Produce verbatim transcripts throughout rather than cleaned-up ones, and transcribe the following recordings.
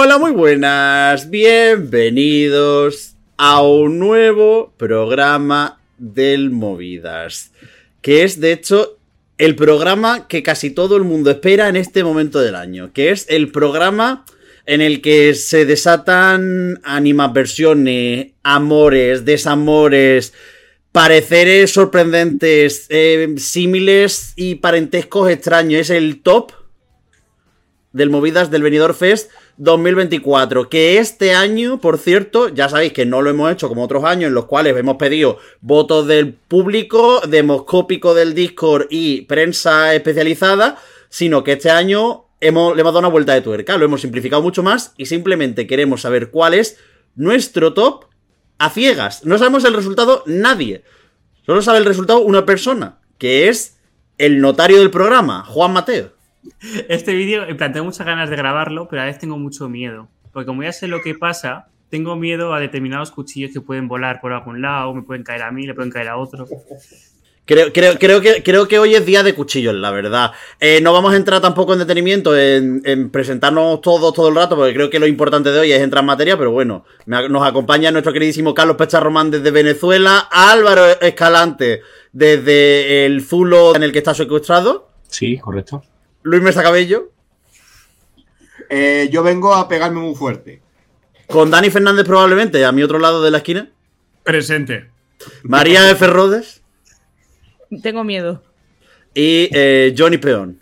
Hola, muy buenas, bienvenidos a un nuevo programa del Movidas, que es de hecho el programa que casi todo el mundo espera en este momento del año, que es el programa en el que se desatan animadversiones, amores, desamores, pareceres sorprendentes, eh, símiles y parentescos extraños. Es el top del Movidas del Benidorm Fest dos mil veinticuatro, que este año, por cierto, ya sabéis que no lo hemos hecho como otros años en los cuales hemos pedido votos del público, demoscópico del Discord y prensa especializada, sino que este año hemos, le hemos dado una vuelta de tuerca, lo hemos simplificado mucho más y simplemente queremos saber cuál es nuestro top a ciegas. No sabemos el resultado nadie, solo sabe el resultado una persona, que es el notario del programa, Juan Mateo. Este vídeo, en plan, tengo muchas ganas de grabarlo, pero a veces tengo mucho miedo. Porque como ya sé lo que pasa, tengo miedo a determinados cuchillos que pueden volar por algún lado, me pueden caer a mí, le pueden caer a otro. Creo, creo, creo, que, creo que hoy es día de cuchillos, la verdad. Eh, no vamos a entrar tampoco en detenimiento, en, en presentarnos todos todo el rato, porque creo que lo importante de hoy es entrar en materia, pero bueno, me, nos acompaña nuestro queridísimo Carlos Pecharromán desde Venezuela, Álvaro Escalante desde el Zulo en el que está secuestrado. Sí, correcto. Luis Mesa Cabello. Eh, yo vengo a pegarme muy fuerte. Con Dani Fernández probablemente, a mi otro lado de la esquina. Presente. María F. Rodes. Tengo miedo. Y eh, Johnny Peón.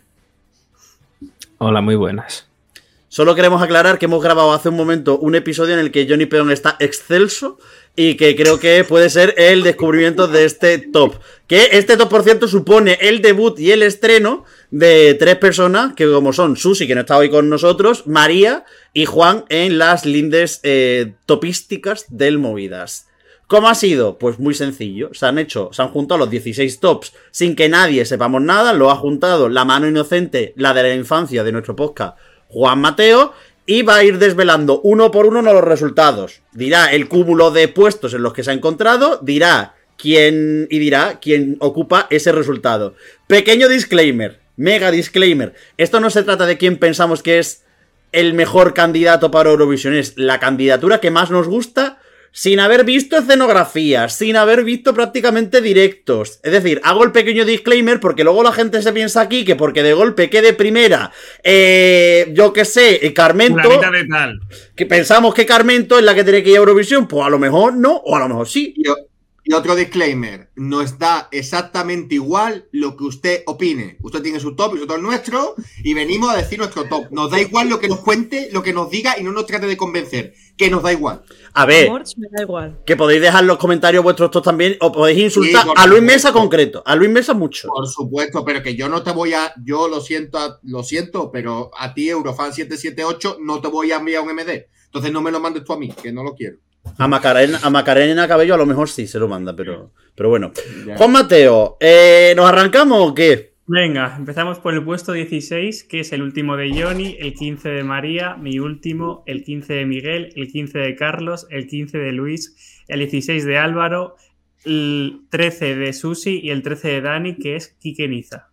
Hola, muy buenas. Solo queremos aclarar que hemos grabado hace un momento un episodio en el que Johnny Peón está excelso y que creo que puede ser el descubrimiento de este top. Que este top, por cierto, supone el debut y el estreno de tres personas, que como son Susi, que no está hoy con nosotros, María y Juan en las lindes eh, topísticas del Movidas. ¿Cómo ha sido? Pues muy sencillo. Se han hecho, se han juntado los dieciséis tops sin que nadie sepamos nada. Lo ha juntado la mano inocente, la de la infancia de nuestro podcast, Juan Mateo, y va a ir desvelando uno por uno los resultados. Dirá el cúmulo de puestos en los que se ha encontrado, dirá quién y dirá quién ocupa ese resultado. Pequeño disclaimer, mega disclaimer. Esto no se trata de quién pensamos que es el mejor candidato para Eurovisión, es la candidatura que más nos gusta, sin haber visto escenografías, sin haber visto prácticamente directos. Es decir, hago el pequeño disclaimer porque luego la gente se piensa aquí que porque de golpe quede primera, eh, yo qué sé, Carmento, de tal. que pensamos que Carmento es la que tiene que ir a Eurovisión, pues a lo mejor no, o a lo mejor sí. Y, y otro disclaimer, nos da exactamente igual lo que usted opine. Usted tiene su top y nosotros el nuestro, y venimos a decir nuestro top. Nos da igual lo que nos cuente, lo que nos diga, y no nos trate de convencer, que nos da igual. A ver, Amor, me da igual. Que podéis dejar en los comentarios vuestros tops también, o podéis insultar Sí, a Luis Mesa concreto, a Luis Mesa mucho. Por supuesto, pero que yo no te voy a, yo lo siento, lo siento, pero a ti, Eurofan siete siete ocho, no te voy a enviar un M D. Entonces no me lo mandes tú a mí, que no lo quiero. A Macarena, a Macarena Cabello a lo mejor sí se lo manda, pero, pero bueno. Ya. Juan Mateo, eh, ¿nos arrancamos o qué? Venga, empezamos por el puesto dieciséis, que es el último de Johnny, el quince de María, mi último, el quince de Miguel, el quince de Carlos, el quince de Luis, el dieciséis de Álvaro, el trece de Susi y el trece de Dani, que es Quique Niza.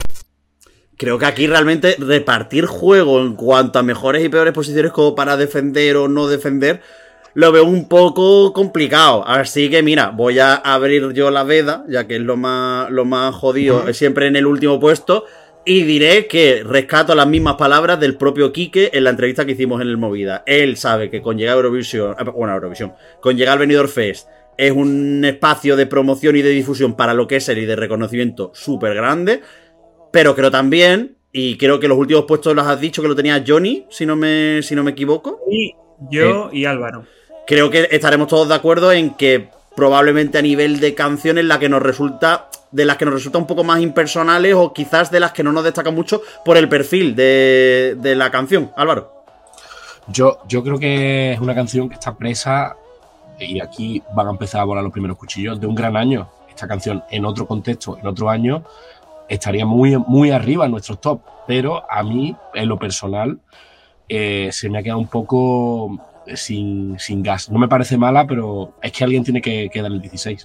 Creo que aquí realmente repartir juego en cuanto a mejores y peores posiciones como para defender o no defender lo veo un poco complicado, así que mira, voy a abrir yo la veda, ya que es lo más, lo más jodido, uh-huh. Siempre en el último puesto, y diré que rescato las mismas palabras del propio Quique en la entrevista que hicimos en el Movida. Él sabe que con llegar a Eurovisión, bueno, Eurovisión, con llegar al Benidorm Fest es un espacio de promoción y de difusión para lo que es él y de reconocimiento súper grande, pero creo también, y creo que los últimos puestos los has dicho que lo tenía Johnny, si no me, si no me equivoco. Y yo eh. y Álvaro. Creo que estaremos todos de acuerdo en que probablemente a nivel de canciones la que nos resulta, de las que nos resulta un poco más impersonales o quizás de las que no nos destacan mucho por el perfil de, de la canción. Álvaro. Yo, yo creo que es una canción que está presa, y aquí van a empezar a volar los primeros cuchillos, de un gran año. Esta canción en otro contexto, en otro año, estaría muy, muy arriba en nuestros top, pero a mí, en lo personal, eh, se me ha quedado un poco... Sin, sin gas. No me parece mala, pero es que alguien tiene que, que dar el dieciséis.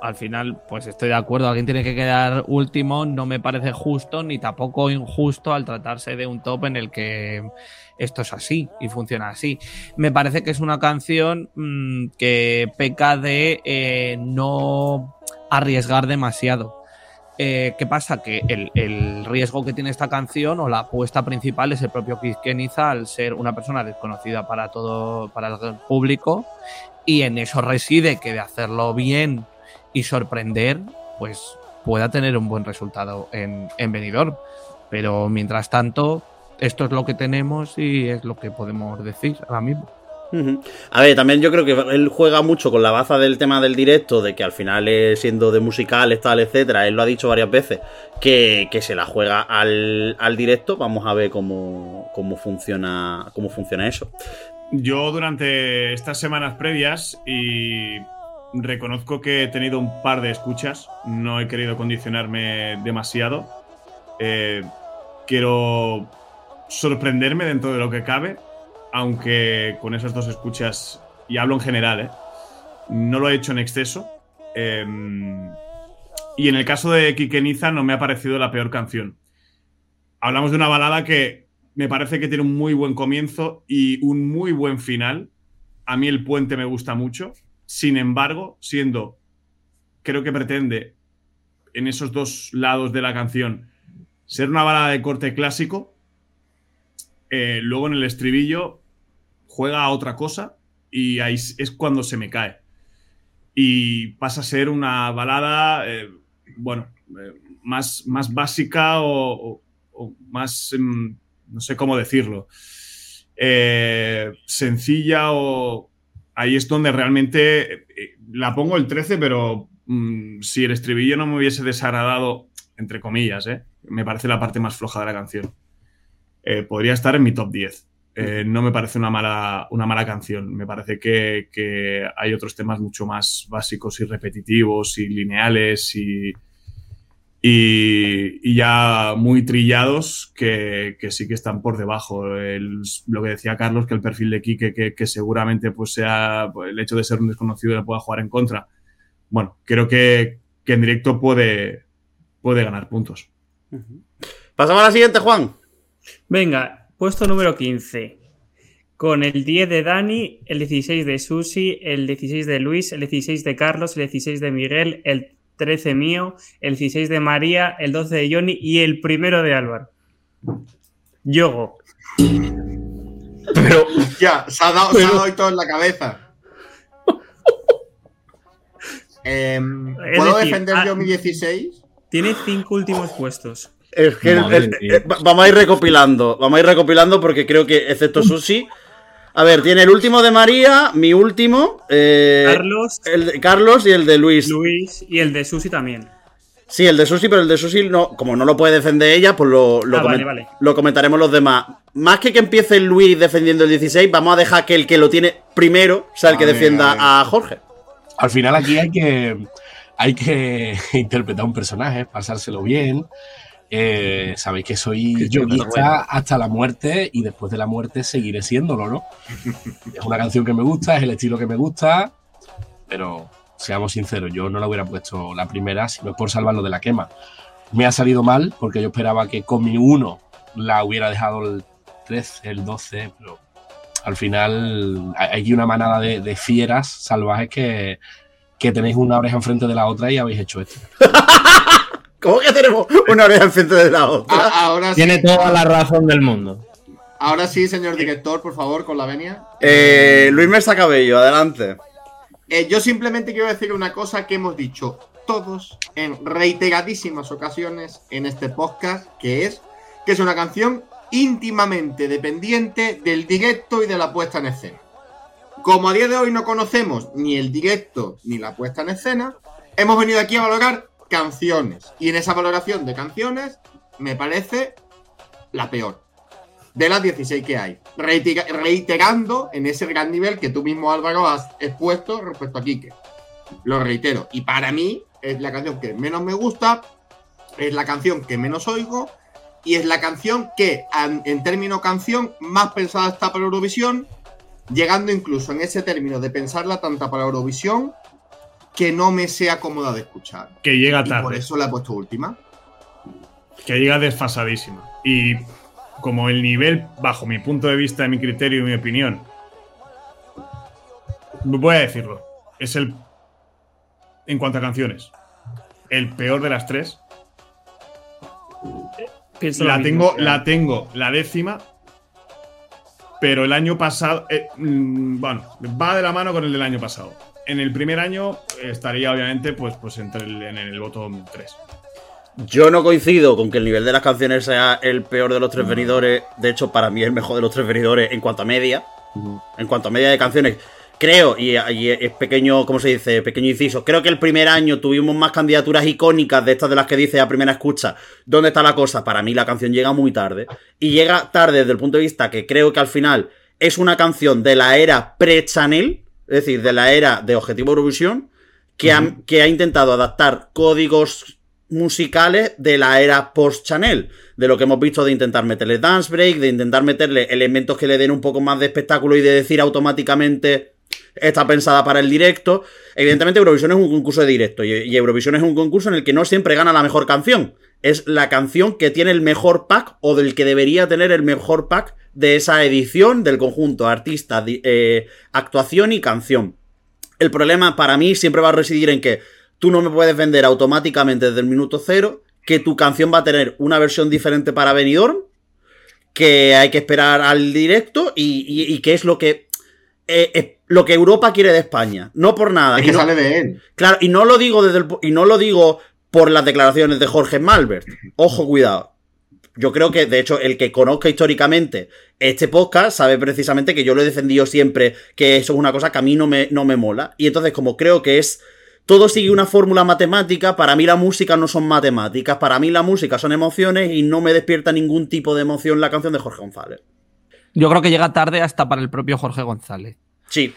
al final, pues estoy de acuerdo. Alguien tiene que quedar último. No me parece justo ni tampoco injusto al tratarse de un top en el que esto es así y funciona así. Me parece que es una canción mmm, que peca de eh, no arriesgar demasiado. Eh, ¿Qué pasa? Que el, el riesgo que tiene esta canción o la apuesta principal es el propio Keith Keniza al ser una persona desconocida para todo, para el público, y en eso reside que de hacerlo bien y sorprender, pues pueda tener un buen resultado en, en Benidorm. Pero mientras tanto, esto es lo que tenemos y es lo que podemos decir ahora mismo. A ver, también yo creo que él juega mucho con la baza del tema del directo, de que al final, eh, siendo de musicales, tal, etcétera, él lo ha dicho varias veces, que, que se la juega al, al directo. Vamos a ver cómo, cómo funciona cómo funciona eso. Yo durante estas semanas previas, y reconozco que he tenido un par de escuchas, no he querido condicionarme demasiado, eh, quiero sorprenderme dentro de lo que cabe, aunque con esas dos escuchas, y hablo en general, ¿eh? no lo he hecho en exceso. Eh, y en el caso de Keith Keniza no me ha parecido la peor canción. Hablamos de una balada que me parece que tiene un muy buen comienzo y un muy buen final. A mí el puente me gusta mucho. Sin embargo, siendo, creo que pretende en esos dos lados de la canción ser una balada de corte clásico, eh, luego en el estribillo juega a otra cosa y ahí es cuando se me cae. Y pasa a ser una balada, eh, bueno, eh, más, más básica o, o, o más, eh, no sé cómo decirlo, eh, sencilla, o ahí es donde realmente eh, la pongo el trece, pero mm, si el estribillo no me hubiese desagradado, entre comillas, eh, me parece la parte más floja de la canción. Eh, podría estar en mi top diez. Eh, no me parece una mala, una mala canción. Me parece que, que hay otros temas mucho más básicos y repetitivos y lineales y, y, y ya muy trillados que, que sí que están por debajo. El, lo que decía Carlos, que el perfil de Quique, que, que seguramente pues sea pues, el hecho de ser un desconocido le pueda jugar en contra. Bueno, creo que, que en directo puede, puede ganar puntos. Pasamos a la siguiente, Juan. Venga. Puesto número quince, con el diez de Dani, el dieciséis de Susi, el dieciséis de Luis, el dieciséis de Carlos, el dieciséis de Miguel, el trece mío, el dieciséis de María, el doce de Johnny y el primero de Álvaro. Yogo. Pero ya, se ha dado, Pero... se ha dado y todo en la cabeza. eh, ¿Puedo decir, defender ah, yo mi dieciséis? Tiene cinco últimos puestos. Es que el, el, el, vamos a ir recopilando, vamos a ir recopilando porque creo que, excepto Susi, a ver, tiene el último de María, mi último, eh, Carlos, el de Carlos y el de Luis. Luis y el de Susi también. Sí, el de Susi, pero el de Susi, no, como no lo puede defender ella, pues lo, lo, ah, coment- vale, vale. lo comentaremos los demás. Más que que empiece Luis defendiendo el dieciséis, vamos a dejar que el que lo tiene primero sea el que ver, defienda a, a Jorge. Al final aquí hay que, hay que interpretar un personaje, pasárselo bien. Eh, sabéis que soy yoguista hasta la muerte y después de la muerte seguiré siéndolo, ¿no? Es una canción que me gusta, es el estilo que me gusta, pero seamos sinceros, yo no la hubiera puesto la primera si no es por salvarlo de la quema. Me ha salido mal porque yo esperaba que con mi uno la hubiera dejado el trece, el doce, pero al final hay una manada de, de fieras salvajes que, que tenéis una oreja enfrente de la otra y habéis hecho esto. ¿Cómo que tenemos una oreja enfrente de la otra? A- ahora Tiene sí. toda la razón del mundo. Ahora sí, señor director, por favor, con la venia. Eh, Luis Mesa Cabello, adelante. Eh, yo simplemente quiero decir una cosa que hemos dicho todos en reiteradísimas ocasiones en este podcast, que es que es una canción íntimamente dependiente del directo y de la puesta en escena. Como a día de hoy no conocemos ni el directo ni la puesta en escena, hemos venido aquí a valorar canciones. Y en esa valoración de canciones me parece la peor de las dieciséis que hay, Reitera- reiterando en ese gran nivel que tú mismo, Álvaro, has expuesto respecto a Quique. Lo reitero, y para mí es la canción que menos me gusta, es la canción que menos oigo y es la canción que en término canción más pensada está para Eurovisión, llegando incluso en ese término de pensarla tanto para Eurovisión que no me sea cómoda de escuchar. Que llega Y tarde. por eso la he puesto última. Que llega desfasadísima. Y como el nivel, bajo mi punto de vista, mi criterio y mi opinión, voy a decirlo, es el, en cuanto a canciones, el peor de las tres. Pienso La lo tengo, mismo. la tengo, la décima, pero el año pasado, eh, mm, bueno, va de la mano con el del año pasado. En el primer año eh, estaría obviamente pues, pues entre el, en el bottom tres. Yo no coincido con que el nivel de las canciones sea el peor de los tres venidores. De hecho, para mí es el mejor de los tres venidores en cuanto a media. En cuanto a media de canciones. Creo, y, y es pequeño, ¿cómo se dice? Pequeño inciso. Creo que el primer año tuvimos más candidaturas icónicas de estas de las que dice a primera escucha. ¿Dónde está la cosa? Para mí la canción llega muy tarde. Y llega tarde desde el punto de vista que creo que al final es una canción de la era pre-Chanel. Es decir, de la era de Objetivo Eurovisión. Que, uh-huh. ha, que ha intentado adaptar códigos musicales de la era post-Chanel, de lo que hemos visto de intentar meterle dance break, de intentar meterle elementos que le den un poco más de espectáculo y de decir automáticamente está pensada para el directo. Evidentemente Eurovisión es un concurso de directo y Eurovisión es un concurso en el que no siempre gana la mejor canción, es la canción que tiene el mejor pack o del que debería tener el mejor pack de esa edición del conjunto artista, eh, actuación y canción. El problema para mí siempre va a residir en que tú no me puedes vender automáticamente desde el minuto cero que tu canción va a tener una versión diferente para Benidorm, que hay que esperar al directo y, y, y que es lo que eh, eh, lo que Europa quiere de España. No por nada. Es que no, sale de él. Claro, y no lo digo desde el, y no lo digo por las declaraciones de Jorge Malbert. Ojo, cuidado. Yo creo que, de hecho, el que conozca históricamente este podcast sabe precisamente que yo lo he defendido siempre, que eso es una cosa que a mí no me, no me mola. Y entonces, como creo que es... Todo sigue una fórmula matemática, para mí la música no son matemáticas, para mí la música son emociones y no me despierta ningún tipo de emoción la canción de Jorge González. Yo creo que llega tarde hasta para el propio Jorge González. Sí.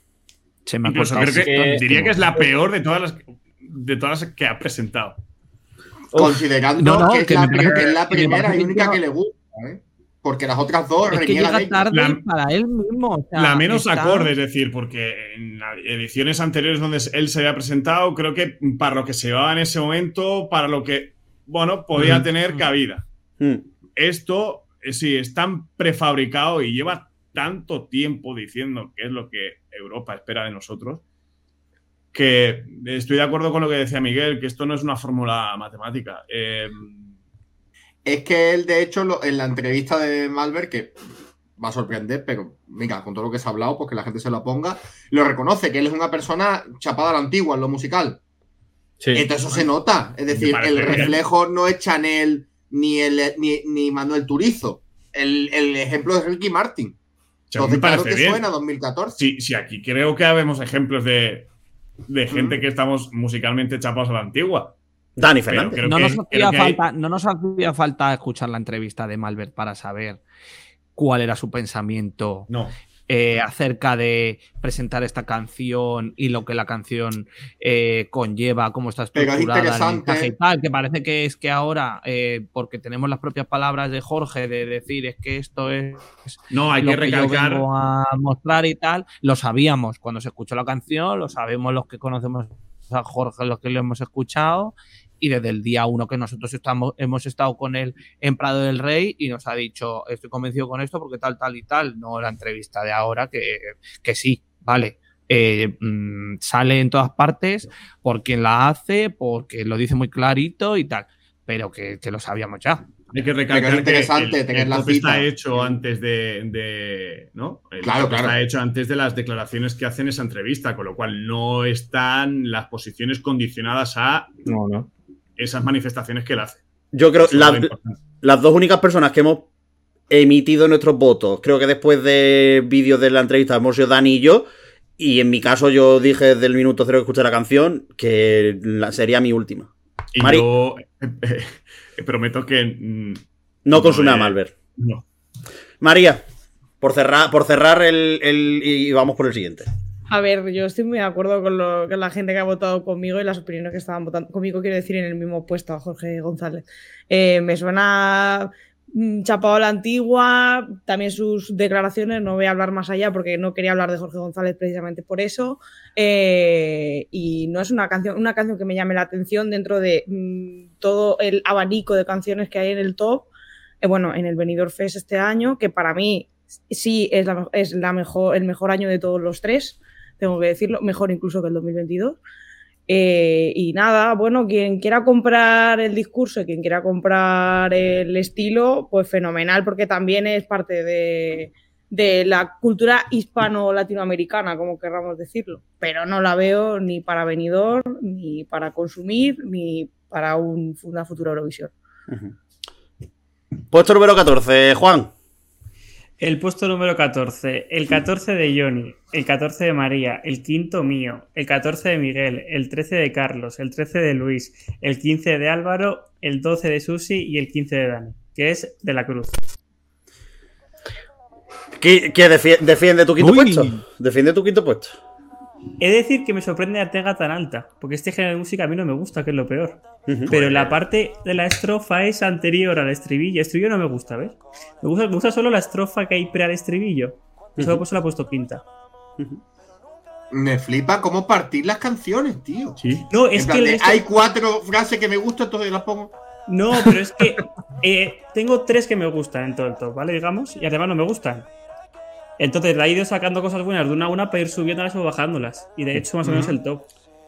Se me ha Incluso cortado. creo que, que- diría que es la peor de todas las, de todas las que ha presentado. Considerando No, no, que, es que la, me parece- que es la que me primera parece y que única llega- que le gusta, ¿eh? Porque las otras dos Es que reniegan de llega ella. tarde La- para él mismo. o sea, La menos está- acorde, es decir, porque en las ediciones anteriores donde él se había presentado, creo que para lo que se llevaba en ese momento, para lo que, bueno, podía Mm. tener cabida. Mm. Esto, eh, sí, es tan prefabricado y lleva tanto tiempo diciendo que es lo que Europa espera de nosotros, que estoy de acuerdo con lo que decía Miguel, que esto no es una fórmula matemática. Eh, Es que él, de hecho, lo- en la entrevista de Malbert, que va a sorprender, pero venga, con todo lo que se ha hablado, pues que la gente se lo ponga, lo reconoce, que él es una persona chapada a la antigua en lo musical. Sí. Entonces eso se nota. Es Me decir, parece el bien. reflejo no es Chanel ni, el, ni, ni Manuel Turizo. El, el ejemplo es Ricky Martin. o sea, a mí Entonces, me claro parece que bien. suena dos mil catorce. Sí, sí, aquí creo que habemos ejemplos de, de gente Mm. que estamos musicalmente chapados a la antigua. Dani Pero Fernández. creo no, que- nos creo hacía que hay- falta, no nos hacía falta escuchar la entrevista de Malbert para saber cuál era su pensamiento No. eh, acerca de presentar esta canción y lo que la canción eh, conlleva, cómo está Pero es estructurada, el interesante. mensaje y tal, que parece que es que ahora, eh, porque tenemos las propias palabras de Jorge de decir es que esto es No, hay lo que que yo recalcar. vengo a mostrar y tal, lo sabíamos cuando se escuchó la canción, lo sabemos los que conocemos a Jorge, los que lo hemos escuchado, y desde el día uno que nosotros estamos, hemos estado con él en Prado del Rey y nos ha dicho, estoy convencido con esto porque tal, tal y tal, no la entrevista de ahora, que, que sí, vale. Eh, mmm, sale en todas partes por quien la hace, porque lo dice muy clarito y tal, pero que, que lo sabíamos ya. Hay que recalcar Pero es interesante que el, tener el la top cita. está hecho antes de, de- ¿no? El Claro, top claro. está hecho antes de las declaraciones que hacen esa entrevista, con lo cual no están las posiciones condicionadas a No, no. esas manifestaciones que él hace. Yo creo Eso es la- lo importante. las dos únicas personas que hemos emitido nuestros votos, creo que después de vídeos de la entrevista hemos sido Dani y yo, y en mi caso yo dije desde el minuto cero que escuché la canción que la, sería mi última. Y Mari- yo eh, eh, prometo que mm, No consume No, a eh, Malbert. no. María, por cerrar, por cerrar el, el- y vamos por el siguiente. A ver, yo estoy muy de acuerdo con, lo, con la gente que ha votado conmigo y las opiniones que estaban votando conmigo, quiero decir, en el mismo puesto a Jorge González. Eh, me suena chapado a la antigua, también sus declaraciones, no voy a hablar más allá porque no quería hablar de Jorge González precisamente por eso, eh, y no es una canción, una canción que me llame la atención dentro de mmm, todo el abanico de canciones que hay en el top, eh, bueno, en el Benidorm Fest este año, que para mí sí es, la, es la mejor, el mejor año de todos los tres, tengo que decirlo, mejor incluso que el dos mil veintidós. Eh, y nada, bueno, quien quiera comprar el discurso y quien quiera comprar el estilo, pues fenomenal, porque también es parte de, de la cultura hispano-latinoamericana, como querramos decirlo. Pero no la veo ni para venidor, ni para consumir, ni para un, una futura Eurovisión. Uh-huh. Puesto número catorce, Juan. El puesto número catorce, el catorce de Johnny, el catorce de María, el quinto mío, el catorce de Miguel, el trece de Carlos, el trece de Luis, el quince de Álvaro, el doce de Susi y el quince de Dani, que es De la Cruz. ¿Qué, qué defi- defiende tu quinto Uy. puesto? Defiende tu quinto puesto. He de decir que me sorprende Artega tan alta, porque este género de música a mí no me gusta, que es lo peor. Uh-huh. Pero la parte de la estrofa es anterior al estribillo. El estribillo no me gusta, ¿ves? Me gusta, me gusta solo la estrofa que hay pre al estribillo. Y uh-huh. solo pues la he puesto quinta. Uh-huh. Me flipa cómo partir las canciones, tío. ¿Sí? No, es que... De, hay cuatro frases que me gustan, entonces las pongo. No, pero es que eh, tengo tres que me gustan en todo el top, ¿vale? Digamos, y además no me gustan. Entonces la he ido sacando cosas buenas de una a una para ir subiéndolas o bajándolas. Y de hecho más o menos el top.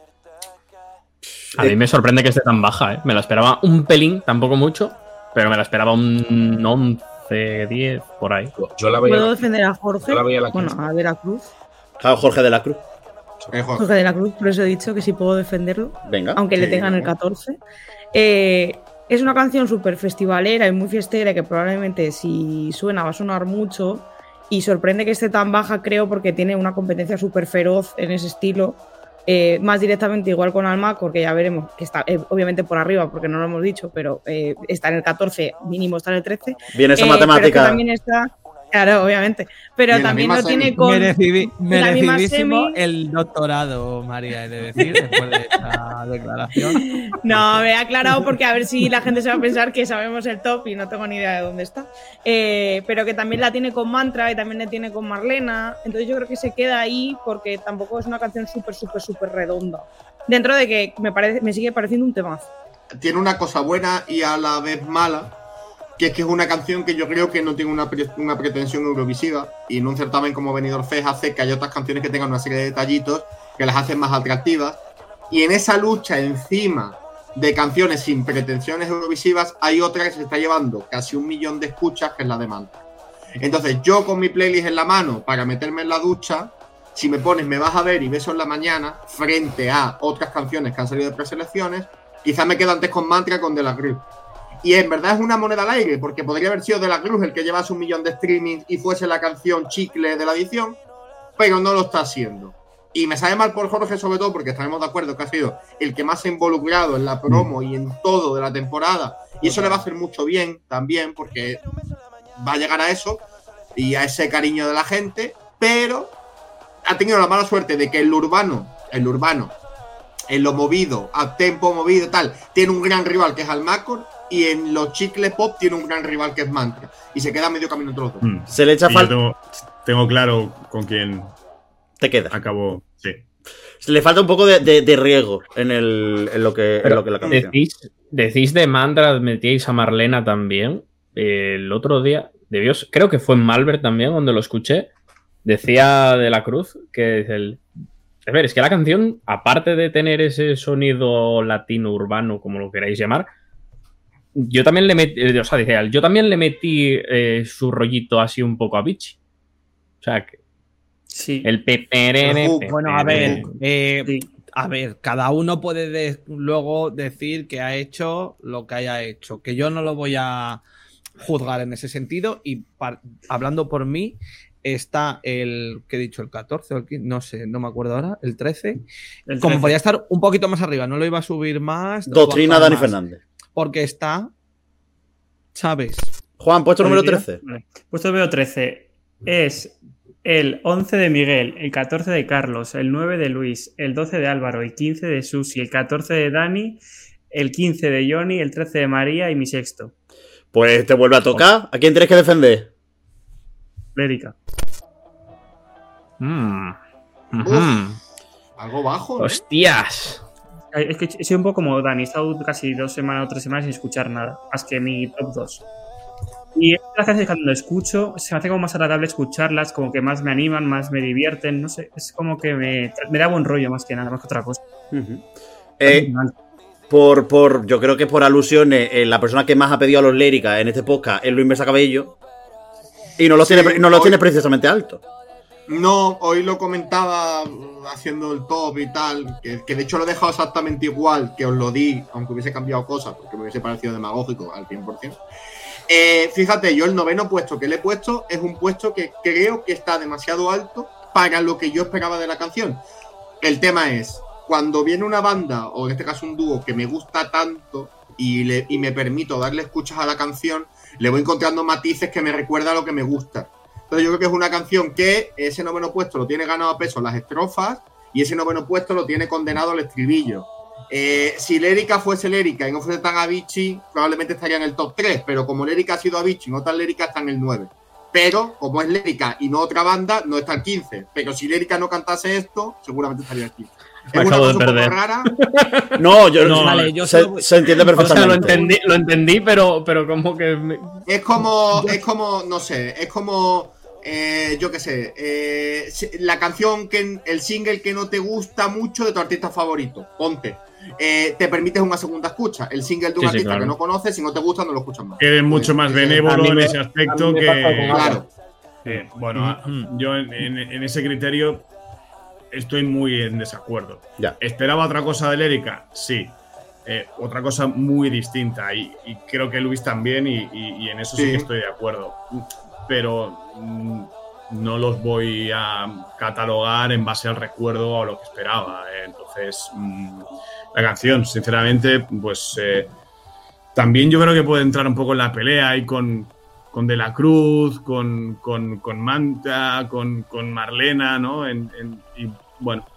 A mí me sorprende que esté tan baja, ¿eh? Me la esperaba un pelín, tampoco mucho, pero me la esperaba un once, diez, por ahí. Yo la veía. ¿Puedo defender a Jorge? Yo la veía la bueno, a De la Cruz. Claro, Jorge De la Cruz. Jorge De la Cruz, por eso he dicho que sí puedo defenderlo. Venga. Aunque sí, le tengan el catorce. Eh, es una canción súper festivalera y muy fiestera que probablemente si suena va a sonar mucho. Y sorprende que esté tan baja, creo, porque tiene una competencia súper feroz en ese estilo. Eh, más directamente igual con Almacor, que ya veremos, que está eh, obviamente por arriba, porque no lo hemos dicho, pero eh, está en el catorce, mínimo está en el trece. Viene esa eh, matemática. Pero que también está... Claro, obviamente. Pero también lo tiene con... Merecibi- merecidísimo el doctorado, María, he de decir, después de esta declaración. No, me he aclarado porque a ver si la gente se va a pensar que sabemos el top y no tengo ni idea de dónde está. Eh, pero que también la tiene con Mantra y también la tiene con Marlena. Entonces yo creo que se queda ahí porque tampoco es una canción súper, súper, súper redonda. Dentro de que me, parece, me sigue pareciendo un temazo. Tiene una cosa buena y a la vez mala, que es que es una canción que yo creo que no tiene una, pre- una pretensión eurovisiva, y en un certamen como Benidorm Fest hace que haya otras canciones que tengan una serie de detallitos que las hacen más atractivas, y en esa lucha encima de canciones sin pretensiones eurovisivas hay otra que se está llevando casi un millón de escuchas, que es la de Mantra. Entonces yo con mi playlist en la mano para meterme en la ducha, si me pones Me Vas a Ver y Beso en la Mañana frente a otras canciones que han salido de preselecciones, quizás me quedo antes con Mantra, con De la Cruz. Y en verdad es una moneda al aire, porque podría haber sido De la Cruz el que llevase un millón de streamings y fuese la canción chicle de la edición, pero no lo está haciendo. Y me sabe mal por Jorge, sobre todo porque estaremos de acuerdo que ha sido el que más se ha involucrado en la promo y en todo de la temporada, y eso le va a hacer mucho bien también, porque va a llegar a eso y a ese cariño de la gente, pero ha tenido la mala suerte de que el urbano, el urbano, en lo movido, a tempo movido y tal, tiene un gran rival que es Almacor, y en los chicle pop tiene un gran rival que es Mantra, y se queda medio camino entre los dos. Mm. Se le echa falta. Tengo, tengo claro con quién te queda. Acabó, sí. Le falta un poco de, de, de riego en, el, en, lo que, en lo que la canción. Decís, decís de Mantra, metíais a Marlena también. El otro día, debió, creo que fue en Malvern también, donde lo escuché. Decía De la Cruz que es el. A ver, es que la canción, aparte de tener ese sonido latino urbano, como lo queráis llamar, yo también le metí, o sea, decía, yo también le metí eh, su rollito así un poco a Vichy. O sea, que sí. El peperene. Uh, bueno, a ver, eh, sí. a ver, cada uno puede de, luego decir que ha hecho lo que haya hecho, que yo no lo voy a juzgar en ese sentido, y par, hablando por mí, está el, ¿qué he dicho? El catorce o el quince, no sé, no me acuerdo ahora, el trece. El Como podía estar un poquito más arriba, no lo iba a subir más. Doctrina Dani más, Fernández. Porque está, ¿sabes? Juan, puesto número trece. Vale. Puesto número trece es el once de Miguel, el catorce de Carlos, el nueve de Luis, el doce de Álvaro, el quince de Susi, el catorce de Dani, el quince de Johnny, el trece de María y mi sexto. Pues te vuelve a tocar. ¿A quién tienes que defender? Lérica. Mm. Uf, Ujú. algo bajo. ¿no? Hostias. Es que soy un poco como Dani, he estado casi dos semanas o tres semanas sin escuchar nada, más que mi top dos. Y estas canciones cuando lo escucho, se me hace como más agradable escucharlas, como que más me animan, más me divierten, no sé, es como que me, me da buen rollo más que nada, más que otra cosa. Uh-huh. Eh, por, por, yo creo que por alusiones, eh, la persona que más ha pedido a los Lérica en este podcast es Luis Mesa Cabello. Y no los Sí, tiene, no los hoy- tiene precisamente alto. No, hoy lo comentaba haciendo el top y tal, que, que de hecho lo he dejado exactamente igual que os lo di, aunque hubiese cambiado cosas, porque me hubiese parecido demagógico al cien por ciento. Eh, fíjate, yo el noveno puesto que le he puesto es un puesto que creo que está demasiado alto para lo que yo esperaba de la canción. El tema es, cuando viene una banda, o en este caso un dúo, que me gusta tanto y, le, y me permito darle escuchas a la canción, le voy encontrando matices que me recuerda a lo que me gusta. Entonces yo creo que es una canción que ese noveno puesto lo tiene ganado a peso las estrofas y ese noveno puesto lo tiene condenado al estribillo. Eh, si Lérica fuese Lérica y no fuese tan Avicii, probablemente estaría en el top tres, pero como Lérica ha sido Avicii y no tan Lérica, está en el nueve. Pero como es Lérica y no otra banda, no está el quince. Pero si Lérica no cantase esto, seguramente estaría el quince. Me Es una acabo cosa de un poco perder. rara. No, yo No, vale, yo se, solo- se entiende O sea, lo perfectamente. entendí, lo entendí, pero, pero como que. me- Es como, es como, no sé, es como, eh, yo qué sé, eh, la canción, que el single que no te gusta mucho de tu artista favorito, ponte. Eh, te permites una segunda escucha. El single de un Sí, sí, artista claro. que no conoces, si no te gusta, no lo escuchas más. Eres mucho Pues, más eh, a benévolo mí en me- ese aspecto a mí me pasa que. con Claro. Eh, bueno, a- yo en, en- en ese criterio estoy muy en desacuerdo. Ya. ¿Esperaba otra cosa de Lérica? Sí. Eh, otra cosa muy distinta y, y creo que Luis también y, y- y en eso sí. Sí. que estoy de acuerdo. Pero mm, no los voy a catalogar en base al recuerdo o a lo que esperaba. eh. Entonces, mm, la canción, sinceramente, pues eh, también yo creo que puede entrar un poco en la pelea y con, con De la Cruz, con, con, con Manta, con, con Marlena, ¿no? En, en- y bueno,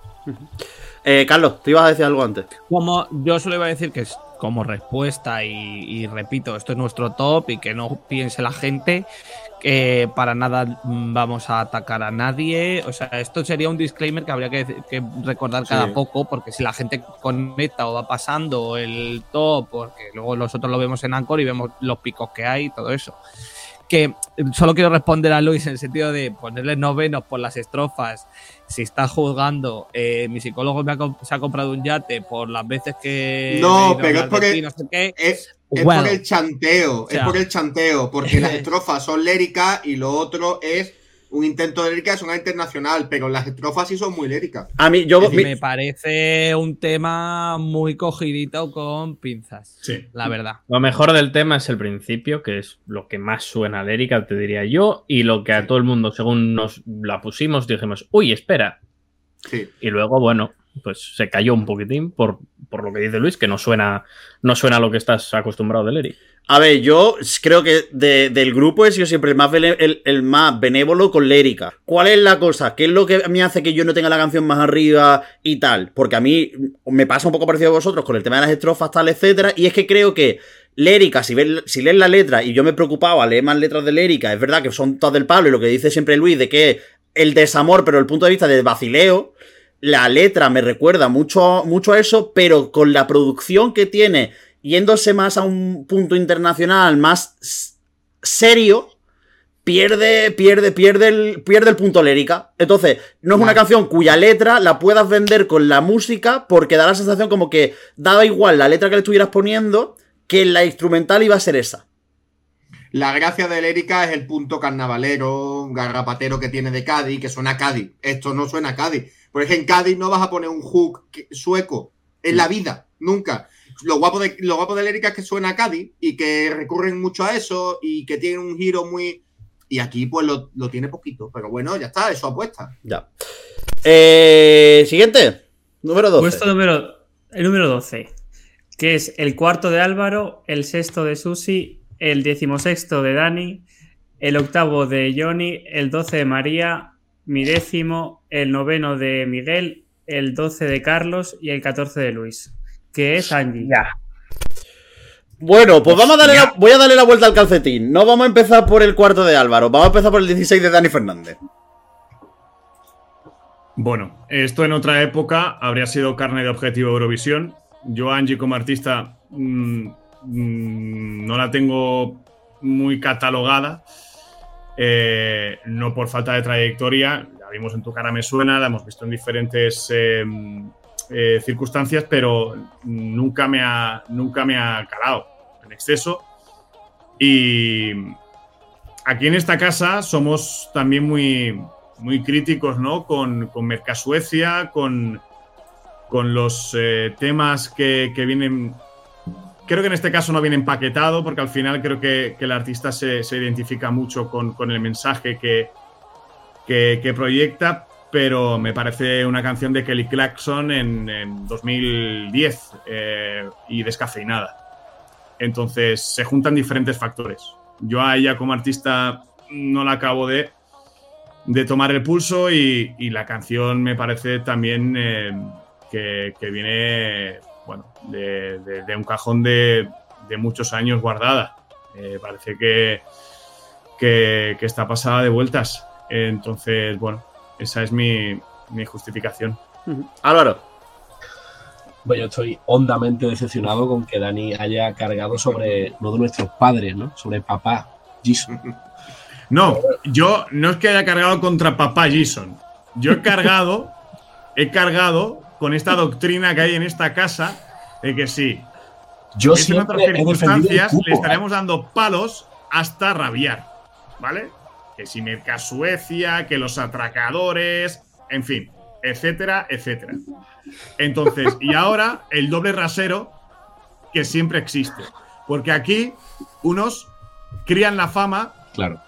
Eh, Carlos, te ibas a decir algo antes. Como yo solo iba a decir que es como respuesta y, y repito, esto es nuestro top y que no piense la gente que para nada vamos a atacar a nadie. O sea, esto sería un disclaimer que habría que, que recordar cada Sí. poco, porque si la gente conecta o va pasando el top, porque luego nosotros lo vemos en Anchor y vemos los picos que hay y todo eso. Que solo quiero responder a Luis en el sentido de ponerle novenos por las estrofas. Si está juzgando, eh, mi psicólogo me ha comp- se ha comprado un yate por las veces que. No, he pero ido a es hablar de porque- ti, no sé qué. Es, es Well. por el chanteo, O sea. es por el chanteo, porque las estrofas son líricas y lo otro es un intento de lírica, es una internacional, pero las estrofas sí son muy líricas. A mí, yo. Es decir, mi- Me parece un tema muy cogidito con pinzas, sí. la verdad. Lo mejor del tema es el principio, que es lo que más suena a Lérica, te diría yo, y lo que a todo el mundo, según nos la pusimos, dijimos, uy, espera. Sí. Y luego, bueno, pues se cayó un poquitín por, por lo que dice Luis, que no suena, no suena a lo que estás acostumbrado de Lérica. A ver, yo creo que de- del grupo he sido siempre el más, bene- el, el más benévolo con Lérica. ¿Cuál es la cosa? ¿Qué es lo que me hace que yo no tenga la canción más arriba y tal? Porque a mí me pasa un poco parecido a vosotros con el tema de las estrofas, tal, etcétera. Y es que creo que Lérica, si, ves, si lees la letra, y yo me preocupaba leer más letras de Lérica, es verdad que son todas del palo, y lo que dice siempre Luis de que el desamor, pero el punto de vista de vacileo, la letra me recuerda mucho, mucho a eso, pero con la producción que tiene, yéndose más a un punto internacional, más s- serio, pierde, pierde, pierde el, pierde el punto Lérica. Entonces, no es una Claro. canción cuya letra la puedas vender con la música, porque da la sensación como que daba igual la letra que le estuvieras poniendo, que la instrumental iba a ser esa. La gracia de Lérica es el punto carnavalero, garrapatero que tiene de Cádiz, que suena a Cádiz. Esto no suena a Cádiz. Porque en Cádiz no vas a poner un hook que- sueco en la vida, nunca. Lo guapo de, lo guapo de Lérica es que suena a Cádiz y que recurren mucho a eso y que tienen un giro muy... Y aquí pues lo, lo tiene poquito, pero bueno, ya está, eso apuesta. Ya. Eh, siguiente. Número doce. Puesto número, el número doce, que es el cuarto de Álvaro, el sexto de Susi, el decimosexto de Dani, el octavo de Johnny, el doce de María, mi décimo, el noveno de Miguel, el doce de Carlos y el catorce de Luis, que es Angie. Ya. Bueno, pues vamos a darle la, voy a darle la vuelta al calcetín. No vamos a empezar por el cuarto de Álvaro, vamos a empezar por el dieciséis de Dani Fernández. Bueno, esto en otra época habría sido carne de objetivo Eurovisión. Yo, Angie, como artista, mmm, mmm, no la tengo muy catalogada. Eh, no por falta de trayectoria. La vimos en Tu cara me suena, la hemos visto en diferentes eh, eh, circunstancias, pero nunca me ha, nunca me ha calado en exceso. Y aquí en esta casa somos también muy... muy críticos, ¿no? Con, con Mercasuecia, con, con los eh, temas que, que vienen... Creo que en este caso no viene empaquetado, porque al final creo que, que el artista se, se identifica mucho con, con el mensaje que, que, que proyecta, pero me parece una canción de Kelly Clarkson en, en dos mil diez eh, y descafeinada. Entonces se juntan diferentes factores. Yo a ella como artista no la acabo de... de tomar el pulso y, y la canción me parece también eh, que, que viene bueno de, de, de un cajón de, de muchos años guardada. Eh, parece que, que, que está pasada de vueltas. Entonces, bueno, esa es mi, mi justificación. Álvaro. Bueno, yo estoy hondamente decepcionado con que Dani haya cargado sobre uno de nuestros padres, ¿no? Sobre papá, Jason. No, yo no es que haya cargado contra papá Jason. Yo he cargado, he cargado con esta doctrina que hay en esta casa de que sí. Yo en otras siempre he circunstancias cupo, le estaremos dando palos hasta rabiar, ¿vale? Que si Mercasuecia, que los atracadores, en fin, etcétera, etcétera. Entonces, y ahora el doble rasero que siempre existe. Porque aquí unos crían la fama. Claro.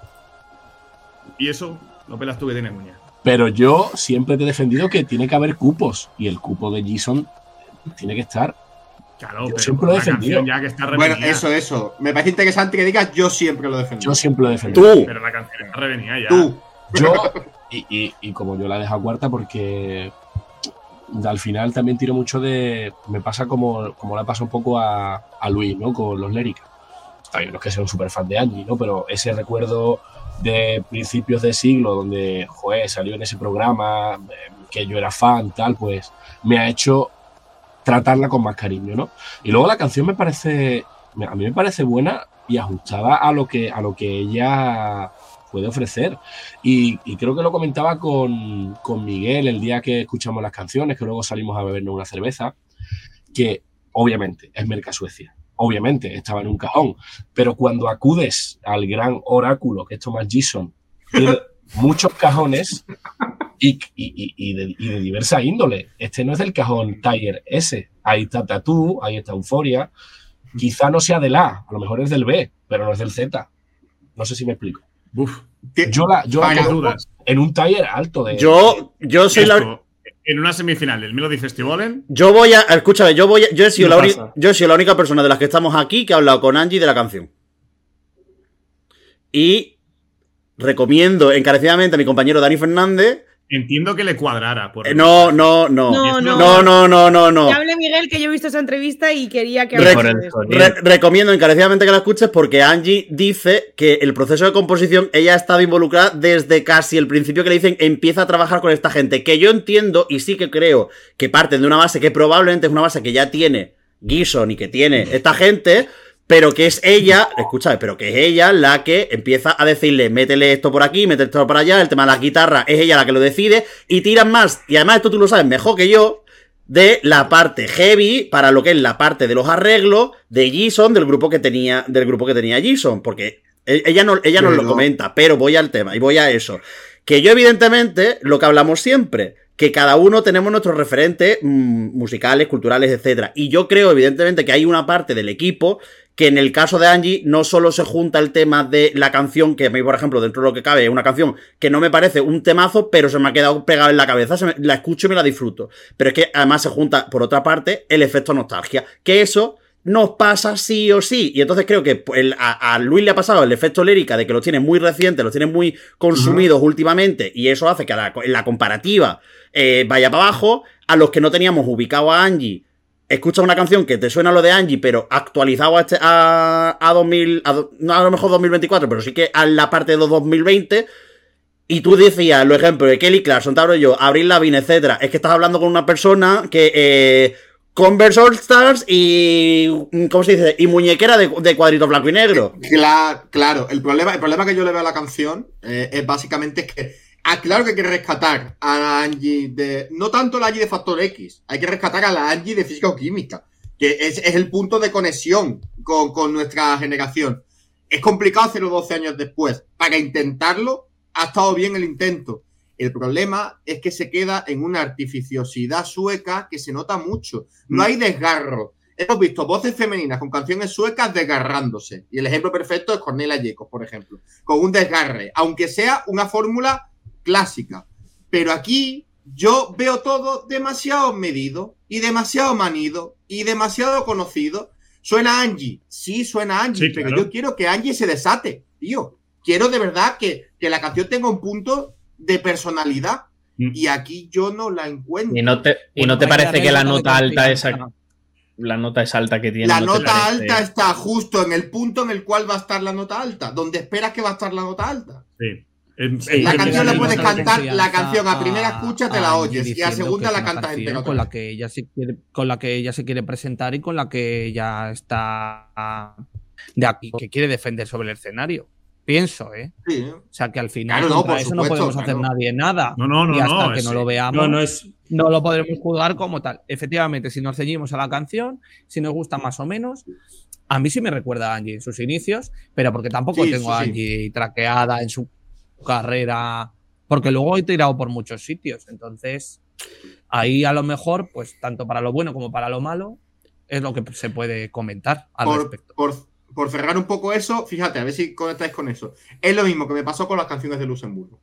Y eso lo pelas tú que tienes muñeca. Pero yo siempre te he defendido que tiene que haber cupos. Y el cupo de Jason tiene que estar. Claro, yo pero siempre lo he defendido. Ya que está bueno, eso, eso. Me parece interesante que digas yo siempre lo defendí. Yo siempre lo he defendido. Tú. Pero la canción está revenida ya. Tú. Yo, y, y, y como yo la he dejado cuarta porque al final también tiro mucho de... Me pasa como, como le pasa un poco a, a Luis, ¿no? Con los Lérica. Está bien, no es que sea un súper fan de Angie, ¿no? Pero ese recuerdo de principios de siglo donde, joder, salió en ese programa, eh, que yo era fan, tal, pues me ha hecho tratarla con más cariño, ¿no? Y luego la canción me parece, a mí me parece buena y ajustada a lo que, a lo que ella puede ofrecer. Y, y creo que lo comentaba con, con Miguel el día que escuchamos las canciones, que luego salimos a bebernos una cerveza, que obviamente es Mercasuecia. Obviamente estaba en un cajón, pero cuando acudes al gran oráculo que es Thomas Jason, tiene muchos cajones y, y, y, y, de, y de diversa índole. Este no es del cajón Tiger S. Ahí está Tattoo, ahí está Euforia. Quizá no sea del A, a lo mejor es del B, pero no es del Z. No sé si me explico. Uf. Yo la, yo la dudas. En un Tiger alto de. Yo, yo soy Esto, la. En una semifinal del Melody Festivalen. Yo voy a. Escúchame, yo voy a, yo he sido la única. Yo he sido la única persona de las que estamos aquí que ha hablado con Angie de la canción. Y recomiendo encarecidamente a mi compañero Dani Fernández. Entiendo que le cuadrara. Por eh, no, no, no. No, no. No, no, no, no, no. Que hable Miguel, que yo he visto esa entrevista y quería que Re- hablase de eso. Re- recomiendo encarecidamente que la escuches porque Angie dice que el proceso de composición ella ha estado involucrada desde casi el principio, que le dicen empieza a trabajar con esta gente, que yo entiendo y sí que creo que parten de una base que probablemente es una base que ya tiene Jason y que tiene esta gente, pero que es ella, escúchame, pero que es ella la que empieza a decirle métele esto por aquí, métele esto por allá, el tema de la guitarra es ella la que lo decide y tiran más, y además esto tú lo sabes mejor que yo, de la parte heavy para lo que es la parte de los arreglos de Jason, del grupo que tenía, del grupo que tenía Jason, porque ella no, ella nos lo comenta, pero voy al tema y voy a eso. Que yo, evidentemente, lo que hablamos siempre, que cada uno tenemos nuestros referentes mmm, musicales, culturales, etcétera. Y yo creo, evidentemente, que hay una parte del equipo que en el caso de Angie no solo se junta el tema de la canción, que a mí, por ejemplo, dentro de lo que cabe, es una canción que no me parece un temazo, pero se me ha quedado pegado en la cabeza, se me, la escucho y me la disfruto. Pero es que además se junta, por otra parte, el efecto nostalgia, que eso nos pasa sí o sí. Y entonces creo que el, a, a Luis le ha pasado el efecto lírica de que los tiene muy recientes, los tiene muy consumidos uh-huh. últimamente, y eso hace que la, en la comparativa eh, vaya para abajo. A los que no teníamos ubicado a Angie, escuchas una canción que te suena lo de Angie, pero actualizado a, este, a, a dos mil, a, no a lo mejor dos mil veinticuatro, pero sí que a la parte de dos mil veinte, y tú decías, los ejemplos de Kelly Clarkson, Tauro yo, Avril Lavigne, etcétera, es que estás hablando con una persona que eh, Converse All Stars y, ¿cómo se dice? Y muñequera de, de cuadritos blanco y negro. Claro, claro. El problema, el problema que yo le veo a la canción eh, es básicamente es que, ah, claro que hay que rescatar a la Angie de, no tanto la Angie de Factor X, hay que rescatar a la Angie de Física o Química, que es, es el punto de conexión con, con nuestra generación. Es complicado hacerlo doce años después. Para intentarlo, ha estado bien el intento. El problema es que se queda en una artificiosidad sueca que se nota mucho. No hay desgarro. Hemos visto voces femeninas con canciones suecas desgarrándose. Y el ejemplo perfecto es Cornelia Jacobs, por ejemplo. Con un desgarre. Aunque sea una fórmula clásica. Pero aquí yo veo todo demasiado medido y demasiado manido y demasiado conocido. Suena Angie. Sí, suena Angie. Sí, pero claro. yo quiero que Angie se desate, tío. Quiero de verdad que, que la canción tenga un punto de personalidad. Mm. Y aquí yo no la encuentro. ¿Y no te, y no te parece que la nota alta esa, la nota es alta que tiene? La no te nota parece- alta está justo en el punto en el cual va a estar la nota alta, donde esperas que va a estar la nota alta. Sí. Es- Sí, La es- canción la es- puedes es- cantar, la Confianza canción a primera escucha te la a oyes Angie y a diciendo segunda que la es una cantas canción entera. con la que ella se quiere, con la que ella se quiere presentar y con la que ella está de aquí, que quiere defender sobre el escenario. Pienso, ¿eh? Sí. O sea que al final Claro, no, contra por eso no supuesto, podemos hacer claro. nadie nada. No, no, no, y hasta no, que es- no lo veamos, No, no es. no lo podremos juzgar como tal. Efectivamente, si nos ceñimos a la canción, si nos gusta más o menos, a mí sí me recuerda a Angie en sus inicios, pero porque tampoco Sí, tengo sí, a sí. Angie traqueada en su carrera, porque luego he tirado por muchos sitios. Entonces, ahí a lo mejor, pues tanto para lo bueno como para lo malo, es lo que se puede comentar al Por, respecto. por, por cerrar un poco eso, fíjate, a ver si conectáis con eso. Es lo mismo que me pasó con las canciones de Luxemburgo.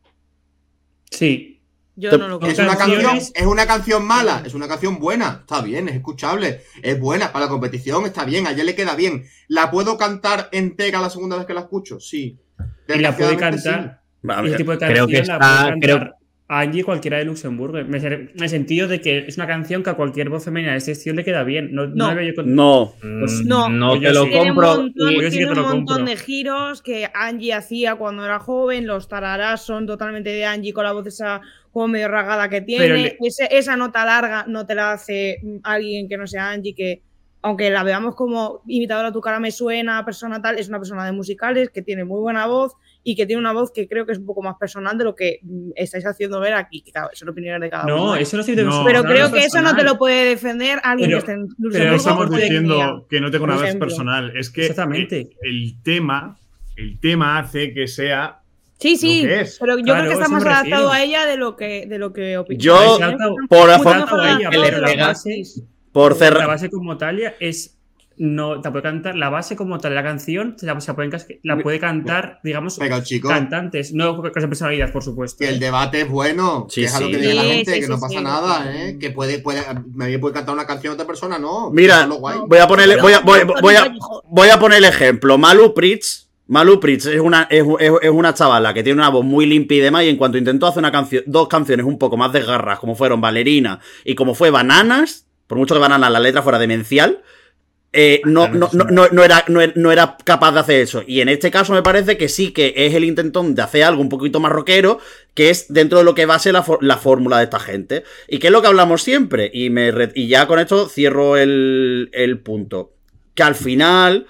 Sí. Yo Te- no lo Es creo. una Canciones- canción, es una canción mala, es una canción buena, está bien, es escuchable, es buena para la competición, está bien, a ella le queda bien. ¿La puedo cantar entera la segunda vez que la escucho? Sí. Y la puede Desgraciadamente, cantar. Vale. Ese tipo de Creo canción que la está- puede cantar creo- Angie cualquiera de Luxemburgo. En el sentido de que es una canción que a cualquier voz femenina de este estilo le queda bien. No, no No. la veo yo con- No. Pues No, no pues te yo lo sí. Tiene un compro. montón, y- yo sí que tiene te lo un montón compro. de giros que Angie hacía cuando era joven. Los tararás son totalmente de Angie con la voz esa como medio rasgada que tiene. Pero le- Ese- esa nota larga no te la hace mm, alguien que no sea Angie, que aunque la veamos como imitadora, tu cara me suena, persona tal, es una persona de musicales que tiene muy buena voz y que tiene una voz que creo que es un poco más personal de lo que mm, estáis haciendo ver aquí, que claro, son opiniones de cada uno. No, ¿eh? eso no es cierto. No. Pero no, creo no que es eso no te personal. lo puede defender alguien Pero- que esté en pero Luxemburgo. eso Estamos porque diciendo tenía- que no tengo por una voz ejemplo. personal. Es que Exactamente. el, el tema, el tema hace que sea. Sí, sí, lo que es. pero yo Claro, creo que está eso más me adaptado refiero. a ella de lo que, de lo que opino. Yo, Exacto. por Exacto, afo- a ella, que le pero la pega. base, Por la cerrar. base como tal ya es. No, te puede cantar. La base como tal de la canción se la, se puede, encas- la puede cantar, digamos, Pero chicos, cantantes, no con esa personalidad, por supuesto. que el debate es bueno, Sí, que es a lo sí. que dice la Sí, gente, sí, que sí, no sí. pasa nada, ¿eh? Que puede, puede, nadie puede cantar una canción a otra persona, no. Mira, Eso es lo guay. voy a ponerle, voy a, voy, voy a, voy a poner el ejemplo. Malu Pritz. Malu Pritz es una, es, es- es una chavala que tiene una voz muy limpia y demás, y en cuanto intentó hacer una canción, dos canciones un poco más desgarras, como fueron Valerina y como fue Bananas, por mucho que Bananas la letra fuera demencial, eh, no, no, no, no, no era, no, era, no era capaz de hacer eso. Y en este caso me parece que sí que es el intentón de hacer algo un poquito más rockero, que es dentro de lo que va a ser la, for- la fórmula de esta gente. Y que es lo que hablamos siempre. Y, me re- y ya con esto cierro el, el punto. Que al final,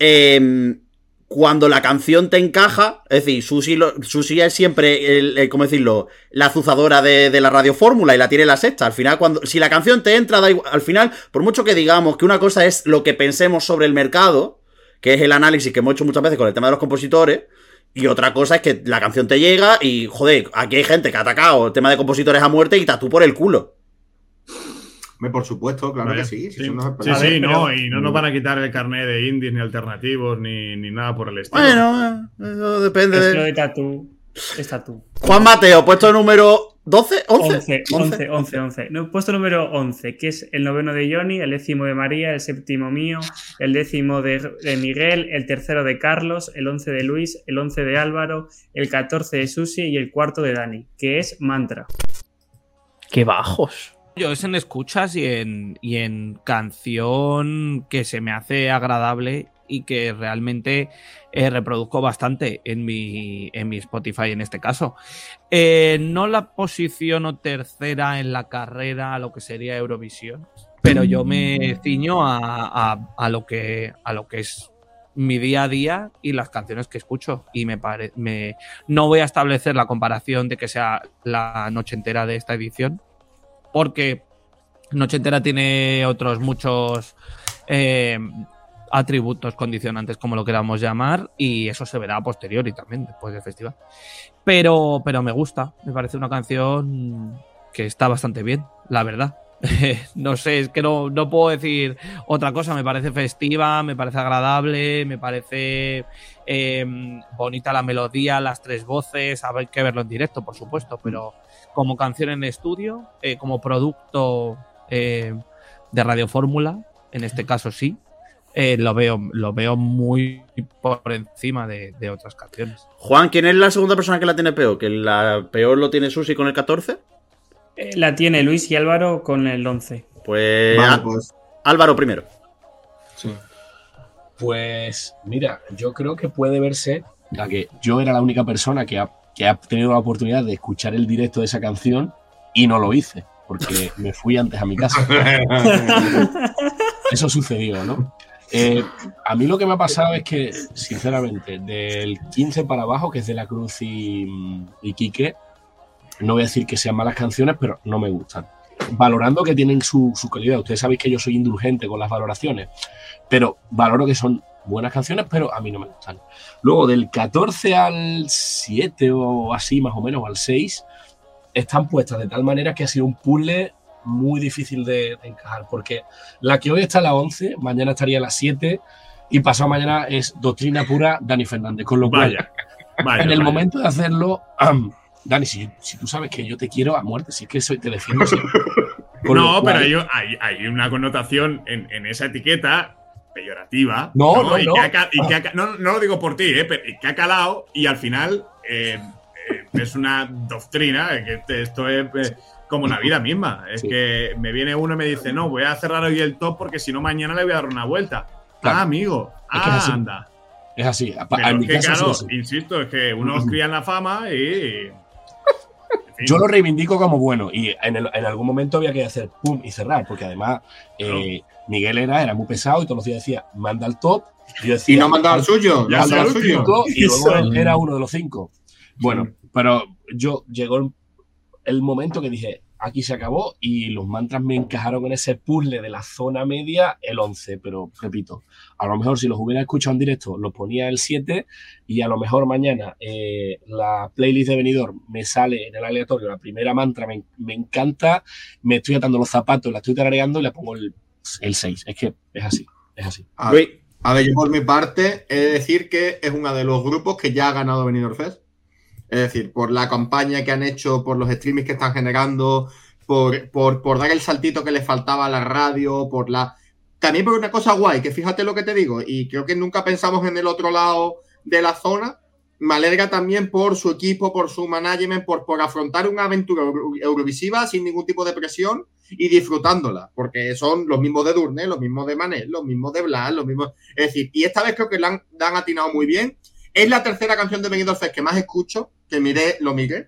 eh, cuando la canción te encaja, es decir, Susi, lo, Susi es siempre, el, el- ¿cómo decirlo?, la azuzadora de, de la radiofórmula y la tiene la sexta. Al final, cuando si la canción te entra, da igual, al final, por mucho que digamos que una cosa es lo que pensemos sobre el mercado, que es el análisis que hemos hecho muchas veces con el tema de los compositores, y otra cosa es que la canción te llega y, joder, aquí hay gente que ha atacado el tema de compositores a muerte y tatú por el culo. Hombre, por supuesto, claro Vaya, que sí. Sí, si eso no es sí, verdad. sí, no, pero- y no nos van a quitar el carnet de indies, ni alternativos, ni, ni nada por el estilo. Bueno, eh, eso depende Es lo de... de Tatú. Es Tatú. Juan Mateo, puesto número doce, once. once, once, once, once. No, puesto número once, que es el noveno de Johnny, el décimo de María, el séptimo mío, el décimo de, de Miguel, el tercero de Carlos, el once de Luis, el once de Álvaro, el catorce de Susi y el cuarto de Dani, que es Mantra. Qué bajos. yo es en escuchas y en, y en canción que se me hace agradable y que realmente eh, reproduzco bastante en mi, en mi Spotify en este caso. Eh, no la posiciono tercera en la carrera a lo que sería Eurovisión, pero yo me ciño a, a, a, lo, que, a lo que es mi día a día y las canciones que escucho. Y me, pare, me no voy a establecer la comparación de que sea la noche entera de esta edición, porque Noche Entera tiene otros muchos eh, atributos condicionantes, como lo queramos llamar, y eso se verá a posteriori también, después del festival. Pero, pero me gusta, me parece una canción que está bastante bien, la verdad. No sé, es que no, no puedo decir otra cosa. Me parece festiva, me parece agradable, me parece eh, bonita la melodía, las tres voces. Hay que verlo en directo, por supuesto, pero como canción en estudio, eh, como producto eh, de Radio Fórmula, en este caso sí, eh, lo veo lo veo muy por encima de, de otras canciones. Juan, ¿quién es la segunda persona que la tiene peor? ¿Que la peor lo tiene Susi con el catorce? Eh, la tiene Luis y Álvaro con el once. Pues, vale, pues. Álvaro primero. Sí. Pues mira, yo creo que puede verse la que yo era la única persona que ha, que ha tenido la oportunidad de escuchar el directo de esa canción y no lo hice, porque me fui antes a mi casa. Eso sucedió, ¿no? Eh, a mí lo que me ha pasado es que, sinceramente, del quince para abajo, que es de la Cruz y, y Quique, no voy a decir que sean malas canciones, pero no me gustan. Valorando que tienen su, su calidad. Ustedes sabéis que yo soy indulgente con las valoraciones, pero valoro que son buenas canciones, pero a mí no me gustan. Luego, del catorce al siete o así, más o menos, o al seis, están puestas de tal manera que ha sido un puzzle muy difícil de, de encajar, porque la que hoy está a la once, mañana estaría a las siete y pasado mañana es doctrina pura Dani Fernández. Con lo cual, Vaya, vaya, en el vaya. momento de hacerlo... Um, Dani, si, si tú sabes que yo te quiero a muerte, si es que soy, te defiendo siempre. Con No, lo cual- pero hay, hay, hay una connotación en, en esa etiqueta peyorativa. No, no, y no. que ha ca- y que ha ca- no. No lo digo por ti, ¿eh? Pero y que ha calado y al final eh, eh, es una doctrina, eh, que te- esto es eh, como la vida misma. Es Sí. que me viene uno y me dice, no, voy a cerrar hoy el top porque si no mañana le voy a dar una vuelta. Claro. Ah, amigo. Es que es Ah, así. anda. Es así. A- Pero en mi es que, caso ha sido claro, así. insisto, es que uno os cría en la fama y... en fin. Yo lo reivindico como bueno y en, el- en algún momento había que hacer pum y cerrar, porque además eh, Miguel era, era muy pesado y todos los días decía, manda el top. Y yo decía, Y no mandaba el suyo. Ya no sé mandaba el el suyo. cinco, y luego Eso. él era uno de los cinco. Bueno, pero yo llegó el, el momento que dije, aquí se acabó y los mantras me encajaron en ese puzzle de la zona media el once, pero repito, a lo mejor si los hubiera escuchado en directo los ponía el siete y a lo mejor mañana eh, la playlist de Benidorm me sale en el aleatorio, la primera mantra me, me encanta, me estoy atando los zapatos, la estoy tarareando y le pongo el, el seis. Es que es así, es así. A, Luis. a ver, yo por mi parte he de decir que es uno de los grupos que ya ha ganado Benidorm Fest. Es decir, por la campaña que han hecho, por los streamings que están generando, por, por, por dar el saltito que les faltaba a la radio, por la... También por una cosa guay, que fíjate lo que te digo, y creo que nunca pensamos en el otro lado de la zona. Me alegra también por su equipo, por su management, por, por afrontar una aventura euro- eurovisiva sin ningún tipo de presión y disfrutándola, porque son los mismos de Durne, los mismos de Manel, los mismos de Blas, los mismos... Es decir, y esta vez creo que la han, la han atinado muy bien. Es la tercera canción de Benidorm Fest que más escucho, que miré, lo miré.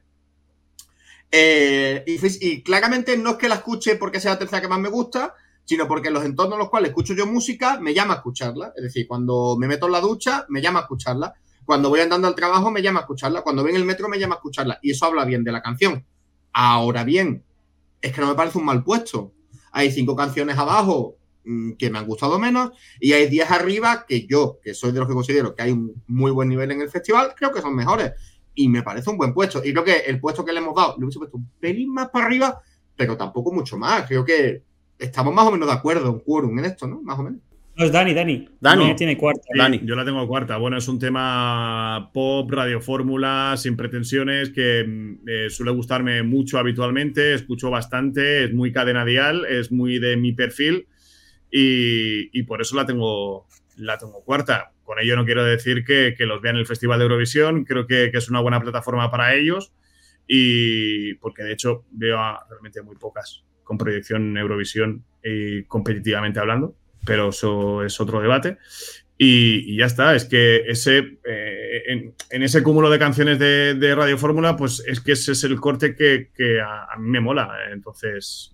Eh, y, y claramente no es que la escuche porque sea la tercera que más me gusta, sino porque en los entornos en los cuales escucho yo música, me llama a escucharla. Es decir, cuando me meto en la ducha, me llama a escucharla. Cuando voy andando al trabajo, me llama a escucharla. Cuando voy en el metro, me llama a escucharla. Y eso habla bien de la canción. Ahora bien, es que no me parece un mal puesto. Hay cinco canciones abajo mmm, que me han gustado menos y hay diez arriba que yo, que soy de los que considero que hay un muy buen nivel en el festival, creo que son mejores. Y me parece un buen puesto. Y creo que el puesto que le hemos dado, le hubiese puesto un pelín más para arriba, pero tampoco mucho más. Creo que estamos más o menos de acuerdo, un quórum en esto, ¿no? Más o menos. No, es Dani, Dani. Dani. No, tiene cuarta. Sí, Dani. yo la tengo cuarta. Bueno, es un tema pop, radiofórmula, sin pretensiones, que eh, suele gustarme mucho habitualmente, escucho bastante, es muy cadena dial, es muy de mi perfil y, y por eso la tengo, la tengo cuarta. Con ello no quiero decir que, que los vean en el Festival de Eurovisión, creo que, que es una buena plataforma para ellos y porque de hecho veo a realmente muy pocas. con proyección en Eurovisión y competitivamente hablando, pero eso es otro debate. Y, y ya está, es que ese eh, en, en ese cúmulo de canciones de, de Radio Fórmula, pues es que ese es el corte que, que a, a mí me mola. Entonces,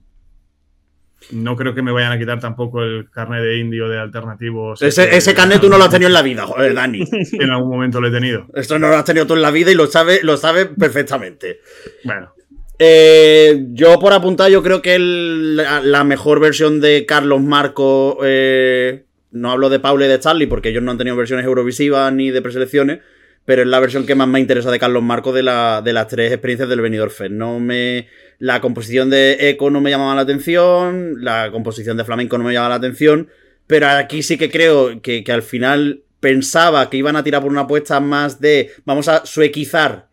no creo que me vayan a quitar tampoco el carnet de indie o de alternativo. Ese, que, ese carnet tú no lo has tenido en la vida, joder, Dani. En algún momento lo he tenido. Esto no lo has tenido tú en la vida y lo sabes lo sabe perfectamente. Bueno. Eh, yo por apuntar, yo creo que el, la, la mejor versión de Carlos Marco, eh, no hablo de Paula y de Charlie porque ellos no han tenido versiones eurovisivas ni de preselecciones, pero es la versión que más me interesa de Carlos Marco de, la, de las tres experiencias del Benidorm Fest. No me, la composición de Eco no me llamaba la atención, la composición de Flamenco no me llamaba la atención, pero aquí sí que creo que, que al final pensaba que iban a tirar por una apuesta más de vamos a suequizar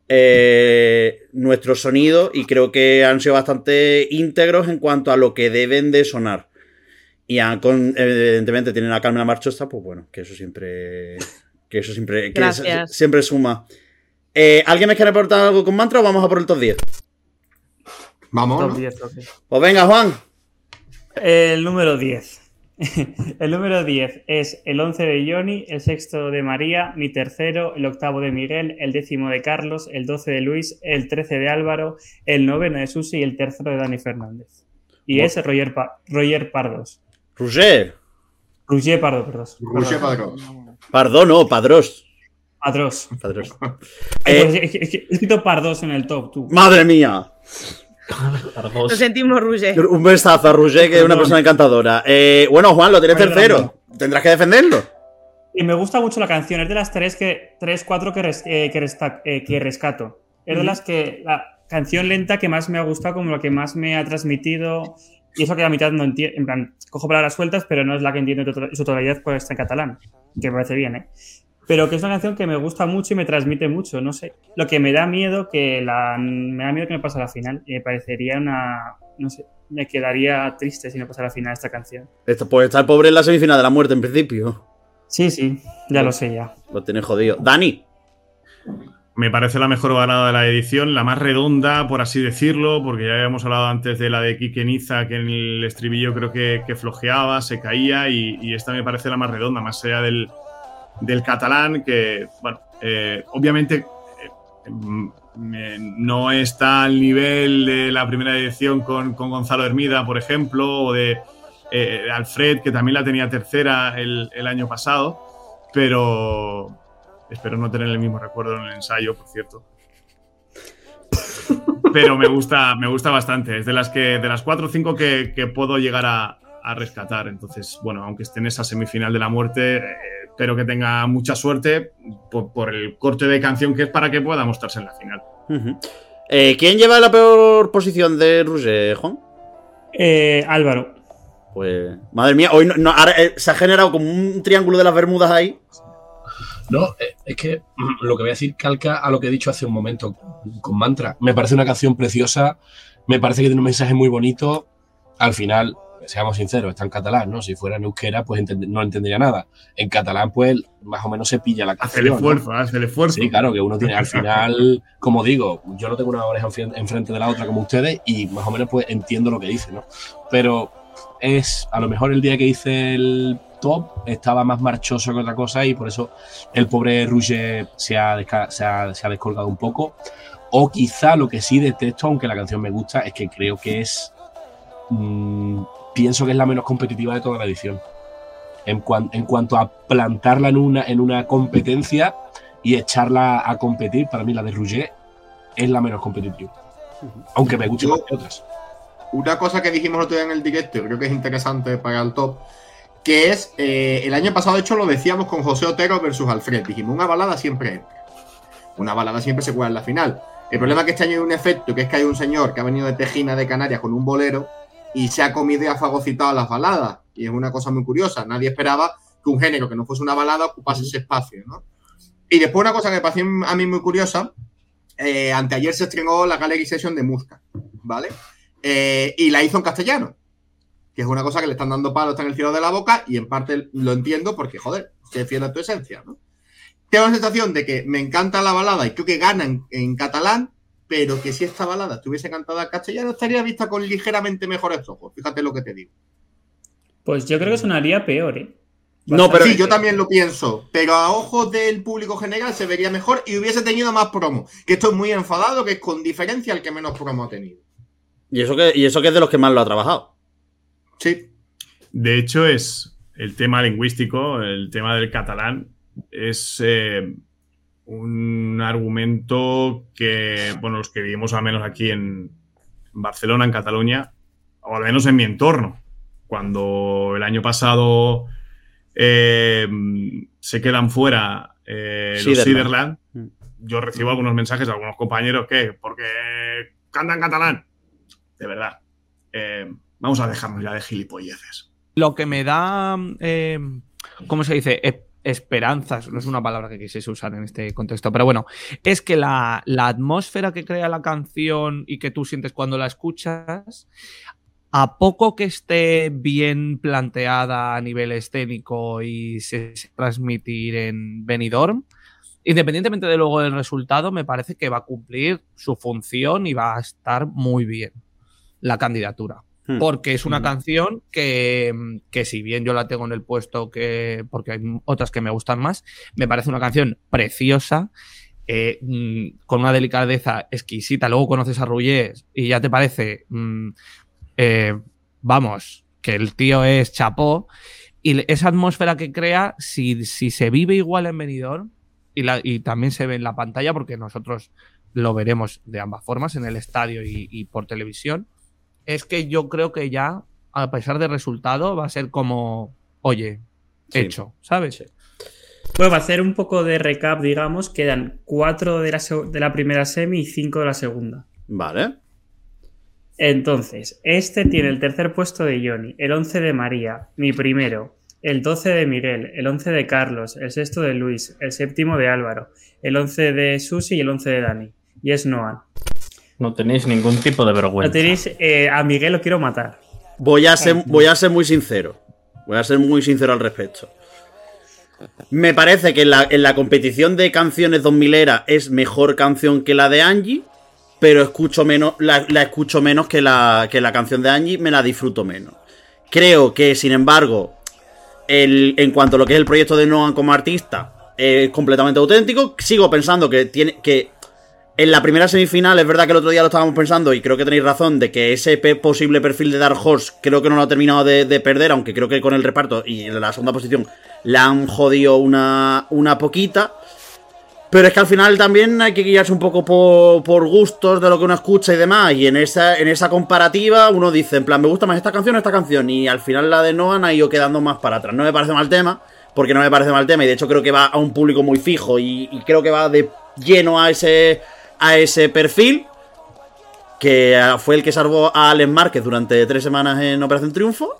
Eh, nuestro sonido, y creo que han sido bastante íntegros en cuanto a lo que deben de sonar. Y han con, evidentemente tienen a Carmen Marchosta, pues bueno, que eso siempre que eso siempre, que es, siempre suma. Eh, ¿Alguien me quiere aportar algo con Mantra o vamos a por el top diez? Vamos. Top diez, top diez. Pues venga, Juan. El número diez. El número diez es el once de Johnny, el sexto de María, mi tercero, el octavo de Miguel, el décimo de Carlos, el doce de Luis, el trece de Álvaro, el noveno de Susi y el tercero de Dani Fernández. Y bueno. es Roger, pa Roger Pardos. Roger. Roger Pardo, perdón. Roger Pardos. Pardo, no, Padros. Padros. Padros. eh, He escrito Pardos en el top, tú. ¡Madre mía! Lo sentimos, Roger. Un besazo a Roger, que es una persona encantadora. Eh, bueno, Juan, lo tienes tercero. Tendrás que defenderlo. Y me gusta mucho la canción. Es de las tres, que, tres cuatro que, res, eh, que, resta, eh, que rescato. Es de las que la canción lenta que más me ha gustado, como la que más me ha transmitido. Y eso que a mitad no entiendo. En plan, cojo palabras sueltas, pero no es la que entiendo en su totalidad, pues está en catalán. Que me parece bien, ¿eh? Pero que es una canción que me gusta mucho y me transmite mucho, no sé. Lo que me da miedo que la me da miedo que me pase a la final. Y me parecería una... No sé, me quedaría triste si no pasara a la final esta canción. Esto puede estar pobre en la semifinal de la muerte, en principio. Sí, sí, ya lo sé ya. Lo tienes jodido. Dani. Me parece la mejor balada de la edición, la más redonda, por así decirlo, porque ya habíamos hablado antes de la de Quique Niza, que en el estribillo creo que, que flojeaba, se caía, y, y esta me parece la más redonda, más allá del... del catalán, que, bueno, eh, obviamente eh, eh, no está al nivel de la primera edición con, con Gonzalo Hermida, por ejemplo, o de eh, Alfred, que también la tenía tercera el, el año pasado, pero espero no tener el mismo recuerdo en el ensayo, por cierto. Pero me gusta, me gusta bastante, es de las que de las cuatro o cinco que, que puedo llegar a, a rescatar. Entonces, bueno, aunque esté en esa semifinal de la muerte, eh, espero que tenga mucha suerte por, por el corte de canción que es para que pueda mostrarse en la final. Uh-huh. eh, ¿Quién lleva la peor posición de Roger, Juan? Eh, Álvaro. Pues, madre mía, hoy no, no, ahora, eh, se ha generado como un triángulo de las Bermudas ahí. No, es que lo que voy a decir calca a lo que he dicho hace un momento con Mantra. Me parece una canción preciosa, me parece que tiene un mensaje muy bonito. Al final, seamos sinceros, está en catalán, ¿no? Si fuera en euskera, pues entend- no entendería nada. En catalán, pues, más o menos se pilla la canción. Hace el esfuerzo, ¿no? Hace el esfuerzo. Sí, claro, que uno tiene, al final, como digo, yo no tengo una oreja enfrente de la otra como ustedes y más o menos, pues, entiendo lo que dice, ¿no? Pero es, a lo mejor el día que hice el top estaba más marchoso que otra cosa y por eso el pobre Roger se ha, desca- se ha, se ha descolgado un poco. O quizá lo que sí detesto, aunque la canción me gusta, es que creo que es... Mmm, pienso que es la menos competitiva de toda la edición. En, cuan, en cuanto a plantarla en una, en una competencia y echarla a competir, para mí la de Roger es la menos competitiva. Aunque me guste más que otras. Una cosa que dijimos el otro día en el directo, y creo que es interesante para el top, que es, eh, el año pasado, de hecho, lo decíamos con José Otero versus Alfred. Dijimos, una balada siempre entra. Una balada siempre se juega en la final. El problema es que este año hay un efecto, que es que hay un señor que ha venido de Tejina, de Canarias, con un bolero, y se ha comido y ha fagocitado las baladas. Y es una cosa muy curiosa. Nadie esperaba que un género que no fuese una balada ocupase ese espacio, ¿no? Y después una cosa que me pareció a mí muy curiosa, eh, anteayer se estrenó la Gallery Session de Muska, ¿vale? Eh, y la hizo en castellano, que es una cosa que le están dando palos, está en el cielo de la boca, y en parte lo entiendo porque, joder, se defiende tu esencia, ¿no? Tengo la sensación de que me encanta la balada y creo que gana en, en catalán, pero que si esta balada estuviese cantada en castellano estaría vista con ligeramente mejores ojos. Fíjate lo que te digo. Pues yo creo que sonaría peor, ¿eh? No, pero sí, yo también lo pienso, pero a ojos del público general se vería mejor y hubiese tenido más promo. Que estoy muy enfadado, que es con diferencia el que menos promo ha tenido. Y eso que, y eso que es de los que más lo ha trabajado. Sí. De hecho, es el tema lingüístico, el tema del catalán, es eh, un argumento que, bueno, los que vivimos al menos aquí en Barcelona, en Cataluña, o al menos en mi entorno, cuando el año pasado eh, se quedan fuera eh, los Siderland, yo recibo algunos mensajes de algunos compañeros que, porque cantan catalán, de verdad, eh, vamos a dejarnos ya de gilipolleces. Lo que me da, eh, ¿cómo se dice? E- esperanzas, no es una palabra que quisiese usar en este contexto, pero bueno, es que la, la atmósfera que crea la canción y que tú sientes cuando la escuchas, a poco que esté bien planteada a nivel escénico y se, se transmitir en Benidorm, independientemente de luego del resultado, me parece que va a cumplir su función y va a estar muy bien la candidatura. Hmm. Porque es una hmm. canción que, que si bien yo la tengo en el puesto, que porque hay otras que me gustan más, me parece una canción preciosa, eh, mmm, con una delicadeza exquisita. Luego conoces a Rullés y ya te parece, mmm, eh, vamos, que el tío es chapó. Y esa atmósfera que crea, si, si se vive igual en Benidorm, y, la, y también se ve en la pantalla, porque nosotros lo veremos de ambas formas, en el estadio y, y por televisión, es que yo creo que ya, a pesar del resultado, va a ser como, oye, sí. hecho, ¿sabes? Sí. Pues va a hacer un poco de recap, digamos, quedan cuatro de la, de la primera semi y cinco de la segunda. Vale. Entonces, este tiene el tercer puesto de Johnny, el once de María, mi primero, el doce de Miguel, el once de Carlos, el sexto de Luis, el séptimo de Álvaro, el once de Susi y el once de Dani. Y es Noan. No tenéis ningún tipo de vergüenza. No tenéis, eh, a Miguel lo quiero matar. Voy a ser, voy a ser muy sincero. Voy a ser muy sincero al respecto. Me parece que en la, en la competición de canciones dos milera es mejor canción que la de Angie, pero escucho menos, la, la escucho menos que la, que la canción de Angie, me la disfruto menos. Creo que, sin embargo, el, en cuanto a lo que es el proyecto de Noan como artista, es completamente auténtico. Sigo pensando que tiene que en la primera semifinal, es verdad que el otro día lo estábamos pensando, y creo que tenéis razón, de que ese pe- posible perfil de Dark Horse creo que no lo ha terminado de, de perder, aunque creo que con el reparto y en la segunda posición la han jodido una, una poquita. Pero es que al final también hay que guiarse un poco por, por gustos de lo que uno escucha y demás. Y en esa, en esa comparativa uno dice, en plan, me gusta más esta canción o esta canción. Y al final la de Noan ha ido quedando más para atrás. No me parece mal tema, porque no me parece mal tema. Y de hecho creo que va a un público muy fijo y, y creo que va de lleno a ese... a ese perfil, que fue el que salvó a Alex Márquez durante tres semanas en Operación Triunfo,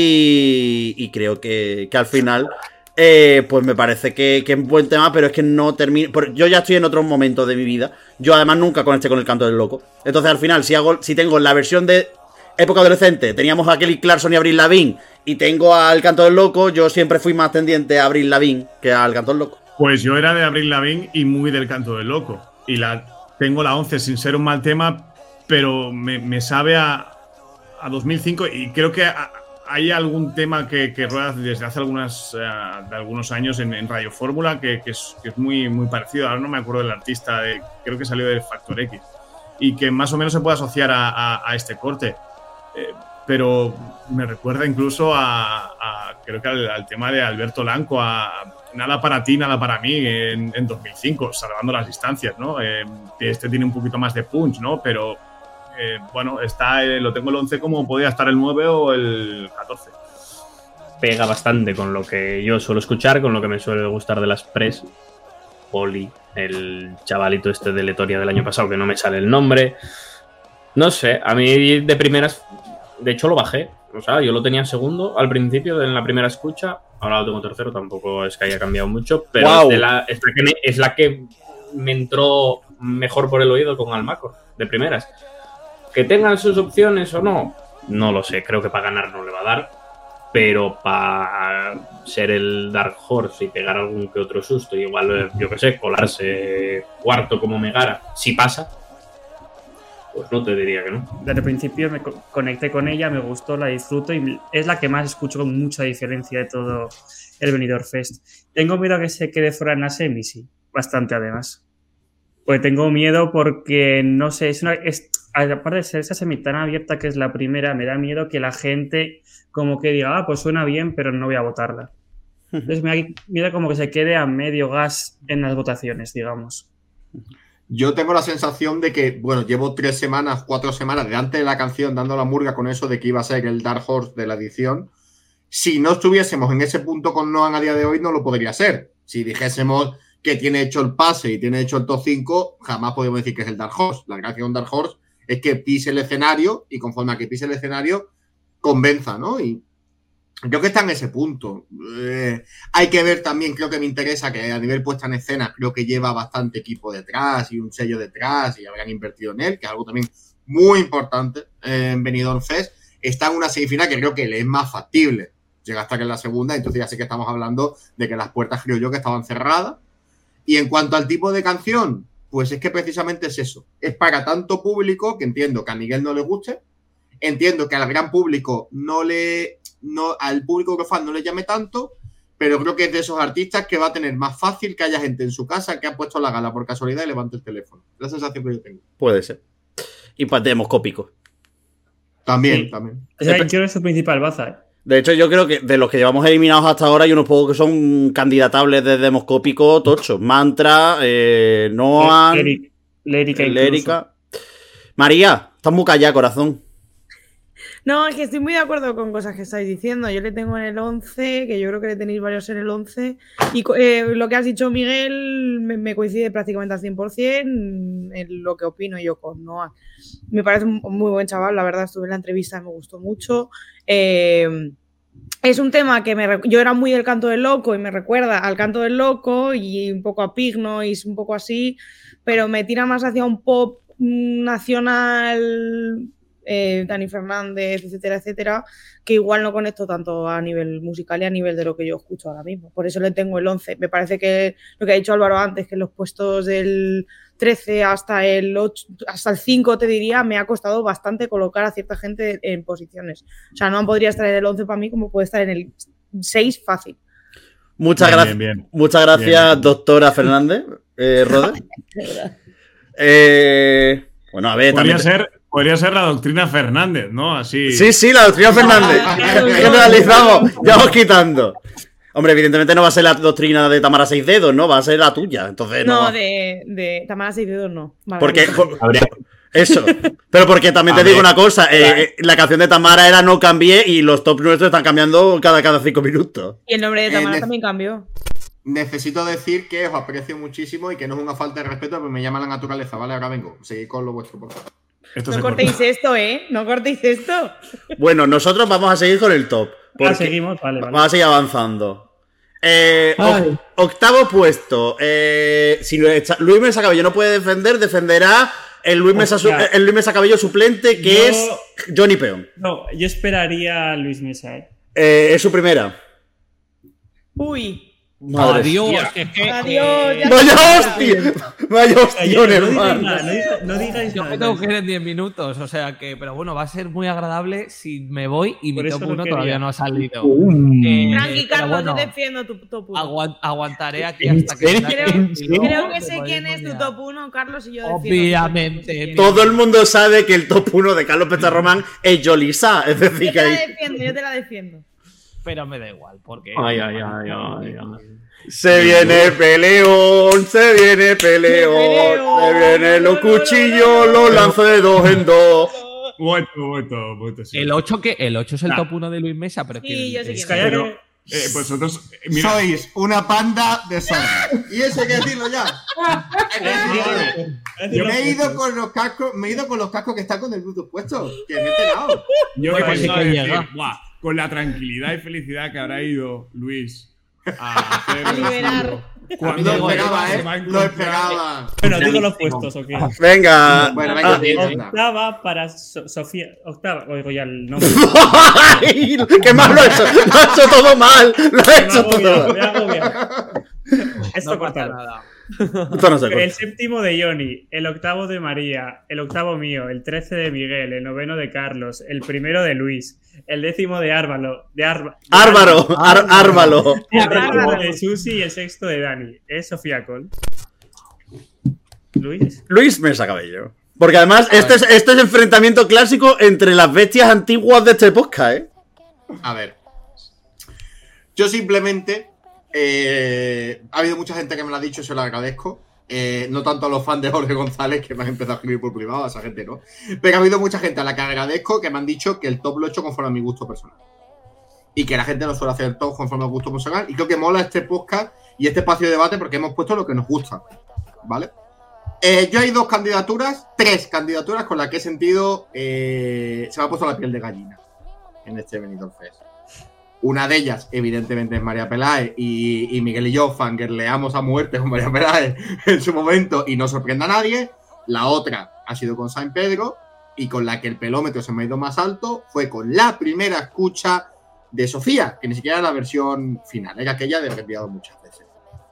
y, y creo que, que al final eh, pues me parece que, que es un buen tema, pero es que no termina. Yo ya estoy en otros momentos de mi vida, yo además nunca conecté con el canto del loco, entonces al final si hago si tengo la versión de época adolescente, teníamos a Kelly Clarkson y Avril Lavigne, y tengo al canto del loco, yo siempre fui más tendiente a Avril Lavigne que al canto del loco. Pues yo era de Avril Lavigne y muy del canto del loco, y la tengo la once sin ser un mal tema, pero me, me sabe a, a dos mil cinco, y creo que a, hay algún tema que, que rueda desde hace algunas, uh, de algunos años en, en Radio Fórmula que, que, es, que es muy, muy parecido. Ahora no me acuerdo del artista, de, creo que salió de Factor X, y que más o menos se puede asociar a, a, a este corte. Eh, pero me recuerda incluso a, a creo que al, al tema de Alberto Lanco, a Nada para ti, nada para mí, en, en dos mil cinco, salvando las distancias, ¿no? Eh, este tiene un poquito más de punch, ¿no? Pero, eh, bueno, está, eh, lo tengo el once como podía estar el nueve o el catorce. Pega bastante con lo que yo suelo escuchar, con lo que me suele gustar de las Press. Poli, el chavalito este de Letonia del año pasado, que no me sale el nombre. No sé, a mí de primeras, de hecho lo bajé. O sea, yo lo tenía en segundo al principio, en la primera escucha. Ahora lo tengo tercero, tampoco es que haya cambiado mucho. Pero wow. es, de la, es, la que me, es la que me entró mejor por el oído con Almacor, de primeras. Que tengan sus opciones o no, no lo sé. Creo que para ganar no le va a dar. Pero para ser el Dark Horse y pegar algún que otro susto, igual, yo qué sé, colarse cuarto como Megara, si pasa, pues no te diría que no. Desde el principio me co- conecté con ella, me gustó, la disfruto y es la que más escucho con mucha diferencia de todo el Benidorm Fest. Tengo miedo a que se quede fuera en la semi, sí, bastante además. Pues tengo miedo porque, no sé, es una, es, aparte de ser esa semi tan abierta que es la primera, me da miedo que la gente como que diga, ah, pues suena bien, pero no voy a votarla. Entonces me da miedo como que se quede a medio gas en las votaciones, digamos. Yo tengo la sensación de que, bueno, llevo tres semanas, cuatro semanas de antes de la canción dando la murga con eso de que iba a ser el Dark Horse de la edición. Si no estuviésemos en ese punto con Noam a día de hoy, no lo podría ser. Si dijésemos que tiene hecho el pase y tiene hecho el top cinco, jamás podemos decir que es el Dark Horse. La gracia de un Dark Horse es que pise el escenario y conforme a que pise el escenario, convenza, ¿no? Y creo que está en ese punto. Eh, hay que ver también, creo que me interesa que a nivel puesta en escena, creo que lleva bastante equipo detrás y un sello detrás y habrán invertido en él, que es algo también muy importante en Benidorm Fest. Está en una semifinal que creo que le es más factible. Llega hasta que en la segunda, entonces ya sé que estamos hablando de que las puertas, creo yo, que estaban cerradas. Y en cuanto al tipo de canción, pues es que precisamente es eso. Es para tanto público que entiendo que a Miguel no le guste, entiendo que al gran público no le... No, al público que fan no le llame tanto, pero creo que es de esos artistas que va a tener más fácil que haya gente en su casa que ha puesto la gala por casualidad y levante el teléfono. Es la sensación que yo tengo. Puede ser. Y para demoscópico. También, Sí. también. O sea, yo creo que es su principal baza, ¿eh? De hecho, yo creo que de los que llevamos eliminados hasta ahora hay unos pocos que son candidatables de demoscópico tochos. Mantra, eh, Noam, Lérica. Lérica. Lérica. María, estás muy callada, corazón. No, es que estoy muy de acuerdo con cosas que estáis diciendo. Yo le tengo en el once, que yo creo que le tenéis varios en el once. Y eh, lo que has dicho, Miguel, me, me coincide prácticamente al cien por ciento en lo que opino yo con Noah. Me parece un muy buen chaval, la verdad, estuve en la entrevista y me gustó mucho. Eh, es un tema que me, yo era muy del Canto del Loco y me recuerda al Canto del Loco y un poco a Pig Noise, un poco así, pero me tira más hacia un pop nacional... Eh, Dani Fernández, etcétera, etcétera, que igual no conecto tanto a nivel musical y a nivel de lo que yo escucho ahora mismo. Por eso le tengo el once. Me parece que lo que ha dicho Álvaro antes, que los puestos del trece hasta el ocho, hasta el cinco, te diría, me ha costado bastante colocar a cierta gente en posiciones. O sea, no podría estar en el once para mí como puede estar en el seis fácil. Muchas Bien, gracias, bien, bien. muchas gracias, Bien, bien. doctora Fernández. Eh, Rode. Eh, bueno, a ver, Podría también. ser, podría ser la doctrina Fernández, ¿no? Así. Sí, sí, la doctrina Fernández. Generalizamos, ya vamos quitando. Hombre, evidentemente no va a ser la doctrina de Tamara Seis Dedos, ¿no? Va a ser la tuya. Entonces, no. No, de, de Tamara Seis Dedos no. Vale, Porque, vale. por- Habría, eso. Pero porque también te A digo ver, una cosa. eh, eh, la canción de Tamara era No Cambié y los tops nuestros están cambiando cada, cada cinco minutos. Y el nombre de Tamara Eh, también cambió. Necesito decir que os aprecio muchísimo y que no es una falta de respeto, pero me llama la naturaleza, ¿vale? Ahora vengo. Seguid con lo vuestro, por favor. Esto No se cortéis corta. esto, ¿eh? No cortéis esto. Bueno, nosotros vamos a seguir con el top. Ah, porque seguimos, vale, vale. Vamos a seguir avanzando. Eh, oc- Ay. octavo puesto. Eh, si Luis Luis Mesa Cabello no puede defender, defenderá el Luis Mesa, su- Hostia. el Luis Mesa Cabello suplente, que Yo- es Johnny Peón. No, yo esperaría a Luis Mesa, ¿eh? Eh, es su primera. Uy. Madre. Adiós, que es que. Adiós, ya- Vaya hostia. Vaya Oye, hostia, no digáis hermano. nada, no digáis- no digáis Yo nada. me tengo que ir en diez minutos, o sea que, pero bueno, va a ser muy agradable si me voy y Por mi eso top lo uno quería. todavía no ha salido. Mm. Eh, Tranqui, pero Carlos, bueno, yo defiendo tu top uno. aguan- aguantaré aquí ¿En hasta que serio? salga Creo, el pilón, creo que que sé quién es tu podemos top ya. uno, Carlos, y yo defiendo. Obviamente. tu top uno. Todo el mundo sabe que el top uno de Carlos Petra Román es Yolisa. Es decir, Yo que te la ahí defiendo, yo te la defiendo. Pero me da igual, porque. Ay, ay, ay, ay, ay. se viene peleón, se viene peleón, Peleón. se vienen los cuchillos, los lanzo de dos en dos. Muerto, muerto, muerto. Sí. El ocho, que, el ocho es el Ah. top uno de Luis Mesa, pero es Sí, que. yo sé es- quién Calla Pero, que- eh, pues nosotros. eh, Mira, Sois una panda de zorras. Y eso hay que decirlo ya. Hay que decirlo. Me he ido con los cascos, me he ido con los cascos que están con el Bluetooth puesto. Que me he enterado. yo Bueno, que sí pensaba que decir, llega. "Buah, con la tranquilidad y felicidad que habrá ido Luis a hacer A lo liberar. suyo, Lo cuando esperaba, se va a eh. Lo encontrar- esperaba. Bueno, digo los puestos, ¿o qué? Venga. Bueno, venga, Ah, bien, anda. Octava para So- Sofía. Octava, oigo ya el nombre. ¡Ay! ¡Qué mal lo ha hecho! Lo ha hecho todo mal. Lo ha Me hecho hago bien, todo me hago bien. Es Esto no pasa cortalo. nada. Esto no se corta. El séptimo de Johnny, el octavo de María, el octavo mío, el trece de Miguel, el noveno de Carlos, el primero de Luis, el décimo de Árvalo, de Arba, de Árvalo, Ar- Árvalo. el décimo Árvalo. de Susi y el sexto de Dani. Es Sofía Cole. Luis. Luis Mesa Cabello. Porque además, esto es, esto es enfrentamiento clásico entre las bestias antiguas de este podcast, ¿eh? A ver. Yo simplemente. eh, ha habido mucha gente que me lo ha dicho, se lo agradezco. Eh, no tanto a los fans de Jorge González, que me han empezado a escribir por privado, a esa gente no. Pero ha habido mucha gente a la que agradezco que me han dicho que el top lo he hecho conforme a mi gusto personal. Y que la gente no suele hacer el top conforme a gusto personal. Y creo que mola este podcast y este espacio de debate porque hemos puesto lo que nos gusta. ¿Vale? Eh, yo hay dos candidaturas, tres candidaturas con las que he sentido. Eh, se me ha puesto la piel de gallina en este Benidorm Fest. Una de ellas, evidentemente, es María Peláez. Y, y Miguel y yo fangirleamos a muerte con María Peláez en su momento y no sorprende a nadie. La otra ha sido con San Pedro y con la que el pelómetro se me ha ido más alto fue con la primera escucha de Sofía, que ni siquiera era la versión final, era aquella de reenviado muchas veces.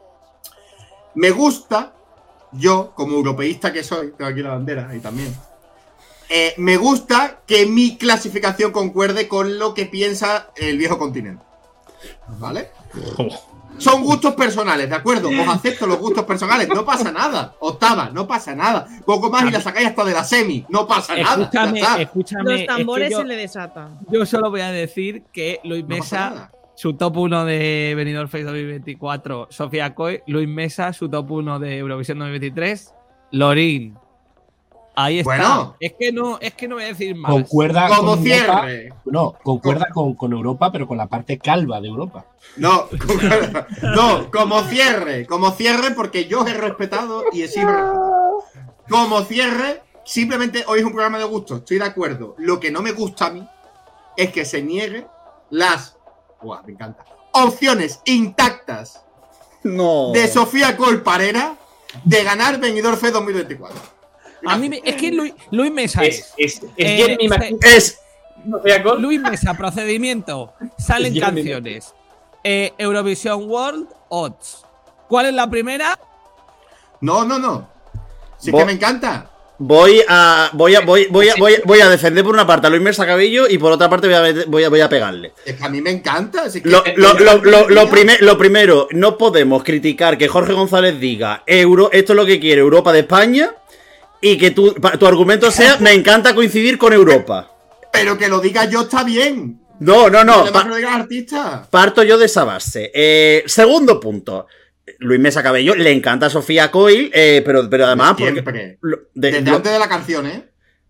Me gusta. Yo, como europeísta que soy, tengo aquí la bandera ahí también, eh, me gusta que mi clasificación concuerde con lo que piensa el viejo continente. ¿Vale? Son gustos personales, ¿de acuerdo? Os acepto los gustos personales, no pasa nada. Octava, no pasa nada. Poco más y la sacáis hasta de la semi, no pasa nada. Escúchame, ya está. escúchame. Los es tambores que yo, se le desatan. yo solo voy a decir que Luis No pasa Mesa, nada. su top uno de Benidorm Fest dos mil veinticuatro, Sofía Coy. Luis Mesa, su top uno de Eurovisión dos mil veintitrés, Lorín. Ahí está. Bueno. Es que no, es que no voy a decir más. Concuerda Como con Europa. cierre. No, concuerda con, con Europa, pero con la parte calva de Europa. No, como, no, como cierre, como cierre, porque yo he respetado y he sido respetado. Como cierre, simplemente hoy es un programa de gusto, estoy de acuerdo. Lo que no me gusta a mí es que se niegue las, ¡buah, me encanta! Opciones intactas No. de Sofía Cole Parera de ganar Benidorm Fest dos mil veinticuatro. A mí me- es que Luis, Luis Mesa Es, es. es, es Eh, Jeremy se- McKinnon. Es. Sofía Cole. Luis Mesa, procedimiento. Salen Es Jeremy canciones. Eh, Eurovision World Odds. ¿Cuál es la primera? No, no, no. Si es Bo- que me encanta. Voy a, voy a, voy, voy a, voy a, voy a defender por una parte a Luis Mesa Cabello y por otra parte voy a, met- voy a, voy a pegarle. Es que a mí me encanta. si es que- Lo, lo, lo, lo, lo, primer- lo primero, no podemos criticar que Jorge González diga Euro, esto es lo que quiere Europa de España y que tu, pa- tu argumento sea me encanta coincidir con Europa. Pero que lo diga yo está bien. No, no, no. Además pa- que lo diga el artista. Parto yo de esa base. Eh, segundo punto. Luis Mesa Cabello le encanta a Sofía Coyle, eh, pero, pero además. porque- Siempre. lo- de- Desde lo- antes de la canción, ¿eh?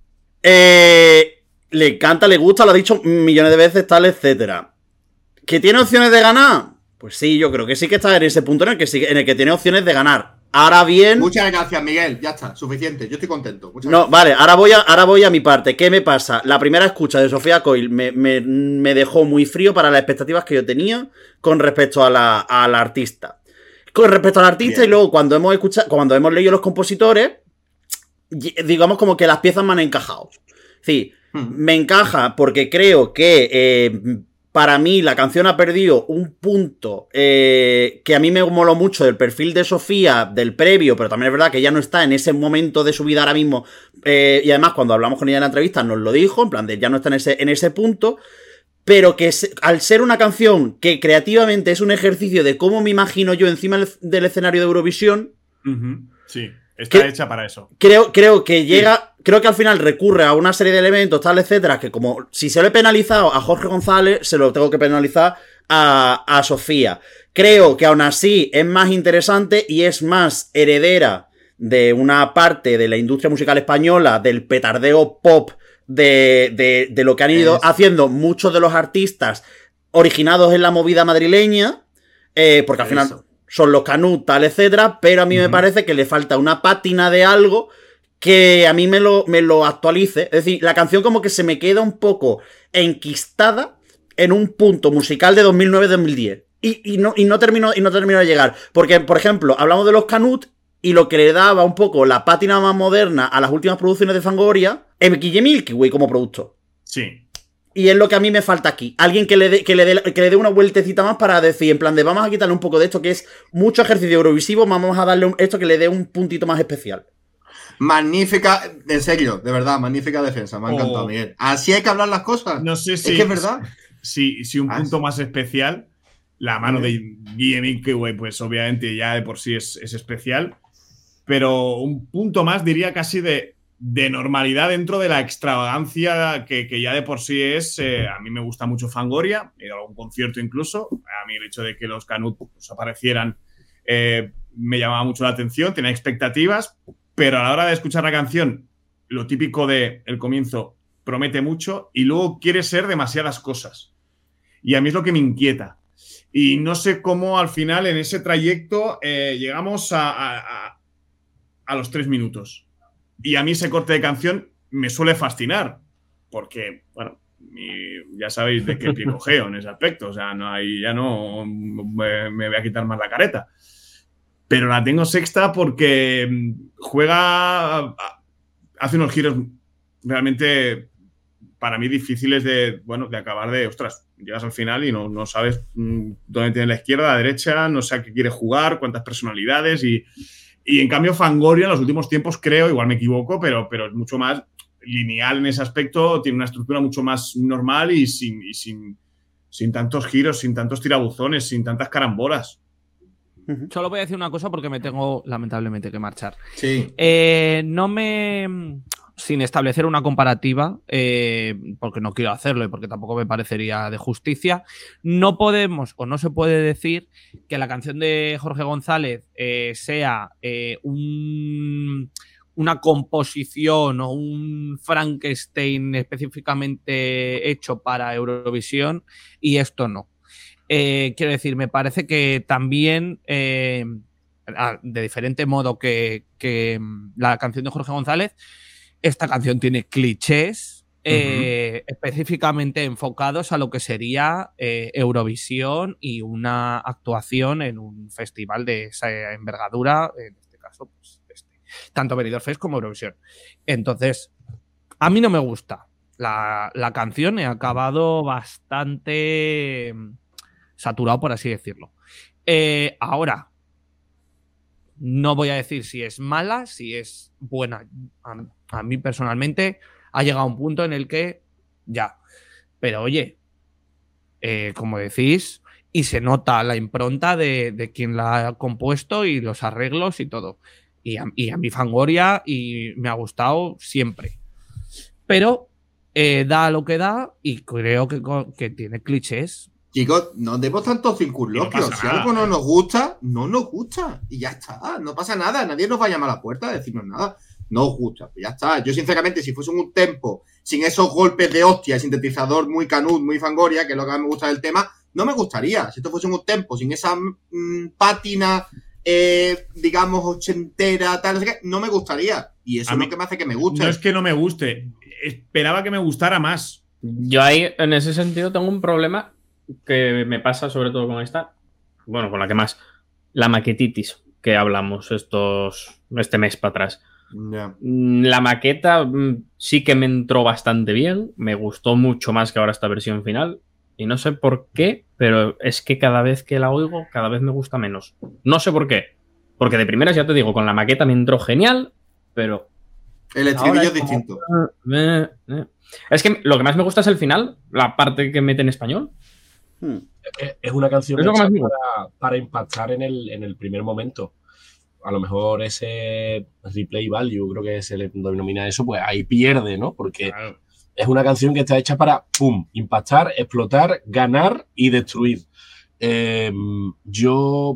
eh, le encanta, le gusta, lo ha dicho millones de veces, tal, etcétera. ¿Que tiene opciones de ganar? Pues sí, yo creo que sí que está en ese punto en el que, sí, en el que tiene opciones de ganar. Ahora bien. Muchas gracias, Miguel. Ya está, suficiente. Yo estoy contento. Muchas No, gracias. vale, ahora voy, a, ahora voy a mi parte. ¿Qué me pasa? La primera escucha de Sofía Coyle me, me, me dejó muy frío para las expectativas que yo tenía con respecto a la, a la artista. Con respecto al artista, Bien. y luego cuando hemos escuchado, cuando hemos leído los compositores, y- digamos como que las piezas me han encajado. Sí, Hmm. me encaja porque creo que eh, para mí la canción ha perdido un punto eh, que a mí me moló mucho del perfil de Sofía, del previo, pero también es verdad que ella no está en ese momento de su vida ahora mismo. Eh, y además, cuando hablamos con ella en la entrevista, nos lo dijo, en plan de ya no está en ese, en ese punto. Pero que se- al ser una canción que creativamente es un ejercicio de cómo me imagino yo encima del, del escenario de Eurovisión, Ujú, sí, está ¿Qué? hecha para eso. creo, creo que llega, creo que al final recurre a una serie de elementos, tal, etcétera, que como si se lo he penalizado a Jorge González, se lo tengo que penalizar a, a Sofía. Creo que aún así es más interesante y es más heredera de una parte de la industria musical española, del petardeo pop, de, de, de lo que han ido Es- haciendo muchos de los artistas originados en la movida madrileña, eh, porque al final Eso. son los Canut, tal, etcétera, pero a mí me Ujú. parece que le falta una pátina de algo que a mí me lo, me lo actualice. Es decir, la canción como que se me queda un poco enquistada en un punto musical de dos mil nueve dos mil diez. Y, y, no, y, no termino, y no termino de llegar. Porque, por ejemplo, hablamos de los Canut y lo que le daba un poco la pátina más moderna a las últimas producciones de Fangoria es Guille Milky Way como producto. Sí. Y es lo que a mí me falta aquí. Alguien que le dé que le dé, que le dé una vueltecita más para decir, en plan de vamos a quitarle un poco de esto que es mucho ejercicio eurovisivo, vamos a darle un, esto que le dé un puntito más especial. Magnífica, en serio, de verdad, magnífica defensa. Me ha encantado, Oh. Miguel. Así hay que hablar las cosas. No sé si. Es que es verdad. Si, si un Ah, punto sí. más especial, la mano de Guillem Inkeway, pues obviamente ya de por sí es, es especial. Pero un punto más, diría casi de, de normalidad dentro de la extravagancia que, que ya de por sí es. Eh, a mí me gusta mucho Fangoria, he ido a algún concierto incluso. A mí el hecho de que los Canut pues, aparecieran eh, me llamaba mucho la atención, tenía expectativas, pero a la hora de escuchar la canción, lo típico de el comienzo promete mucho y luego quiere ser demasiadas cosas. Y a mí es lo que me inquieta. Y no sé cómo al final en ese trayecto eh, llegamos a, a, a, a los tres minutos. Y a mí ese corte de canción me suele fascinar. Porque, bueno, y ya sabéis de qué pie cojeo en ese aspecto. O sea, no hay, ya no me, me voy a quitar más la careta. Pero la tengo sexta porque juega, hace unos giros realmente para mí difíciles de, bueno, de acabar de, ostras, llegas al final y no, no sabes dónde tiene la izquierda, la derecha, no sé a qué quiere jugar, cuántas personalidades y, y en cambio Fangoria en los últimos tiempos creo, igual me equivoco, pero, pero es mucho más lineal en ese aspecto, tiene una estructura mucho más normal y sin, y sin, sin tantos giros, sin tantos tirabuzones, sin tantas carambolas. Solo voy a decir una cosa porque me tengo lamentablemente que marchar. Sí. Eh, no me... Sin establecer una comparativa, eh, porque no quiero hacerlo y porque tampoco me parecería de justicia, no podemos o no se puede decir que la canción de Jorge González eh, sea eh, un, una composición o un Frankenstein específicamente hecho para Eurovisión y esto no. Eh, quiero decir, me parece que también, eh, de diferente modo que, que la canción de Jorge González, esta canción tiene clichés eh, uh-huh. específicamente enfocados a lo que sería eh, Eurovisión y una actuación en un festival de esa envergadura, en este caso, pues, este, tanto Benidorm Fest como Eurovisión. Entonces, a mí no me gusta la, la canción, he acabado bastante saturado, por así decirlo. Eh, ahora, no voy a decir si es mala, si es buena. A, a mí personalmente ha llegado un punto en el que ya. Pero oye, eh, como decís, y se nota la impronta de, de quien la ha compuesto y los arreglos y todo. Y a, y a mi Fangoria y me ha gustado siempre. Pero eh, da lo que da y creo que, que tiene clichés. Chicos, no demos tantos circunloquios. No si nada. Algo no nos gusta, no nos gusta. Y ya está. No pasa nada. Nadie nos va a llamar a la puerta a decirnos nada. No os gusta. Pues ya está. Yo, sinceramente, si fuese un tempo sin esos golpes de hostia, sintetizador muy Canut, muy Fangoria, que es lo que más me gusta del tema, no me gustaría. Si esto fuese un tempo sin esa mmm, pátina, eh, digamos, ochentera, tal, no sé qué, no me gustaría. Y eso a es mí, lo que me hace que me guste. No es que no me guste. Esperaba que me gustara más. Yo ahí, en ese sentido, tengo un problema que me pasa sobre todo con esta, bueno, con la que más, la maquetitis que hablamos estos este mes para atrás. Yeah. La maqueta sí que me entró bastante bien, me gustó mucho más que ahora esta versión final y no sé por qué, pero es que cada vez que la oigo, cada vez me gusta menos. No sé por qué, porque de primeras ya te digo, con la maqueta me entró genial, pero el estribillo es distinto. Como... Eh, eh. Es que lo que más me gusta es el final, la parte que mete en español. Hmm. Es una canción es hecha para, para impactar en el, en el primer momento. A lo mejor ese replay value, creo que se le denomina eso, pues ahí pierde, ¿no? Porque claro, es una canción que está hecha para, pum, impactar, explotar, ganar y destruir. Eh, yo...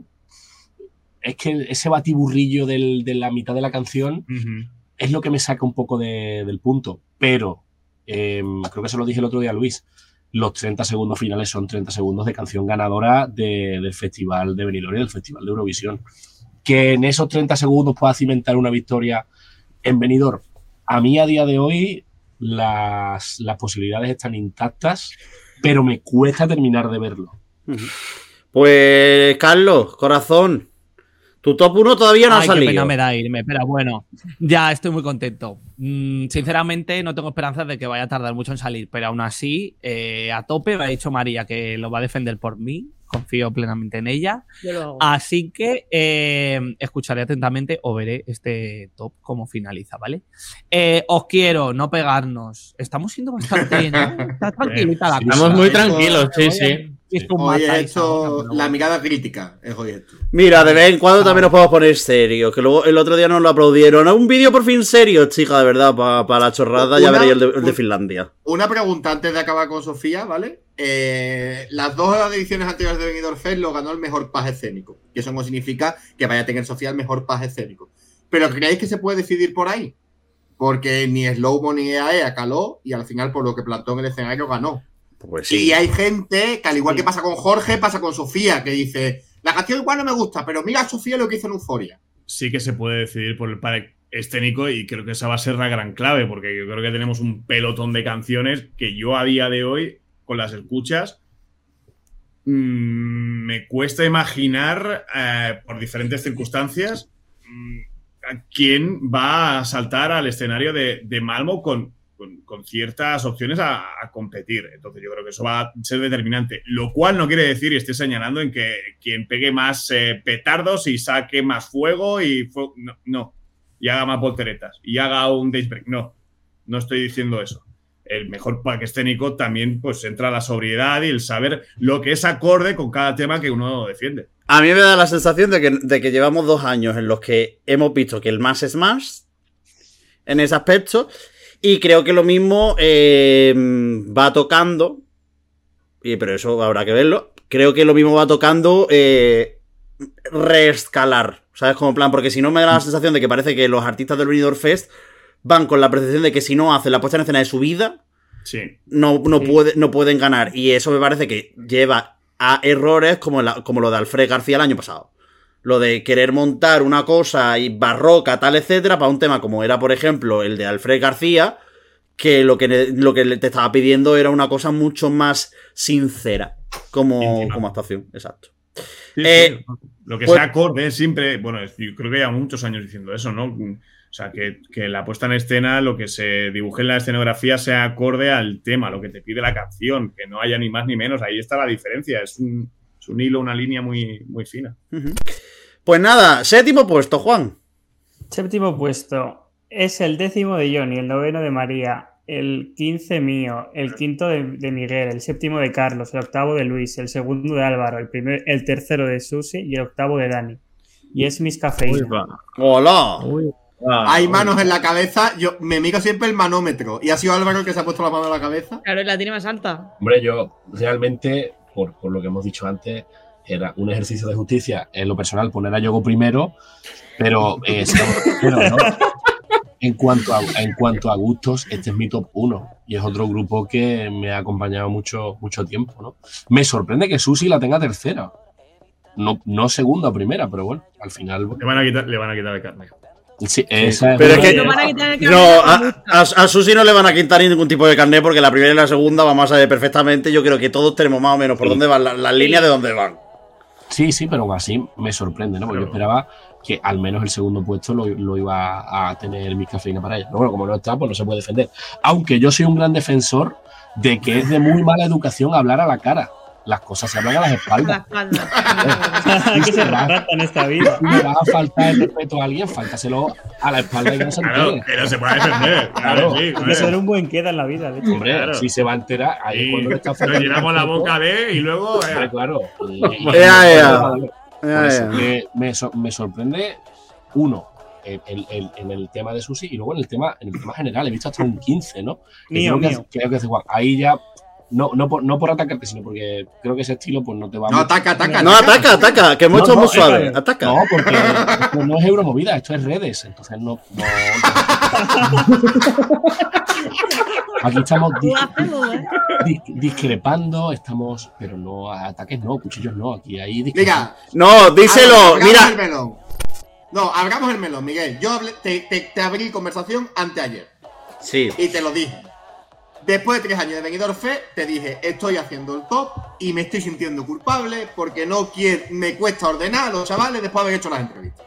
Es que ese batiburrillo del, de la mitad de la canción uh-huh. es lo que me saca un poco de, del punto. Pero, eh, creo que se lo dije el otro día a Luis, los treinta segundos finales son treinta segundos de canción ganadora de, del Festival de Benidorm y del Festival de Eurovisión. Que en esos treinta segundos pueda cimentar una victoria en Benidorm. A mí, a día de hoy, las, las posibilidades están intactas, pero me cuesta terminar de verlo. Pues, Carlos, corazón, Tu top uno todavía no Ay, ha salido. Qué pena me da irme, pero bueno, ya estoy muy contento. Mm, sinceramente, no tengo esperanzas de que vaya a tardar mucho en salir, pero aún así, eh, a tope, me ha dicho María que lo va a defender por mí. Confío plenamente en ella. Yo lo hago. Así que eh, escucharé atentamente o veré este top cómo finaliza, ¿vale? Eh, os quiero, no pegarnos. Estamos siendo bastante, ¿no? Está tranquilita la cosa. Estamos muy Esto- tranquilos, sí, sí. Es un Hoy es matáis esto, ahora, pero la bueno. mirada crítica. Es hoy esto. Mira, de vez en cuando también nos podemos poner serios. Que luego el otro día nos lo aplaudieron. Un vídeo por fin serio, chica, de verdad, para la chorrada. Ya Una- veréis el de, el de un- Finlandia. Una pregunta antes de acabar con Sofía, ¿vale? Eh, las dos ediciones anteriores de Benidorm Fest lo ganó el mejor paje escénico. Y eso no significa que vaya a tener Sofía el mejor paje escénico. Pero ¿creéis que se puede decidir por ahí? Porque ni Slowmo ni E A E acaló y al final por lo que plantó en el escenario ganó. Pues Y sí. hay gente que al igual que pasa con Jorge, pasa con Sofía, que dice, la canción igual no me gusta, pero mira a Sofía lo que hizo en Euphoria. Sí que se puede decidir por el pack escénico y creo que esa va a ser la gran clave, porque yo creo que tenemos un pelotón de canciones que yo a día de hoy, con las escuchas, mmm, me cuesta imaginar, eh, por diferentes circunstancias, mmm, a quién va a saltar al escenario de, de Malmo con, con, con ciertas opciones a, a competir. Entonces yo creo que eso va a ser determinante. Lo cual no quiere decir, y estoy señalando, en que quien pegue más eh, petardos y saque más fuego y fue- no, no. Y haga más volteretas y haga un daybreak. No, no estoy diciendo eso. El mejor pack escénico también pues entra la sobriedad y el saber lo que es acorde con cada tema que uno defiende. A mí me da la sensación de que, de que llevamos dos años en los que hemos visto que el más es más en ese aspecto. Y creo que lo mismo eh, va tocando. Y, pero eso habrá que verlo. Creo que lo mismo va tocando eh, reescalar. ¿Sabes? Como en plan, porque si no me da la sensación de que parece que los artistas del Benidorm Fest van con la percepción de que si no hacen la puesta en escena de su vida, Sí. no, no, Sí. puede, no pueden ganar. Y eso me parece que lleva a errores como, la, como lo de Alfred García el año pasado. Lo de querer montar una cosa y barroca, tal, etcétera, para un tema como era, por ejemplo, el de Alfred García, que lo que, lo que te estaba pidiendo era una cosa mucho más sincera como, Íntima. como actuación. Exacto. Sí, Eh, sí. Lo que pues- sea acorde siempre, bueno, es- yo creo que lleva muchos años diciendo eso, ¿no? O sea, que, que la puesta en escena, lo que se dibuje en la escenografía sea acorde al tema, lo que te pide la canción, que no haya ni más ni menos. Ahí está la diferencia. Es un, es un hilo, una línea muy, muy fina. Ujú. Pues nada, séptimo puesto, Juan. Séptimo puesto es el décimo de Johnny, el noveno de María, el quince mío, el quinto de, de Miguel, el séptimo de Carlos, el octavo de Luis, el segundo de Álvaro, el, primer, el tercero de Susi y el octavo de Dani. Y es Miss Uy, Cafeína. va. Hola. Uy, va. Hay manos en la cabeza, yo me miro siempre el manómetro. Y ha sido Álvaro el que se ha puesto la mano en la cabeza. Claro, y la tiene más alta. Hombre, yo realmente, por, por lo que hemos dicho antes, era un ejercicio de justicia en lo personal poner a Yogo primero, pero, eh, seamos sinceros, ¿no? En cuanto, a, en cuanto a gustos, este es mi top uno y es otro grupo que me ha acompañado mucho, mucho tiempo, ¿no? Me sorprende que Susi la tenga tercera, no, no segunda o primera, pero bueno, al final... Le van a quitar, le van a quitar el carnet. Sí, esa es Pero es una que- de- No van a quitar el No, carnet, a, me gusta. a, a Susi no le van a quitar ningún tipo de carnet porque la primera y la segunda vamos a saber perfectamente. Yo creo que todos tenemos más o menos por Sí. dónde van las, las líneas de dónde van. Sí, sí, pero aún así me sorprende, ¿no? Porque yo esperaba que al menos el segundo puesto lo, lo iba a tener Miss Cafeína para ella. Pero bueno, como no está, pues no se puede defender. Aunque yo soy un gran defensor de que es de muy mala educación hablar a la cara. Las cosas se hablan a las A la espaldas. espalda. Hay que ser rata en esta vida. Si me vas a faltar el respeto a alguien, fáltaselo a la espalda y que no se Claro, entere. que no se puede defender. Claro, Claro. sí. Hay que joder. ser un buen queda en la vida, de hecho. Hombre, Claro. si se va a enterar, ahí es Y cuando le está nos faltando llenamos la el respeto. boca de y luego. eh, Hombre, claro. Y- y- Ea, ea. Por Ya, eso ya. me, me sor- me sorprende, uno, el, el- el- en el tema de Susi y luego en el tema, en el tema general. He visto hasta un quince, ¿no? Que Mío, creo que, mío. creo que hace Juan. Ahí ya, no, no, por, no por atacarte, sino porque creo que ese estilo pues no te va No, mucho. ataca, ataca. No, ataca, ataca, que hemos No, hecho no, muy es suave. que- Ataca. No, porque esto no es Euromovida, esto es redes, entonces no. no- Aquí estamos Tú dis- hacemos, ¿eh? dis- discrepando, estamos. Pero no, ataques no, cuchillos no. Aquí hay discrepancia. Mira, No, díselo. abramos Mira. el melón. No, abramos el melón, Miguel. Yo hablé- te, te, te abrí conversación anteayer Sí. y te lo dije. Después de tres años de Benidorm Fest, te dije, estoy haciendo el top y me estoy sintiendo culpable porque no quiero, me cuesta ordenar a los chavales después de haber hecho las entrevistas.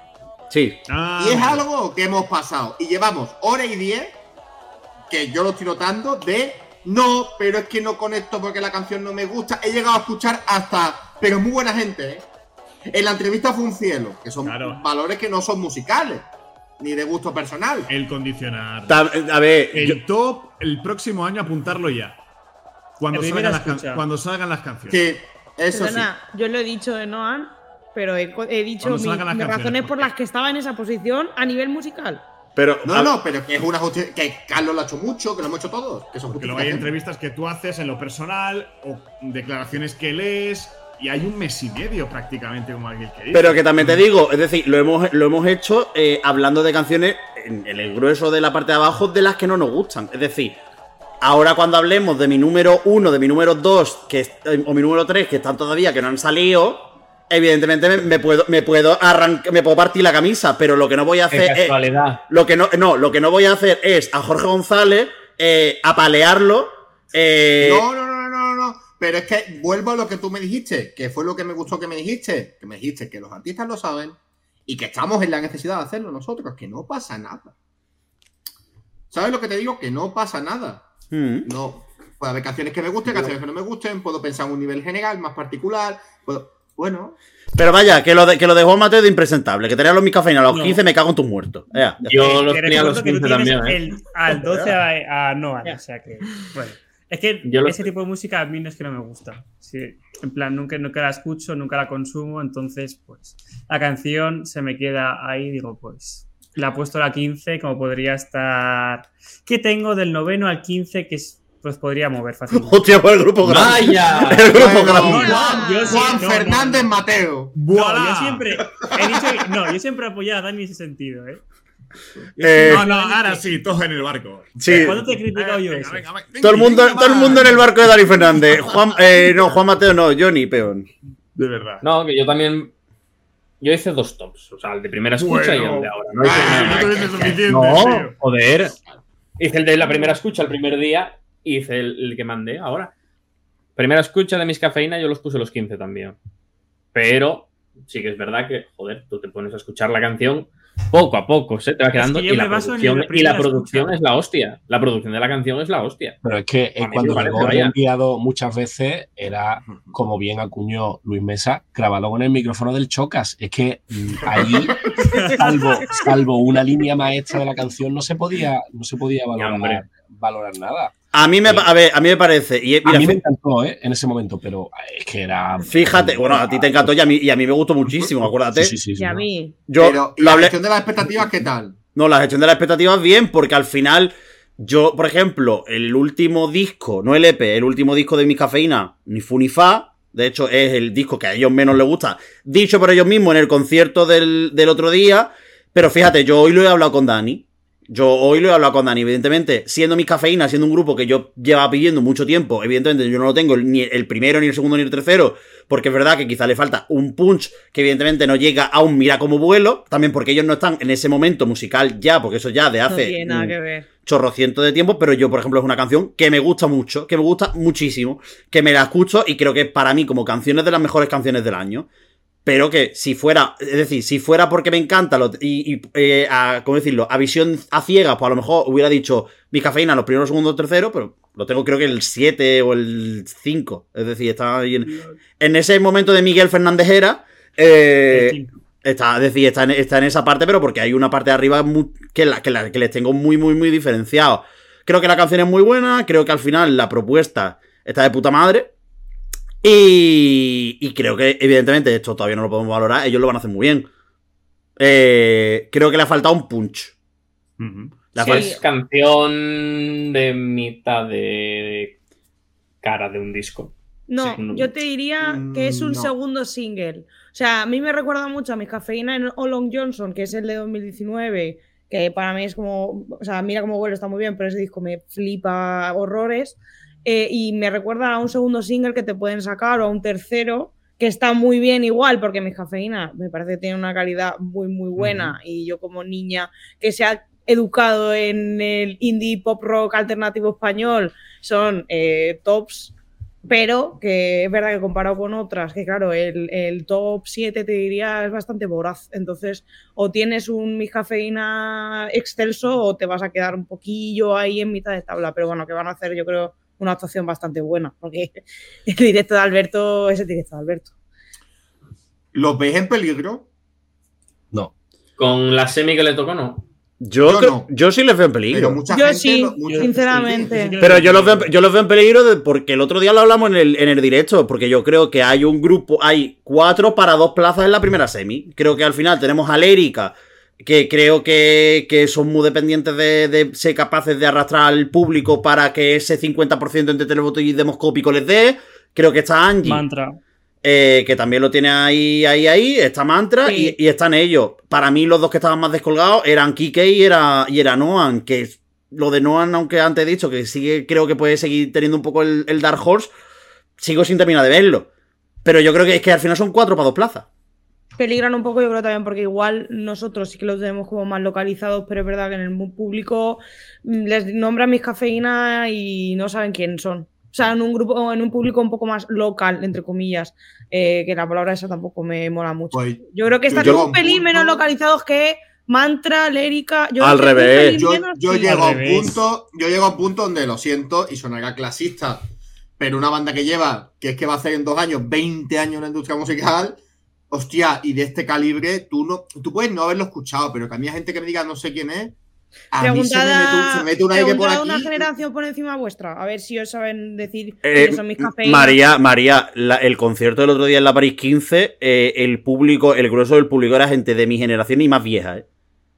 Sí. Ah, Y es algo que hemos pasado. Y llevamos hora y diez, que yo lo estoy notando, de no, pero es que no conecto porque la canción no me gusta. He llegado a escuchar hasta, pero muy buena gente, ¿eh? En la entrevista fue un cielo, que son Claro. valores que no son musicales, ni de gusto personal. El condicionar. Ta- A ver, El yo- top, el próximo año apuntarlo ya. Cuando, La salgan primera las, can- escucha. cuando salgan las canciones. Sí, eso sí. Perdona, yo lo he dicho de Noan, pero he, he dicho Cuando mi- salgan las mis canciones, razones por porque- las que estaba en esa posición a nivel musical. pero. No, a- no, pero que es una justicia. Que Carlos lo ha hecho mucho, que lo hemos hecho todos. Que son Porque luego hay justificaciones. entrevistas que tú haces en lo personal o declaraciones que lees y hay un mes y medio prácticamente como alguien que dice. Pero que también te digo, es decir, lo hemos, lo hemos hecho eh, hablando de canciones en, en el grueso de la parte de abajo de las que no nos gustan. Es decir, ahora cuando hablemos de mi número uno, de mi número dos que, es- eh, o mi número tres, que están todavía, que no han salido, evidentemente me, me puedo, me puedo arrancar, me puedo partir la camisa, pero lo que no voy a Qué hacer es. casualidad. Lo que no, no, lo que no voy a hacer es a Jorge González eh, apalearlo. Eh, No, no, no, no, no, no. Pero es que vuelvo a lo que tú me dijiste, que fue lo que me gustó que me dijiste. Que me dijiste que los artistas lo saben y que estamos en la necesidad de hacerlo nosotros, que no pasa nada. ¿Sabes lo que te digo? Que no pasa nada. mm. No. Puede haber canciones que me gusten, canciones que no me gusten, puedo pensar en un nivel general, más particular. Puedo... Bueno. Pero vaya, que lo de, que lo de Juan Mateo es de impresentable. Que tenía los mi cafeína a los No. quince, me cago en tus muertos. Ya, ya. Yo los Que tenía a los recuerdo que tú quince tienes también, ¿eh? el- al doce a, a Noah, o sea que. Bueno. Es que Yo lo- ese tipo de música a mí no es que no me gusta. Sí, en plan, nunca, nunca la escucho, nunca la consumo, entonces, pues, la canción se me queda ahí, digo, pues, la he puesto a la quince, como podría estar. ¿Qué tengo del noveno al quince que es, pues podría mover fácilmente? Hostia, por el grupo grande. ¡Vaya! El grupo Bueno, grande. No, no, yo sí, Juan no, no, Fernández no. Mateo. No, ¡Voilà! yo siempre he dicho que- no, yo siempre he apoyado a Dani en ese sentido, ¿eh? Eh, No, no, ahora sí, todos en el barco. sí. ¿Cuándo te he criticado yo Venga, eso? venga, venga, Todo el mundo, venga, todo el va. mundo en el barco de Dani Fernández. Juan, eh, no, Juan Mateo no, Johnny Peón. De verdad. No, que yo también. Yo hice dos tops. O sea, el de primera escucha Bueno. y el de ahora. No hice Ah, nada no más. tuviste suficiente, No, tío. joder. Hice el de la primera escucha el primer día y hice el, el que mandé ahora. Primera escucha de mis cafeína, yo los puse los quince también. Pero sí que es verdad que, joder, tú te pones a escuchar la canción poco a poco, se te va quedando. que yo y, la me baso en producción, la y primera la producción escucha. es la hostia. La producción de la canción es la hostia. Pero es que eh, A mí cuando me parece, llegó vaya. enviado muchas veces era, como bien acuñó Luis Mesa, grabado con el micrófono del Chocas. Es que mm, allí, salvo, salvo una línea maestra de la canción, no se podía, no se podía valorar, hombre. valorar nada. A mí me, pa- a ver, a mí me parece. Y, eh, A mira, mí me fí- encantó, ¿eh? En ese momento, pero es que era... fíjate, bueno, a ti te encantó y a mí, y a mí me gustó muchísimo, acuérdate. Sí, sí, sí, Y a ¿no? mí. Yo Pero, ¿y lo la hablé. gestión de las expectativas qué tal? No, la gestión de las expectativas bien, porque al final, yo, por ejemplo, el último disco, no el E P, el último disco de Mi Cafeína, ni fu ni fa, de hecho es el disco que a ellos menos les gusta, dicho por ellos mismos en el concierto del, del otro día, pero fíjate, yo hoy lo he hablado con Dani, yo hoy lo he hablado con Dani, evidentemente, siendo Mi Cafeína, siendo un grupo que yo llevaba pidiendo mucho tiempo, evidentemente yo no lo tengo ni el primero, ni el segundo, ni el tercero, porque es verdad que quizá le falta un punch que evidentemente no llega a un mira como vuelo, también porque ellos no están en ese momento musical ya, porque eso ya de No hace tiene nada mm, que ver. chorrocientos de tiempo, pero yo, por ejemplo, es una canción que me gusta mucho, que me gusta muchísimo, que me la escucho y creo que para mí como canción es de las mejores canciones del año. Pero que si fuera, es decir, si fuera porque me encanta lo- y, y, eh, a, ¿cómo decirlo? A visión a ciegas, pues a lo mejor hubiera dicho Mi Cafeína los primeros, segundos, terceros, pero lo tengo creo que el siete o el cinco. Es decir, está ahí en, en ese momento de Miguel Fernández era, eh, El quinto. está, es decir, está en, está en esa parte, pero porque hay una parte de arriba muy- que, la, que, la, que les tengo muy, muy, muy diferenciados. Creo que la canción es muy buena, creo que al final la propuesta está de puta madre. Y, y creo que, evidentemente, esto todavía no lo podemos valorar, ellos lo van a hacer muy bien. Eh, creo que le ha faltado un punch. Ujú. Le ha Sí, fal- es canción de mitad de cara de un disco. No, Sí, no. yo te diría que es un Mm, no. segundo single. O sea, a mí me recuerda mucho a Mi Cafeína en Olong Johnson, que es el de dos mil diecinueve, que para mí es como, o sea, mira cómo vuelo, está muy bien, pero ese disco me flipa horrores. Eh, y me recuerda a un segundo single que te pueden sacar o a un tercero, que está muy bien igual, porque Mi Cafeína me parece que tiene una calidad muy, muy buena. Y yo como niña que se ha educado en el indie pop rock alternativo español, son eh, tops pero que es verdad que comparado con otras, que claro, el, el top siete te diría es bastante voraz. Entonces, o tienes un Miss Cafeína excelso o te vas a quedar un poquillo ahí en mitad de tabla. Pero bueno, que van a hacer, yo creo, una actuación bastante buena, porque el directo de Alberto es el directo de Alberto. ¿Los veis en peligro? No. Con la semi que le tocó, no. Yo, Yo creo- no. yo sí les veo en peligro. Pero mucha Yo gente, sí, lo- mucha- sinceramente. sí, sí, sí. Pero yo los veo, yo los veo en peligro de- porque el otro día lo hablamos en el, en el directo, porque yo creo que hay un grupo, hay cuatro para dos plazas en la primera semi. Creo que al final tenemos a Lérica, que creo que, que son muy dependientes de, de ser capaces de arrastrar al público para que ese cincuenta por ciento entre televoto y demoscópico les dé. Creo que está Angie. Mantra. Eh, que también lo tiene ahí, ahí, ahí, está Mantra Sí. y, y están ellos. Para mí los dos que estaban más descolgados eran Kike y era, y era Noan, que lo de Noan, aunque antes he dicho que sigue, creo que puede seguir teniendo un poco el, el Dark Horse, sigo sin terminar de verlo. Pero yo creo que es que al final son cuatro para dos plazas. Peligran un poco, yo creo también, porque igual nosotros sí que los tenemos como más localizados, pero es verdad que en el público mm, les nombran Miss Cafeína y no saben quién son. O sea, en un grupo, en un público un poco más local, entre comillas, eh, que la palabra esa tampoco me mola mucho. Pues, Yo creo que yo están llego a un un pelín punto- menos localizados que Mantra, Lérica. Yo Al creo que un revés. pelín Yo, menos, yo sí. llego a Al un revés. punto, yo llego a un punto donde lo siento y sonará clasista, pero una banda que lleva, que es que va a hacer en dos años, veinte años en la industria musical, hostia, y de este calibre, tú no, tú puedes no haberlo escuchado, pero que a mí hay gente que me diga no sé quién es, a mí se me mete un, se me mete un aire por preguntad a aquí. una generación por encima vuestra, a ver si os saben decir Eh, quiénes son Miss Cafeína. María, María, la- el concierto del otro día en la París quince, eh, el público, el grueso del público era gente de mi generación y más vieja, ¿eh?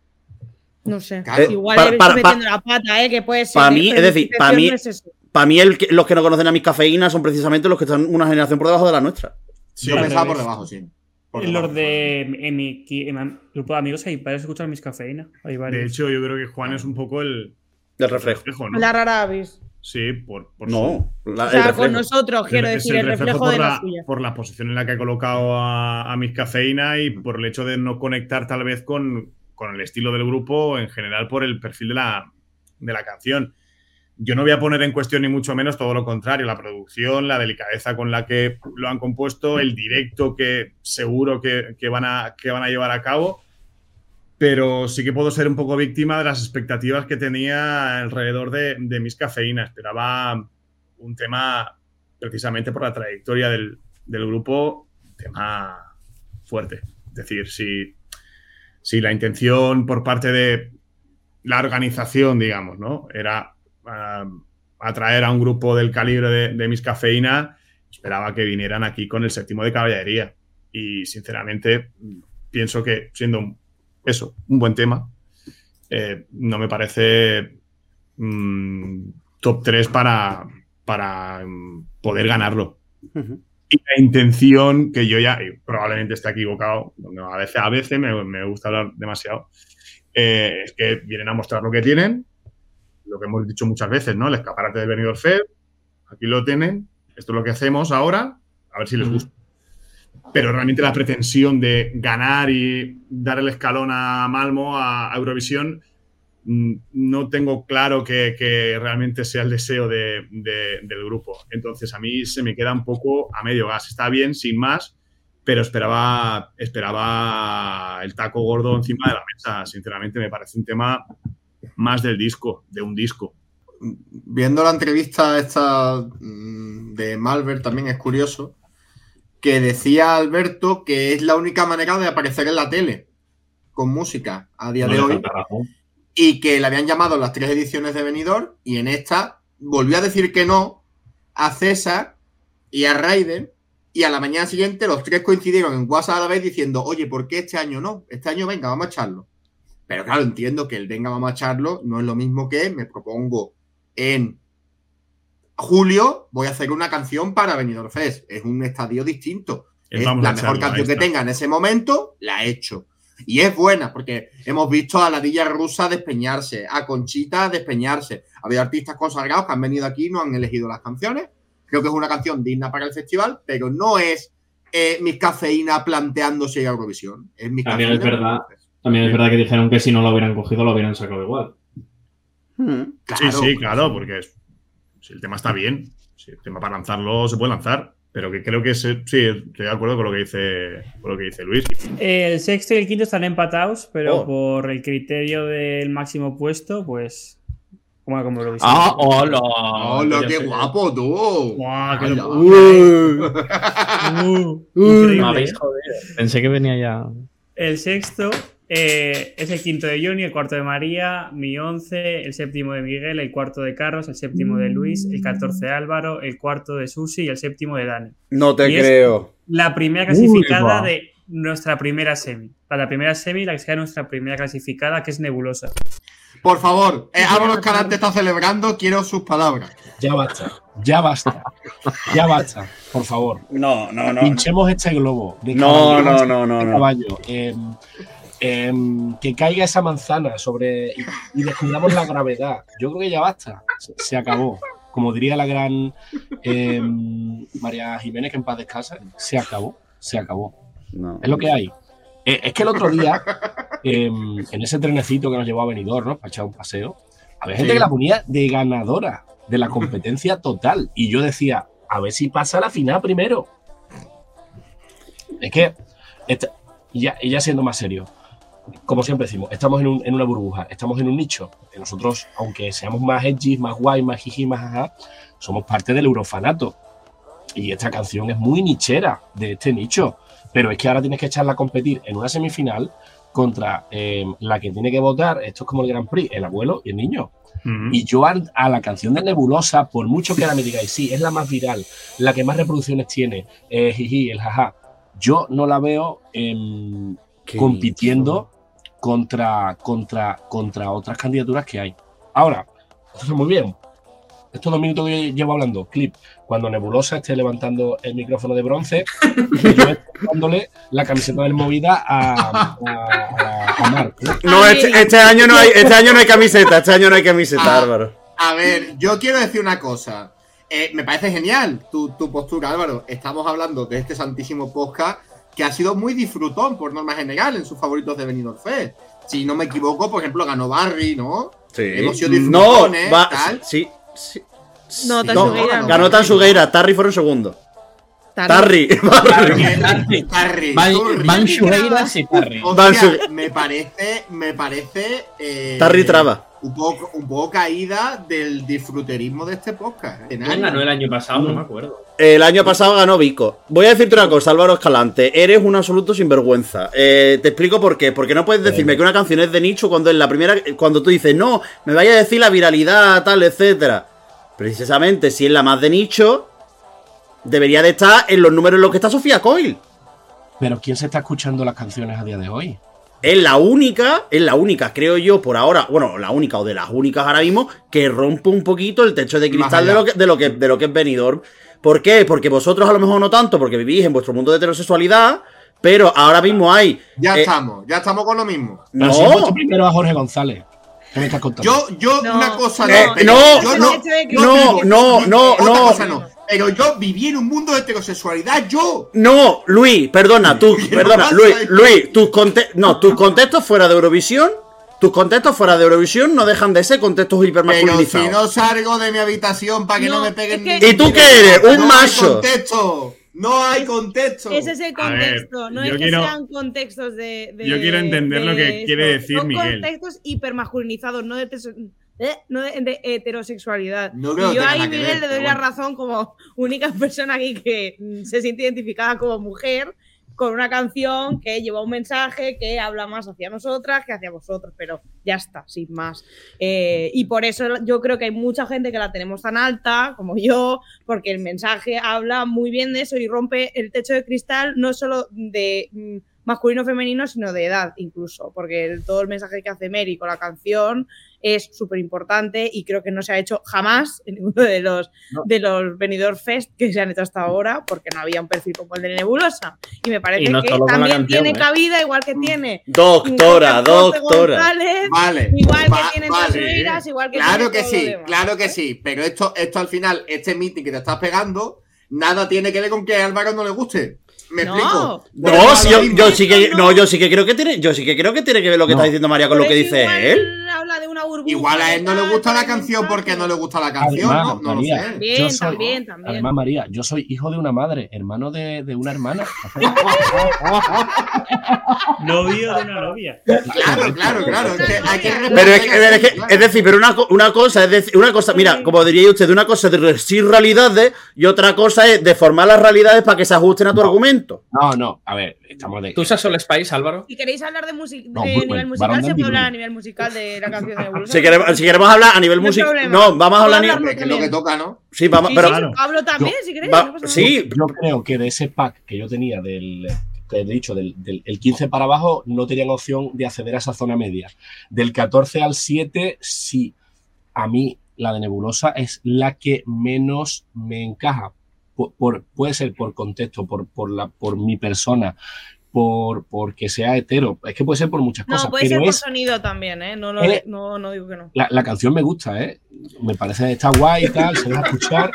No sé. Claro. Igual Para- le para- estoy metiendo la pata, ¿eh? Que puede ser. para ¿eh? mí, Pero es decir, mi para mí- percepción no es eso. Para mí, el que- los que no conocen a Miss Cafeína son precisamente los que están una generación por debajo de la nuestra. Sí, Yo al pensaba por revés. debajo, sí. Por En debajo. los de en mi, en mi grupo de amigos hay varios que escuchan Miss Cafeína. Hay De varios. hecho, yo creo que Juan es un poco el Del reflejo. reflejo, ¿no? La rara avis. Sí, por, por No, la- O el sea, reflejo. con nosotros, quiero Es decir, el reflejo por de la la, suya. por la posición en la que ha colocado a, a Miss Cafeína y por el hecho de no conectar tal vez con, con el estilo del grupo, en general por el perfil de la, de la canción. Yo no voy a poner en cuestión ni mucho menos, todo lo contrario, la producción, la delicadeza con la que lo han compuesto, el directo que seguro que, que van, a, que van a llevar a cabo, pero sí que puedo ser un poco víctima de las expectativas que tenía alrededor de, de Miss Cafeína. Esperaba un tema, precisamente por la trayectoria del, del grupo, un tema fuerte. Es decir, si, si la intención por parte de la organización, digamos, ¿no? Era uh, atraer a un grupo del calibre de, de Miss Cafeína, esperaba que vinieran aquí con el séptimo de caballería. Y, sinceramente, pienso que siendo un eso, un buen tema. Eh, no me parece mmm, top tres para, para um, poder ganarlo. Ujú. Y la intención, que yo ya y probablemente esté equivocado, a veces, a veces me, me gusta hablar demasiado, eh, es que vienen a mostrar lo que tienen, lo que hemos dicho muchas veces, ¿no? El escaparate del Benidorm Fest, aquí lo tienen, esto es lo que hacemos ahora, a ver si les gusta. Pero realmente la pretensión de ganar y dar el escalón a Malmo, a Eurovisión, no tengo claro que, que realmente sea el deseo de, de, del grupo. Entonces a mí se me queda un poco a medio gas. Está bien, sin más, pero esperaba, esperaba el taco gordo encima de la mesa. Sinceramente me parece un tema más del disco, de un disco. Viendo la entrevista esta de Malbert también es curioso que decía Alberto que es la única manera de aparecer en la tele con música a día No de le hoy falta razón. y que le habían llamado las tres ediciones de Benidorm y en esta volvió a decir que no a César y a Raiden y a la mañana siguiente los tres coincidieron en WhatsApp a la vez diciendo oye, ¿por qué este año no? Este año venga, vamos a echarlo. Pero claro, entiendo que el venga, vamos a echarlo no es lo mismo que me propongo en julio voy a hacer una canción para Benidorm Fest. Es un estadio distinto. Es Es vamos la a mejor echarlo, canción ahí que está. tenga en ese momento, la he hecho. Y es buena, porque hemos visto a la Dilla Rusa despeñarse, a Conchita despeñarse. Ha habido artistas consagrados que han venido aquí y no han elegido las canciones. Creo que es una canción digna para el festival, pero no es eh, Miss Cafeína planteándose a Eurovisión. Es Miss También es Cafeína. verdad. También es verdad que dijeron que si no lo hubieran cogido lo hubieran sacado igual. Mm. Claro, sí, sí, claro, porque es- si el tema está bien. sí, tema para lanzarlo se puede lanzar, pero que creo que se, sí, estoy de acuerdo con lo que dice, con lo que dice Luis. El sexto y el quinto están empatados, pero Oh. por el criterio del máximo puesto, pues. ¿Cómo, cómo lo viste? ¡Ah, hola! ¡Hola, qué guapo tú! ¡Guau, qué Hola. locura! Uy. Uh, increíble. Me habéis jodido. Pensé que venía ya. El sexto eh, es el quinto de Johnny, el cuarto de María, mi once, el séptimo de Miguel, el cuarto de Carlos, el séptimo de Luis, el catorce de Álvaro, el cuarto de Susi y el séptimo de Dani. No te Y es- creo. La primera clasificada guau. de nuestra primera semi. Para la primera semi, la que sea nuestra primera clasificada, que es Nebulosa. Por favor, eh, Álvaro Escalante está celebrando, quiero sus palabras. Ya basta, ya basta, ya basta, por favor. No, no, no. Pinchemos este globo. De No, caballo, no, no, no, de no. caballo. Em, em, que caiga esa manzana sobre y, y descuidamos la gravedad. Yo creo que ya basta. Se, se acabó. Como diría la gran em, María Jiménez, que en paz descanse, se acabó, se acabó. No. Es lo que hay. Eh, es que el otro día, em, en ese trenecito que nos llevó a Benidorm, ¿no? Para echar un paseo, había gente Sí. que la ponía de ganadora de la competencia total. Y yo decía, a ver si pasa a la final primero. Es que, esta- y ya, y ya siendo más serio, como siempre decimos, estamos en, un- en una burbuja, estamos en un nicho. Que nosotros, aunque seamos más edgy, más guay, más jiji, más jaja, somos parte del eurofanato. Y esta canción es muy nichera de este nicho. Pero es que ahora tienes que echarla a competir en una semifinal contra eh, la que tiene que votar. Esto es como el Grand Prix, el abuelo y el niño. Ujú. Y yo a, a la canción de Nebulosa, por mucho que ahora me digáis, sí, es la más viral, la que más reproducciones tiene, eh, jiji, el jaja, yo no la veo em, Qué compitiendo contra, contra, contra otras candidaturas que hay. Ahora, esto está muy bien. Estos dos minutos que yo llevo hablando, clip, cuando Nebulosa esté levantando el micrófono de bronce, y yo esté dándole la camiseta del Movida a, a, a, a Marc, ¿no? No, Ay. este, este año no hay, este año no hay camiseta, este año no hay camiseta, Ah. Álvaro. A ver, yo quiero decir una cosa. Eh, me parece genial tu, tu postura, Álvaro. Estamos hablando de este santísimo podcast que ha sido muy disfrutón por norma general en sus favoritos de Benidorm Fest. Si no me equivoco, por ejemplo, ganó Barry, ¿no? Sí. Hemos sido No, disfrutones, va, tal. sí, sí, sí. No, No, Tansugueira no. ganó Tansugueira, Tarry fueron segundo. Tarry. Tarry. Tarry, Tarry, Van, Turri. Van Schueiras y Tarry. O Van sea, Schu- me parece, me parece eh, Tarry traba. un poco, un poco caída del disfruterismo de este podcast. ¿eh? ¿Quién ganó el año pasado? No me acuerdo. El año pasado ganó Vico. Voy a decirte una cosa, Álvaro Escalante. Eres un absoluto sinvergüenza. Eh, te explico por qué. Porque no puedes decirme que una canción es de nicho cuando en la primera. Cuando tú dices, no, me vaya a decir la viralidad, tal, etcétera. Precisamente, si es la más de nicho, debería de estar en los números en los que está Sofía Coyle. Pero ¿quién se está escuchando las canciones a día de hoy? Es la única, es la única, creo yo, por ahora, bueno, la única o de las únicas ahora mismo, que rompe un poquito el techo de cristal de allá. lo, que, de, lo que, de lo que es Benidorm. ¿Por qué? Porque vosotros a lo mejor no tanto, porque vivís en vuestro mundo de heterosexualidad, pero ahora mismo hay... Ya eh, estamos, ya estamos con lo mismo. Pero no, si has puesto primero a Jorge González. ¿Qué me estás contando? Yo, yo, No. una cosa Eh, no. pero no, yo no, El hecho de que- no, vivo- no, no, otra no. cosa no. Pero yo viví en un mundo de heterosexualidad, yo. No, Luis, perdona, tú, ¿Qué perdona, pasa Luis, ahí? Luis, tus conte no, tus contextos fuera de Eurovisión, tus contextos fuera de Eurovisión no dejan de ser contextos Pero hipermasculinizados. si no salgo de mi habitación para que no, No, me peguen es que- ¿Y tú qué eres? Un no macho. Hay contexto. No hay contexto. Ese es el A ver, contexto, no yo es que quiero- sean contextos de, de- yo quiero entender lo que de quiere esto. decir Son Miguel. contextos hipermasculinizados, no de, heteros- eh, no de, de heterosexualidad. No creo y que yo tenga ahí, nada que Miguel, ver, le doy pero la bueno. razón como única persona aquí que mm, se siente identificada como mujer con una canción que lleva un mensaje que habla más hacia nosotras que hacia vosotros, pero ya está, sin más. Eh, y por eso yo creo que hay mucha gente que la tenemos tan alta como yo, porque el mensaje habla muy bien de eso y rompe el techo de cristal no solo de mm, masculino o femenino, sino de edad incluso, porque el- todo el mensaje que hace Mary con la canción es súper importante y creo que no se ha hecho jamás en ninguno de los, No. de los Benidorm Fest que se han hecho hasta ahora, porque no había un perfil como el de Nebulosa. Y me parece Y no que solo con la también canción, tiene ¿eh? cabida, igual que tiene Doctora, un Jorge doctora. González, Vale. igual que va- tiene vale. Tansugueiras, igual que Claro tiene que todo lo sí, demás, claro que ¿sabes? sí. Pero esto, esto al final, este meeting que te estás pegando, nada tiene que ver con que a Álvaro no le guste. Me No. explico. No, sí, yo, yo sí que no, yo sí que creo que tiene, yo sí que creo que tiene que ver lo que No. está diciendo María con lo que Pero dice igual él. Habla de una burbuja. Igual a él no le de gusta tal, la canción mensaje. porque no le gusta la canción, Además, no, no lo María, sé. También, Yo soy- también, también. Además, María, yo soy hijo de una madre, hermano de, de una hermana. Novio de una novia. Claro, claro, claro. Es que hay que Pero es, que- es que- es decir, pero una, co- una cosa es decir, una cosa, mira, como diría usted, una cosa es decir realidades y otra cosa es deformar las realidades para que se ajusten a tu argumento. No, no, a ver, estamos de. ¿Tú usas All Spice, Álvaro? Si queréis hablar de, music No, de Bruno, nivel Barón musical, se Dandy, puede hablar Bruno. a nivel musical de la canción de Nebulosa. Si queremos, si queremos hablar a nivel No hay musical, problema. no, vamos a hablar a Puedo nivel, hablarlo que es lo que toca, ¿no? sí, vamos, Sí, pero sí, Claro. Pablo también, Yo- si queréis. va- no pasa nada. sí, Yo creo que de ese pack que yo tenía del. Que he dicho, del, del el quince para abajo no tenían opción de acceder a esa zona media. Del catorce al siete, sí. A mí, la de Nebulosa es la que menos me encaja. Por, por- puede ser por contexto, por, por, la, por mi persona, por porque sea hetero. Es que puede ser por muchas No, cosas. puede ser pero por es, sonido también, ¿eh? No, lo- Eh, no, no digo que no. la, la canción me gusta, ¿eh? Me parece que está guay y tal, se deja escuchar,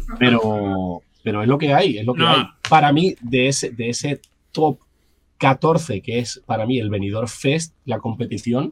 pero, pero es lo que hay, es lo que No. hay. Para mí, de ese, de ese top catorce, que es para mí el Benidorm Fest, la competición,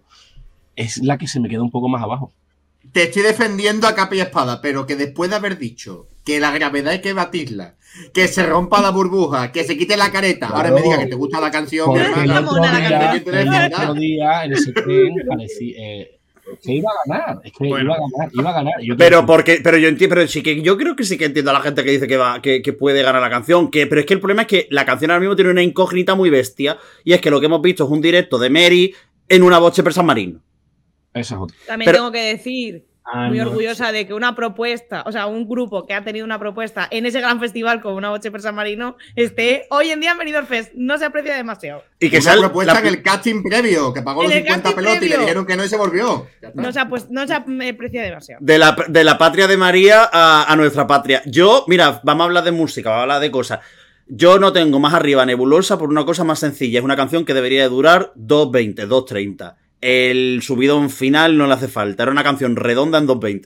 es la que se me queda un poco más abajo. Te estoy defendiendo a capa y espada, pero que después de haber dicho que la gravedad hay que batirla, que se rompa la burbuja, que se quite la careta, Claro. ahora me diga que te gusta la canción, mi Porque el hermano, otro, mona la día, canción. el otro día en ese tren parecía, eh, que iba a ganar, es que Bueno. iba a ganar, iba a ganar. Y yo pero creo- porque, pero yo entiendo, pero sí que yo creo que sí que entiendo a la gente que dice que va, que, que puede ganar la canción, que, pero es que el problema es que la canción ahora mismo tiene una incógnita muy bestia, y es que lo que hemos visto es un directo de Mary en una boche per San Marino. Esa es otra. También pero- tengo que decir, Ah, muy no. orgullosa de que una propuesta, o sea, un grupo que ha tenido una propuesta en ese gran festival como una boche per San Marino, esté hoy en día en Benidorm Fest. No se aprecia demasiado. Y que una sea propuesta la- en el casting previo, que pagó En los el cincuenta casting pelotas y le previo. dijeron que no y se volvió. Ya está. No se, pues, no se aprecia demasiado. de la, de la patria de María a, a nuestra patria. Yo, mira, vamos a hablar de música, vamos a hablar de cosas. Yo no tengo más arriba Nebulosa por una cosa más sencilla. Es una canción que debería de durar dos veinte, dos treinta. El subidón final no le hace falta. Era una canción redonda en dos veinte.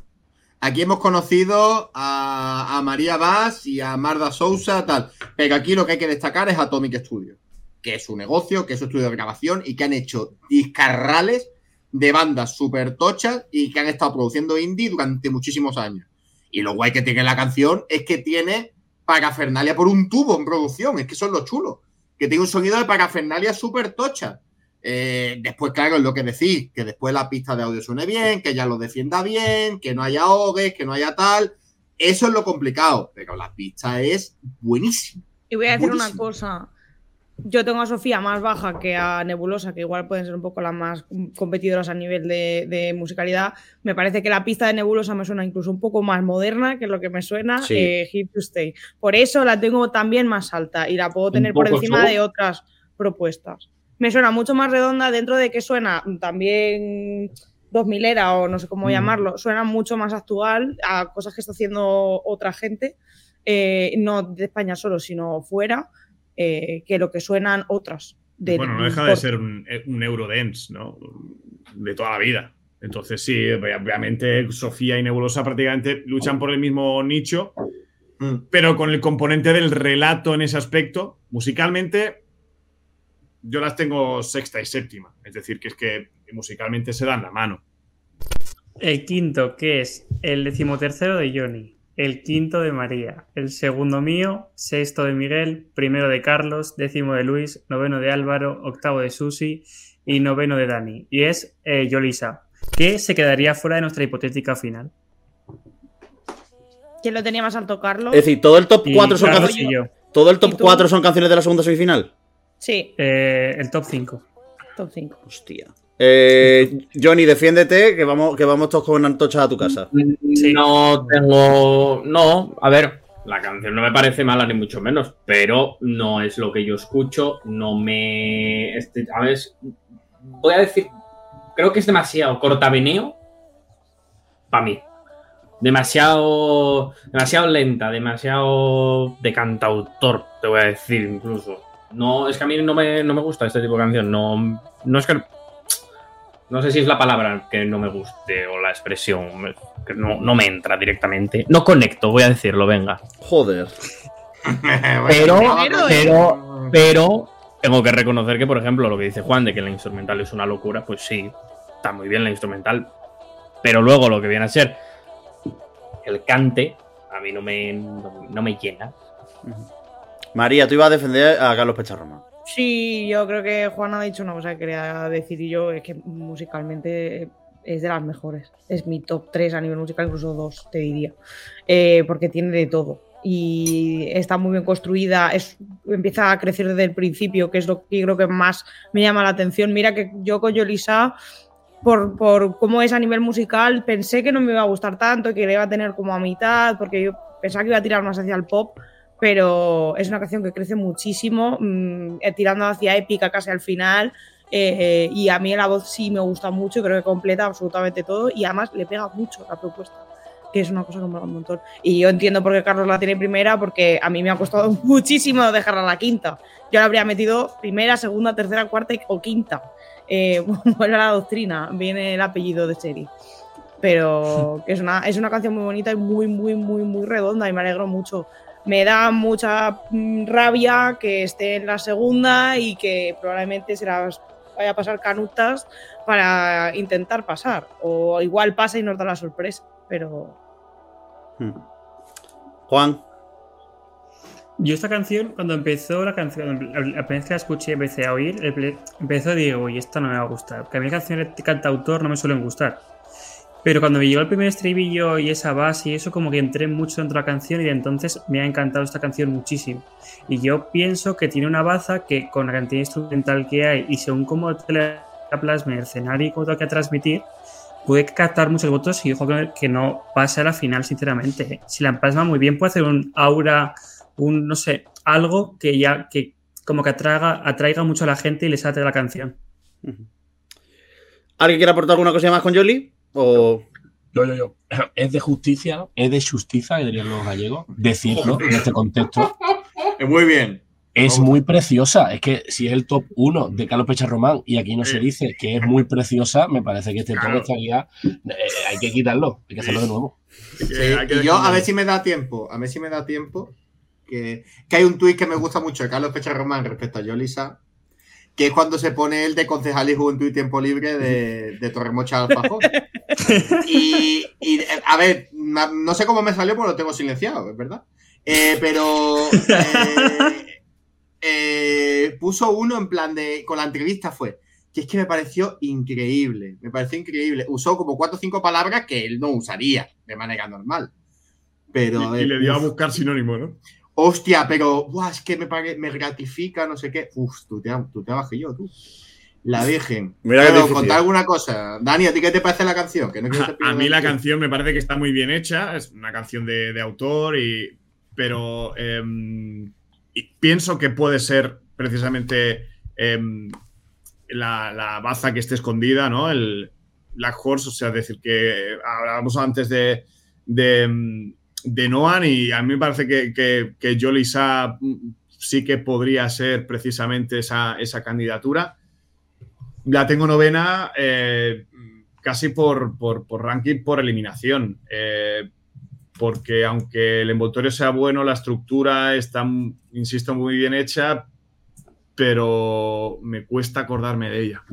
Aquí hemos conocido a, a María Vaz y a Marda Sousa, tal. Pero aquí lo que hay que destacar es Atomic Studio, que es su negocio, que es su estudio de grabación y que han hecho discarrales de bandas súper tochas y que han estado produciendo indie durante muchísimos años. Y lo guay que tiene la canción es que tiene parafernalia por un tubo en producción. Es que son los chulos. Que tiene un sonido de parafernalia súper tocha. Eh, después, claro, es lo que decís, que después la pista de audio suene bien, que ella lo defienda bien, que no haya ahogues, que no haya tal. Eso es lo complicado, pero la pista es buenísima. Y voy a decir una Buenísimo. cosa. Yo tengo a Sofía más baja que a Nebulosa, que igual pueden ser un poco las más competidoras a nivel de, de musicalidad. Me parece que la pista de Nebulosa me suena incluso un poco más moderna que lo que me suena Sí. eh, Here to Stay. Por eso la tengo también más alta y la puedo tener por poco encima show. de otras propuestas. Me suena mucho más redonda dentro de que suena también dos milera o no sé cómo Mm. llamarlo. Suena mucho más actual a cosas que está haciendo otra gente, eh, no de España solo, sino fuera. Eh, que lo que suenan otras. De, Bueno, no deja de ser un, un Eurodance, ¿no? De toda la vida. Entonces, sí, obviamente Sofía y Nebulosa prácticamente luchan por el mismo nicho, Mm. pero con el componente del relato en ese aspecto. Musicalmente, yo las tengo sexta y séptima. Es decir, que es que musicalmente se dan la mano. El quinto, que es el decimotercero de Johnny. El quinto de María, el segundo mío, sexto de Miguel, primero de Carlos, décimo de Luis, noveno de Álvaro, octavo de Susi y noveno de Dani. Y es eh, Yolisa, que se quedaría fuera de nuestra hipotética final. ¿Quién lo tenía más alto, Carlos? Es decir, todo el top Y cuatro son Carlos canciones. y yo. Todo el ¿Y top tú? cuatro son canciones de la segunda semifinal. Sí, Eh, el top cinco. top cinco. Hostia. Eh, Johnny, defiéndete, que vamos, que vamos todos con antochas a tu casa. Sí. No tengo. No, a ver, la canción no me parece mala ni mucho menos, pero no es lo que yo escucho. No me. Este, a ver, voy a decir. Creo que es demasiado cortaveneo para mí. Demasiado. Demasiado lenta, demasiado de cantautor, te voy a decir incluso. No, es que a mí no me, no me gusta este tipo de canción. No, no es que. No sé si es la palabra que no me guste o la expresión, que no, no me entra directamente. No conecto, voy a decirlo, venga. Joder. Pero, Pero, pero, pero, tengo que reconocer que, por ejemplo, lo que dice Juan de que la instrumental es una locura, pues sí, está muy bien la instrumental. Pero luego lo que viene a ser el cante, a mí no me, no, no me llena. María, tú ibas a defender a Carlos Pecharroman. Sí, yo creo que Juan ha dicho una cosa que quería decir yo, es que musicalmente es de las mejores. Es mi top tres a nivel musical, incluso dos, te diría. Eh, porque tiene de todo. Y está muy bien construida, es, empieza a crecer desde el principio, que es lo que creo que más me llama la atención. Mira que yo con Yolisa, por, por cómo es a nivel musical, pensé que no me iba a gustar tanto y que le iba a tener como a mitad, porque yo pensaba que iba a tirar más hacia el pop, pero es una canción que crece muchísimo, mmm, tirando hacia épica casi al final, eh, eh, y a mí la voz sí me gusta mucho, creo que completa absolutamente todo, y además le pega mucho la propuesta, que es una cosa que me mola un montón. Y yo entiendo por qué Carlos la tiene primera, porque a mí me ha costado muchísimo dejarla a la quinta. Yo la habría metido primera, segunda, tercera, cuarta o quinta. Eh, bueno, la doctrina, viene el apellido de serie. Pero que es una, es una canción muy bonita y muy, muy, muy, muy redonda, y me alegro mucho. Me da mucha mm, rabia que esté en la segunda y que probablemente se las vaya a pasar canutas para intentar pasar. O igual pasa y nos da la sorpresa, pero... Juan. Yo esta canción, cuando empezó la canción, la primera vez que la escuché y empecé a oír, empezó y digo, uy, esta no me va a gustar. Porque a mí las canciones de cantautor no me suelen gustar. Pero cuando me llegó el primer estribillo y esa base y eso, como que entré mucho dentro de la canción y de entonces me ha encantado esta canción muchísimo. Y yo pienso que tiene una baza que con la cantidad instrumental que hay y según cómo te la plasme en el escenario y cómo tengo que transmitir, puede captar muchos votos y ojo que, que no pase a la final, sinceramente. Si la plasma muy bien, puede hacer un aura, un, no sé, algo que ya, que como que atraiga, atraiga mucho a la gente y les ate la canción. ¿Alguien quiere aportar alguna cosa más con Yoli? O... Yo, yo, yo. Es de justicia, es de justicia, que dirían los gallegos, decirlo en este contexto. Muy bien. Es muy preciosa. Es que si es el top uno de Carlos Pecharroman y aquí no se dice que es muy preciosa, me parece que este Claro. top estaría. Eh, hay que quitarlo, hay que hacerlo de nuevo. Sí, Hay que y yo, a dejarlo. ver si me da tiempo, a ver si me da tiempo, que, que hay un tuit que me gusta mucho de Carlos Pecharroman respecto a Yolisa, que es cuando se pone el de concejal y juventud y tiempo libre de, de Torremocha Alfajor. Y, y, a ver, no sé cómo me salió porque lo tengo silenciado, es verdad. Eh, pero eh, eh, puso uno en plan de, con la entrevista fue, que es que me pareció increíble, me pareció increíble. Usó como cuatro o cinco palabras que él no usaría de manera normal. Pero, Y, y le dio a uf, buscar sinónimo, ¿no? hostia, pero buah, es que me, pare- me gratifica, no sé qué. Uf, tú te, tú te bajé yo, tú. La Virgen. Mira qué Pero difícil. contar alguna cosa. Dani, ¿a ti qué te parece la canción? Que no quiero que te A, a mí la pierdas el canción me parece que está muy bien hecha, es una canción de, de autor, y, pero em, y pienso que puede ser precisamente em, la, la baza que esté escondida, ¿no? El Black Horse, o sea, es decir, que hablábamos antes de, de, em, de Noan y a mí me parece que, que, que Yolisa sí que podría ser precisamente esa, esa candidatura. La tengo novena eh, casi por, por, por ranking, por eliminación. Eh, porque aunque el envoltorio sea bueno, la estructura está, insisto, muy bien hecha, pero me cuesta acordarme de ella.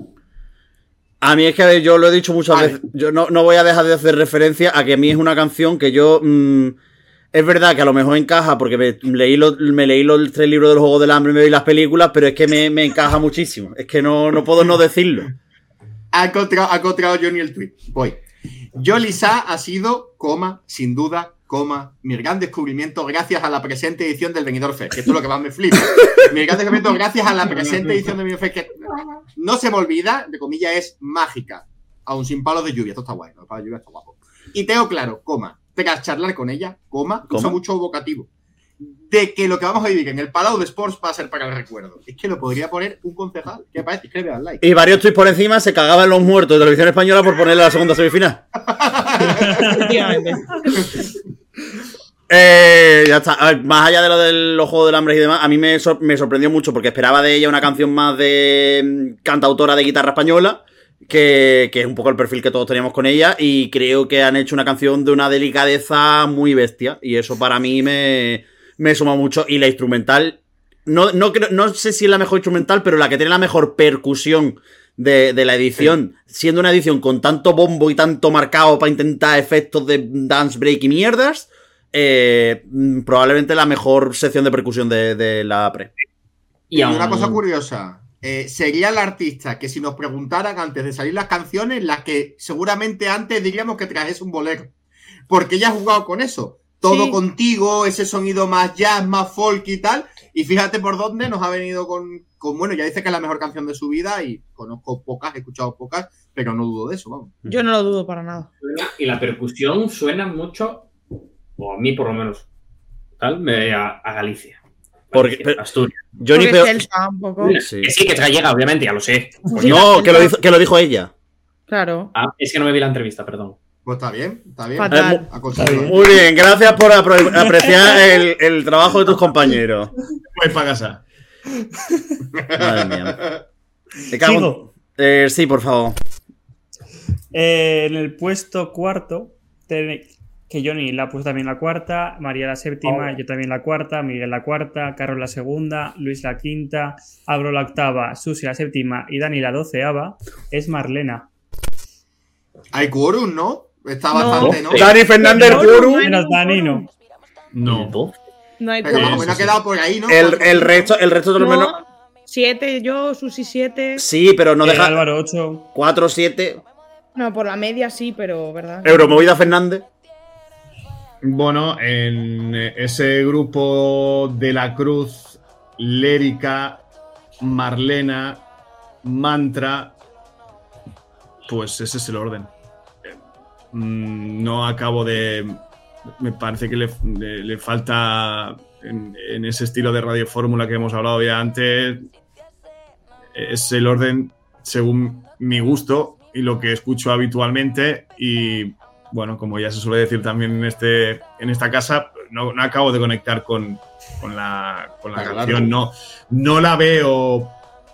A mí es que a ver, yo lo he dicho muchas Vale. veces. Yo no, no voy a dejar de hacer referencia a que a mí es una canción que yo. Mmm, es verdad que a lo mejor encaja porque me leí, lo, me leí los tres libros del Juego del Hambre y me vi las películas, pero es que me, me encaja muchísimo. Es que no, no puedo no decirlo. Ha encontrado, ha encontrado Johnny el tweet. Voy. Yolisa ha sido, coma, sin duda, coma, mi gran descubrimiento gracias a la presente edición del Benidorm Fest, que esto es lo que más me flipa. Mi gran descubrimiento gracias a la presente edición del Benidorm Fest, que no se me olvida, de comillas, es mágica, aún sin palos de lluvia. Esto está guay, los palos de lluvia está guapo. Y tengo claro, coma, tras charlar con ella, coma, ¿Cómo? usa mucho vocativo, de que lo que vamos a vivir en el Palau de Sports va a ser para el recuerdo. Es que lo podría poner un concejal. ¿Qué parece? Es que le voy a dar like. Y varios tweets por encima se cagaban los muertos de Televisión Española por ponerle la segunda semifinal. Efectivamente. Eh, ya está. A ver, más allá de lo de los Juegos del Hambre y demás, a mí me, sor- me sorprendió mucho porque esperaba de ella una canción más de mm, cantautora de guitarra española, que, que es un poco el perfil que todos teníamos con ella, y creo que han hecho una canción de una delicadeza muy bestia, y eso para mí me, me suma mucho. Y la instrumental, no, no, creo, no sé si es la mejor instrumental, pero la que tiene la mejor percusión de, de la edición, sí. Siendo una edición con tanto bombo y tanto marcado para intentar efectos de dance break y mierdas, eh, probablemente la mejor sección de percusión de, de la pre. Y una cosa curiosa, eh, sería la artista que si nos preguntaran antes de salir las canciones, las que seguramente antes diríamos que trajese un bolero, porque ella ha jugado con eso, todo sí. Contigo, ese sonido más jazz, más folk y tal, y fíjate por dónde nos ha venido con, con, bueno, ya dice que es la mejor canción de su vida y conozco pocas, he escuchado pocas, pero no dudo de eso, vamos. Yo no lo dudo para nada. Y la percusión suena mucho, o a mí por lo menos, tal, me, a, a Galicia. Porque, Galicia, Asturias. Johnny Porque es Celsa, un poco. Sí. Que sí, que es gallega, obviamente, ya lo sé. Pues no, que lo, hizo, que lo dijo ella. Claro. Ah, es que no me vi la entrevista, perdón. Pues está bien, está bien. Fatal. Eh, muy bien, gracias por apre apreciar el, el trabajo de tus compañeros. Pues para casa. Madre mía. Te cago. Eh, sí, por favor. Eh, en el puesto cuarto, que Johnny la ha puesto también la cuarta, María la séptima, oh. Yo también la cuarta, Miguel la cuarta, Carlos la segunda, Luis la quinta, Abro la octava, Susi la séptima y Dani la doceava, es Marlena. Hay quórum, ¿no? Está bastante, ¿no? ¿no? Dani Fernández, el quórum. Menos Dani, no. No. No hay pero más o menos ha quedado por ahí, ¿no? El, el resto, el resto de los no, menos. Siete, yo, Susi siete. Sí, pero no deja. Álvaro ocho. Cuatro, siete. No, por la media sí, pero ¿verdad? Euromovida Fernández. Bueno, en ese grupo de la Cruz, Lérica, Marlena, Mantra, pues ese es el orden. No acabo de... Me parece que le, le, le falta en, en ese estilo de Radio Fórmula que hemos hablado ya antes. Es el orden según mi gusto y lo que escucho habitualmente. Y bueno, como ya se suele decir también en, este, en esta casa, no, no acabo de conectar con, con la, con la canción. No, no la veo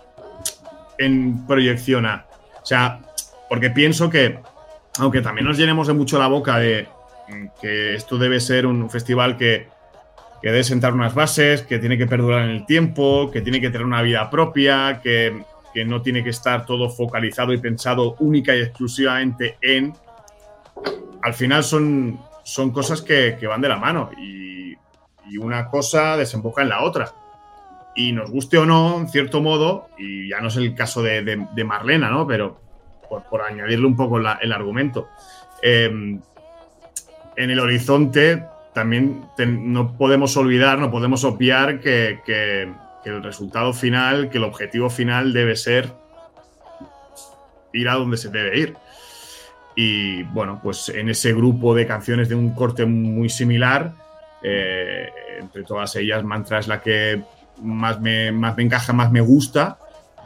en proyección A. O sea, porque pienso que, aunque también nos llenemos de mucho la boca de que esto debe ser un festival que, que debe sentar unas bases, que tiene que perdurar en el tiempo, que tiene que tener una vida propia, que, que no tiene que estar todo focalizado y pensado única y exclusivamente en... Al final son, son cosas que, que van de la mano y, y una cosa desemboca en la otra. Y nos guste o no, en cierto modo, y ya no es el caso de, de, de Marlena, ¿no? Pero por, por añadirle un poco la, el argumento. Eh, en el horizonte también te, no podemos olvidar, no podemos obviar que, que, que el resultado final, que el objetivo final debe ser ir a donde se debe ir. Y bueno, pues en ese grupo de canciones de un corte muy similar, eh, entre todas ellas, Mantra es la que más me, más me encaja, más me gusta.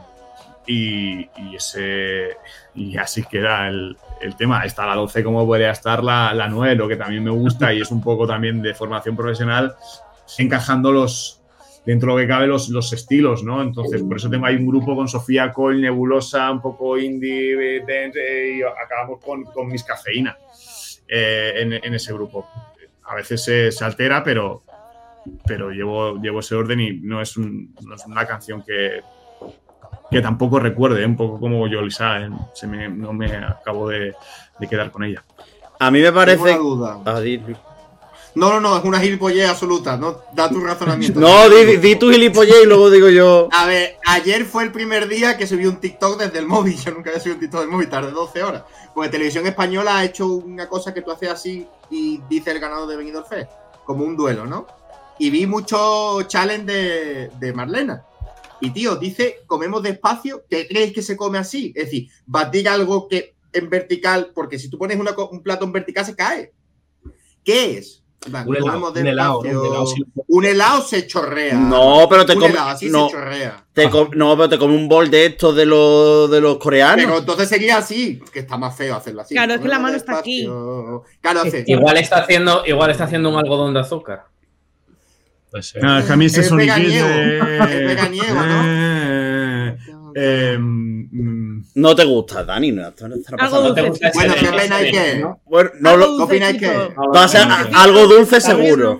Y, y ese y así queda el, el tema. Está la doce como podría estar la, la nueve, lo que también me gusta y es un poco también de formación profesional, encajando los dentro de lo que cabe los, los estilos, ¿no? Entonces por eso tengo ahí un grupo con Sofía Cole, Nebulosa, un poco indie, dance, y acabamos con, con Miss Cafeína eh, en, en ese grupo. A veces se, se altera, pero pero llevo, llevo ese orden y no es, un, no es una canción que que tampoco recuerde, ¿eh? Un poco como Yolisa, ¿eh? Se me, no me acabo de, de quedar con ella. A mí me parece... Tengo una duda. Ah, di, di. No, no, no, es una gilipollez absoluta, no, da tu razonamiento. No, di, di tu gilipollez y luego digo yo... A ver, ayer fue el primer día que subí un TikTok desde el móvil, yo nunca había subido un TikTok del móvil, tardé doce horas. Porque Televisión Española ha hecho una cosa que tú haces así y dice el ganador de Benidorm Fest, como un duelo, ¿no? Y vi mucho challenge de, de Marlena. Y tío, dice, comemos despacio, ¿qué crees que se come así? Es decir, batir algo que en vertical, porque si tú pones una, un plato en vertical se cae. ¿Qué es? Van, un, helado, un, helado, un helado, sí. Un helado se chorrea. No, pero te comes. No, se chorrea. Te com no, pero te come un bol de estos de los, de los coreanos. Pero entonces sería así, que está más feo hacerlo así. Claro, es que la mano está aquí. Claro, hace. Igual está haciendo, igual está haciendo un algodón de azúcar. Pues, eh. ah, es que a mí ese es soniquito veganiego, es veganiego, ¿no? Eh, eh, mm, no te gusta, Dani, no, esto no está pasando. ¿No te gusta bueno, ¿qué opináis que? Bueno, no ¿Qué lo opináis que? Va a ser algo dulce seguro.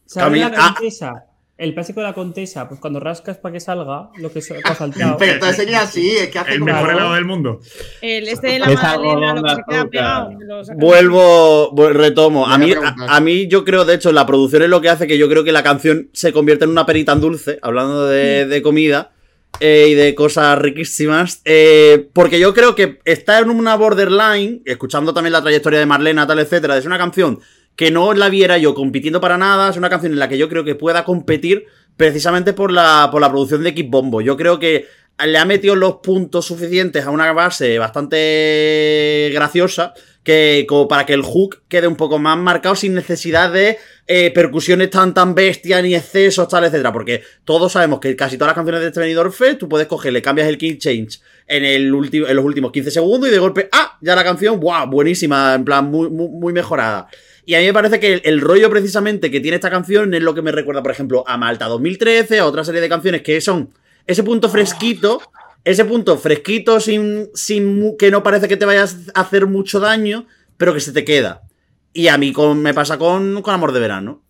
¿Sabes la Camila- contesa? El plástico de la contesa, pues cuando rascas para que salga lo que, so- que ha saltado. Pero entonces sería así, es que hace El como- mejor helado del mundo. El este de la Es magdalena, algodón lo que de se queda azúcar. pegado. lo sacan. Vuelvo, vu- retomo. A Voy a mí, preguntar. a, a mí yo creo, de hecho, la producción es lo que hace que yo creo que la canción se convierta en una peri tan dulce, hablando de, de comida eh, y de cosas riquísimas. eh, porque yo creo que está en una borderline, escuchando también la trayectoria de Marlena, tal, etcétera, es una canción que no la viera yo compitiendo para nada, es una canción en la que yo creo que pueda competir precisamente por la, por la producción de Equipo Bombo. Yo creo que le ha metido los puntos suficientes a una base bastante graciosa que como para que el hook quede un poco más marcado sin necesidad de eh, percusiones tan tan bestias ni excesos, tal, etcétera. Porque todos sabemos que casi todas las canciones de este Benidorm Fest tú puedes coger, le cambias el key change en, el ulti- en los últimos quince segundos y de golpe, ¡ah! Ya la canción, ¡buah! Buenísima, en plan, muy, muy, muy mejorada. Y a mí me parece que el, el rollo precisamente que tiene esta canción es lo que me recuerda, por ejemplo, a Malta dos mil trece, a otra serie de canciones que son ese punto fresquito, ese punto fresquito sin, sin mu- que no parece que te vayas a hacer mucho daño, pero que se te queda. Y a mí con, me pasa con, con Amor de Verano.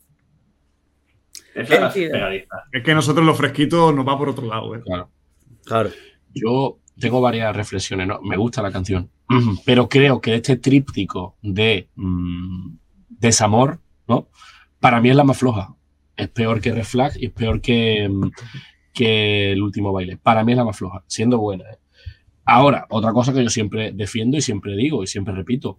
Es la Coincido. pegadiza. Es que nosotros los fresquitos nos va por otro lado, ¿eh? Claro. Claro. Yo tengo varias reflexiones, ¿no? Me gusta la canción, pero creo que este tríptico de mm, desamor, ¿no? Para mí es la más floja. Es peor que Red Flag y es peor que, mm, que El último baile. Para mí es la más floja, siendo buena, ¿eh? Ahora, otra cosa que yo siempre defiendo y siempre digo y siempre repito.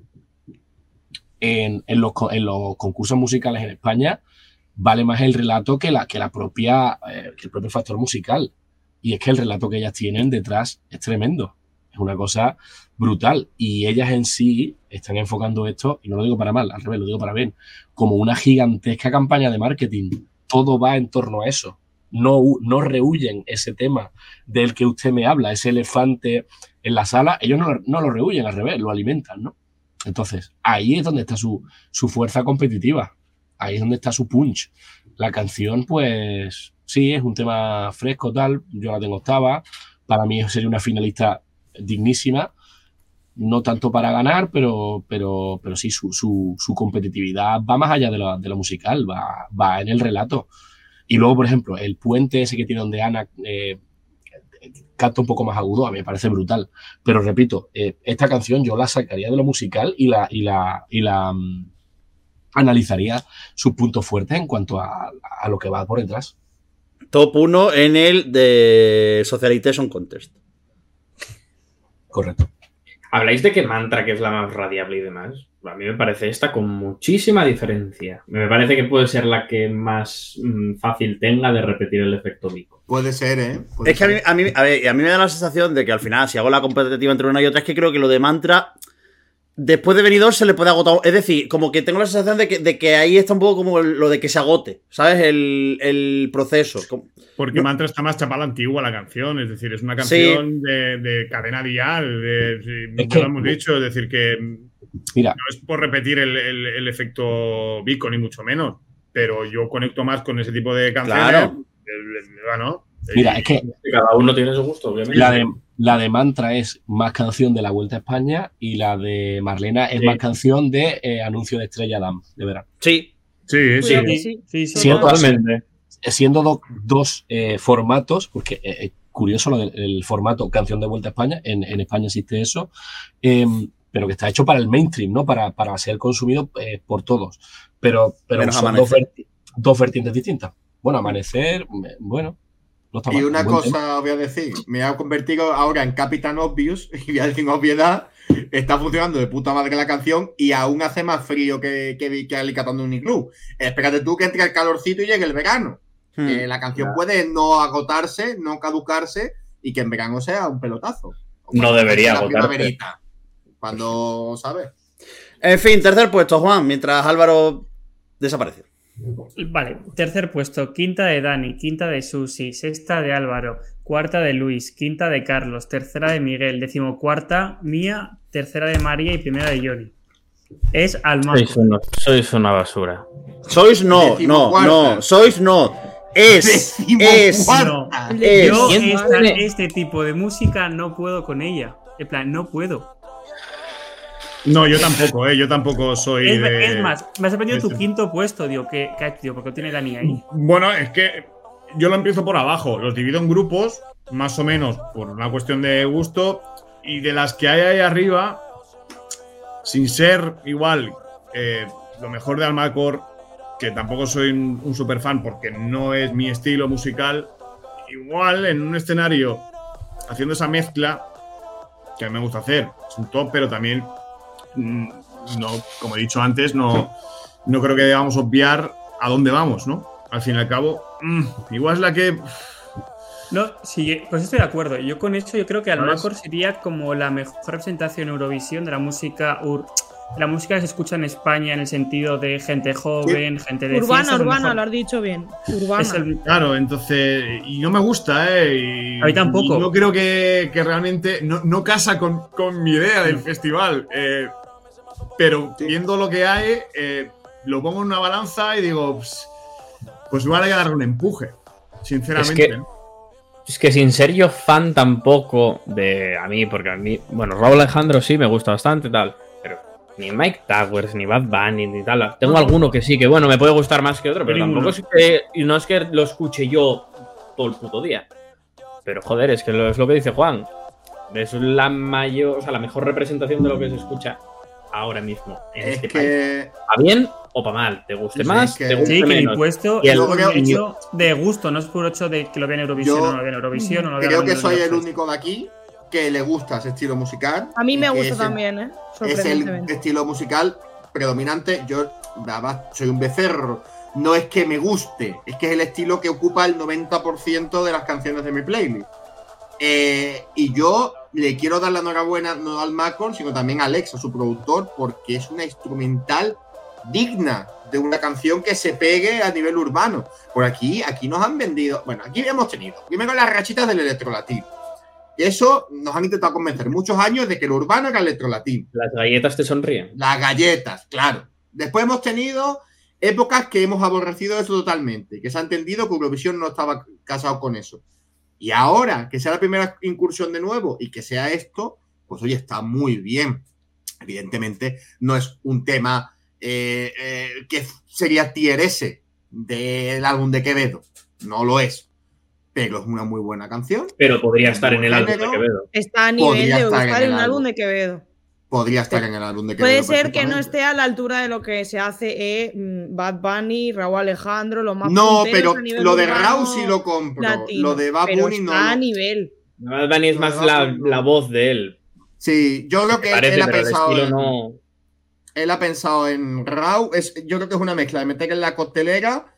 En, en, los, co- en los concursos musicales en España vale más el relato que, la, que, la propia, eh, que el propio factor musical. Y es que el relato que ellas tienen detrás es tremendo. Es una cosa brutal. Y ellas en sí están enfocando esto, y no lo digo para mal, al revés, lo digo para bien, como una gigantesca campaña de marketing. Todo va en torno a eso. No, hu- no rehuyen ese tema del que usted me habla, ese elefante en la sala. Ellos no, lo- no lo rehuyen, al revés, lo alimentan, ¿no? Entonces, ahí es donde está su, su fuerza competitiva. Ahí es donde está su punch. La canción, pues, sí, es un tema fresco, tal. Yo la tengo octava. Para mí sería una finalista dignísima. No tanto para ganar, pero, pero, pero sí, su, su, su competitividad va más allá de lo, de lo musical, va, va en el relato. Y luego, por ejemplo, el puente ese que tiene donde Ana eh, canta un poco más agudo, a mí me parece brutal. Pero repito, eh, esta canción yo la sacaría de lo musical y la, y la, y la mm, analizaría sus puntos fuertes en cuanto a, a lo que va por detrás. Top uno en el de Socialization Contest. Correcto. Habláis de que Mantra, que es la más radiable y demás. A mí me parece esta con muchísima diferencia. Me parece que puede ser la que más mm, fácil tenga de repetir el efecto Vico. Puede ser, ¿eh? Puede Es que a mí, ser. a, mí, a, ver, a mí me da la sensación de que al final, si hago la competitiva entre una y otra, es que creo que lo de Mantra, después de Benidorm se le puede agotar. Es decir, como que tengo la sensación de que, de que ahí está un poco como lo de que se agote, ¿sabes? El, el proceso. Como- Porque No. Mantra está más chapada antigua la canción, es decir, es una canción de, de cadena dial, de, sí, Es ya que- lo hemos dicho, es decir, que Mira, no es por repetir el, el- el efecto Vico, ni mucho menos, pero yo conecto más con ese tipo de canciones. Claro. el- el- bueno, mira, y- es que Cada uno tiene su gusto, obviamente. la de, la de Mantra es más canción de la Vuelta a España y la de Marlena es Sí. más canción de eh, anuncio de Estrella Damm, de verano. Sí. Sí, sí. Cuidado que Sí, sí. sí, sí. Sí, Totalmente. Siendo do- dos eh, formatos, porque eh, es curioso lo del el formato canción de Vuelta a España, en, en España existe eso, eh, pero que está hecho para el mainstream, ¿no? Para, para ser consumido eh, por todos. Pero, pero Menos son dos, Amanecer. verti- dos vertientes distintas. Bueno, Amanecer, eh, bueno, no está Y mal. una Buen tema. cosa voy a decir, me he convertido ahora en Capitán Obvious y voy a decir una obviedad, está funcionando de puta madre la canción y aún hace más frío que, que, que Alicatando un iglú. Espérate tú que entre el calorcito y llegue el verano. Hmm. Que la canción puede no agotarse, no caducarse y que en verano sea un pelotazo. O No cuando debería la agotarse. primaverita. Cuando, ¿sabes? En fin, tercer puesto, Juan, mientras Álvaro desaparece. Vale, tercer puesto, quinta de Dani, quinta de Susi, sexta de Álvaro, cuarta de Luis, quinta de Carlos, tercera de Miguel, decimocuarta mía, tercera de María y primera de Johnny. Es al más. Sois una, sois una basura. Sois no, no, Decimocuarta. no, sois no. Es, es. Decimocuarta. No. Es. Yo ¿Quién esta- tiene? este tipo de música no puedo con ella. En plan, no puedo. No, yo tampoco, ¿eh? Yo tampoco soy Es, de... es más, me ha sorprendido tu de- quinto puesto, digo, ¿qué, qué, tío, ¿por qué tiene Dani ahí? Bueno, es que yo lo empiezo por abajo. Los divido en grupos, más o menos por una cuestión de gusto. Y de las que hay ahí arriba, sin ser igual eh, lo mejor de Almacor, que tampoco soy un, un super fan porque no es mi estilo musical, igual en un escenario haciendo esa mezcla que a mí me gusta hacer. Es un top, pero también, mm, no, como he dicho antes, no, no creo que debamos obviar a dónde vamos, ¿no? Al fin y al cabo, mm, igual es la que... No, sí, pues estoy de acuerdo. Yo con eso yo creo que ¿Sabes? Almacor sería como la mejor representación en Eurovisión de la música ur la música que se escucha en España en el sentido de gente joven, gente de Urbana, fiesta, es lo urbana, mejor. lo has dicho bien. Urbana. Es el- Claro, entonces, y no me gusta, ¿eh? Y, A mí tampoco. y no creo que, que realmente, no, no casa con, con mi idea del festival. eh, pero viendo lo que hay, eh, lo pongo en una balanza y digo, pues, pues igual hay que darle un empuje, sinceramente. Es que- Es que sin ser yo fan tampoco de a mí, porque a mí, bueno, Raúl Alejandro sí me gusta bastante, tal, pero ni Mike Towers, ni Bad Bunny, ni tal. Tengo alguno que sí, que bueno, me puede gustar más que otro, pero Ninguno. tampoco es que, y no es que lo escuche yo todo el puto día. Pero joder, es que lo, es lo que dice Juan. Es la mayor, o sea, la mejor representación de lo que se escucha ahora mismo en Es este país. que ¿Va bien o para mal? ¿Te guste Sí, más? es que- ¿Te guste Sí, que el menos? impuesto Y el- es Yo por creo- un hecho de gusto, no es por hecho de que lo vean en Eurovisión Yo o no lo vean en Eurovisión o no lo vean creo en que el soy el Eurofest. único de aquí que le gusta ese estilo musical. A mí y me que gusta es el- también, ¿eh? Es el Sorprendentemente. estilo musical predominante. Yo, además, soy un becerro. No es que me guste, es que es el estilo que ocupa el noventa por ciento de las canciones de mi playlist. Eh, y yo le quiero dar la enhorabuena no al Macon, sino también a Alex, a su productor, porque es una instrumental digna de una canción que se pegue a nivel urbano. Por aquí, aquí nos han vendido. Bueno, aquí hemos tenido primero las rachitas del electrolatino. Eso nos han intentado convencer muchos años de que lo urbano era electrolatino. Las galletas te sonríen. Las galletas, claro. Después hemos tenido épocas que hemos aborrecido eso totalmente, que se ha entendido que Eurovisión no estaba casado con eso. Y ahora, que sea la primera incursión de nuevo y que sea esto, pues oye, está muy bien. Evidentemente, no es un tema eh, eh, que sería tier S del álbum de Quevedo. No lo es. Pero es una muy buena canción. Pero podría estar en el álbum de Género. Quevedo. Está a nivel Podría de estar estar en en el un álbum álbum. de Quevedo. Podría estar en el álbum de Quevedo. Puede ser que no perfectamente. esté a la altura de lo que se hace en Bad Bunny, Raúl Alejandro, lo más No, punteros pero a nivel lo de urbano Raúl sí lo compro. latino, Lo de Bad pero Bunny no. está a lo- nivel. Bad Bunny es Lo más de la, Bad Bunny no. la voz de él. Sí, yo creo que él, Parece, él ha pero el pensado estilo en, no. él ha pensado en Raúl. Es, yo creo que es una mezcla de meter en la costelera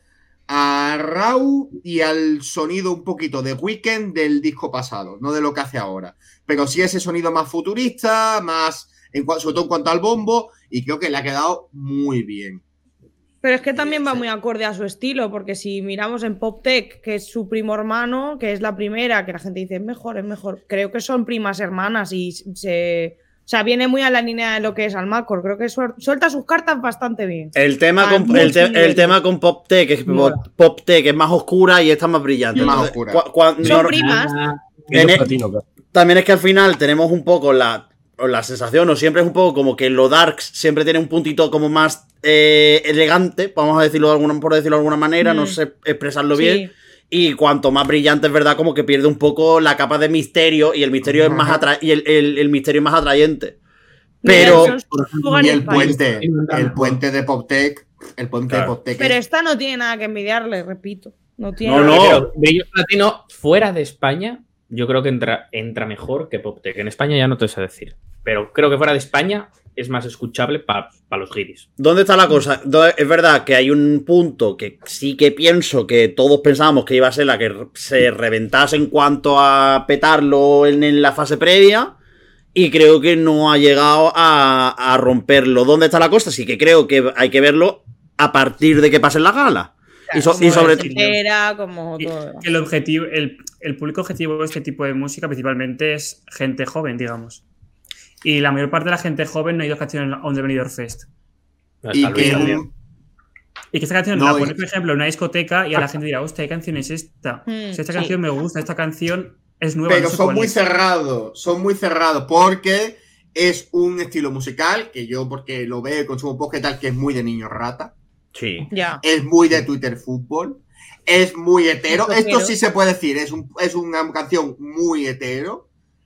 a Raúl y al sonido un poquito de Weekend del disco pasado, no de lo que hace ahora. Pero sí ese sonido más futurista, más en, cua- sobre todo en cuanto al bombo, y creo que le ha quedado muy bien. Pero es que también va Sí. muy acorde a su estilo, porque si miramos en Pop Tech, que es su primo hermano, que es la primera, que la gente dice es mejor, es mejor. Creo que son primas hermanas y se. O sea, viene muy a la línea de lo que es Almacor. Creo que suel- suelta sus cartas bastante bien. El tema, Ah, con, mucho el, te- nivel. el tema con Pop Tech es Mola. Pop Tech es más oscura y esta más brillante. Más Entonces, oscura. cua- cua- Son no- primas. En Menos e- platino, claro. También es que al final tenemos un poco la, o la sensación, o siempre es un poco como que lo darks siempre tiene un puntito como más eh, elegante, vamos a decirlo de alguna, por decirlo de alguna manera, Mm. no sé expresarlo Sí. bien. Y cuanto más brillante es verdad, como que pierde un poco la capa de misterio y el misterio es más atra y el, el- el misterio es más atrayente. Pero Son sus slogan Y el en país. puente, el puente de PopTech, el puente Claro. de PopTech. Pero es- esta no tiene nada que envidiarle, repito. No tiene No, nada no. que- Pero Brillo Platino, fuera de España, yo creo que entra, entra mejor que PopTech. En España ya no te sé decir. Pero creo que fuera de España es más escuchable para los guiris. ¿dónde está la cosa? Do- Es verdad que hay un punto que sí que pienso que todos pensábamos que iba a ser la que se reventase en cuanto a petarlo en, en la fase previa. Y creo que no ha llegado a, a romperlo. ¿Dónde está la cosa? Sí que creo que hay que verlo a partir de que pase la gala. Y, so- Como y sobre todo. decir, era como Y todo. el objetivo, el, el público objetivo de este tipo de música principalmente es gente joven, digamos. Y la mayor parte de la gente joven no ha ido a canciones on the Benidorm Fest. y Hasta que Luis un- también. Y que esta canción No, la y- pones, por ejemplo, en una discoteca y a la gente dirá, hostia, ¿qué canción es esta? Mm, Si esta sí. canción me gusta, esta canción es nueva. Pero no sé son cuál muy es". cerrados, son muy cerrados, porque Es un estilo musical que yo, porque lo veo y consumo poco y tal, que es muy de niño rata. Sí. Ya. Es muy de Twitter fútbol. Es muy hetero. Mucho Esto hetero. sí se puede decir. Es, un, es una canción muy hetero.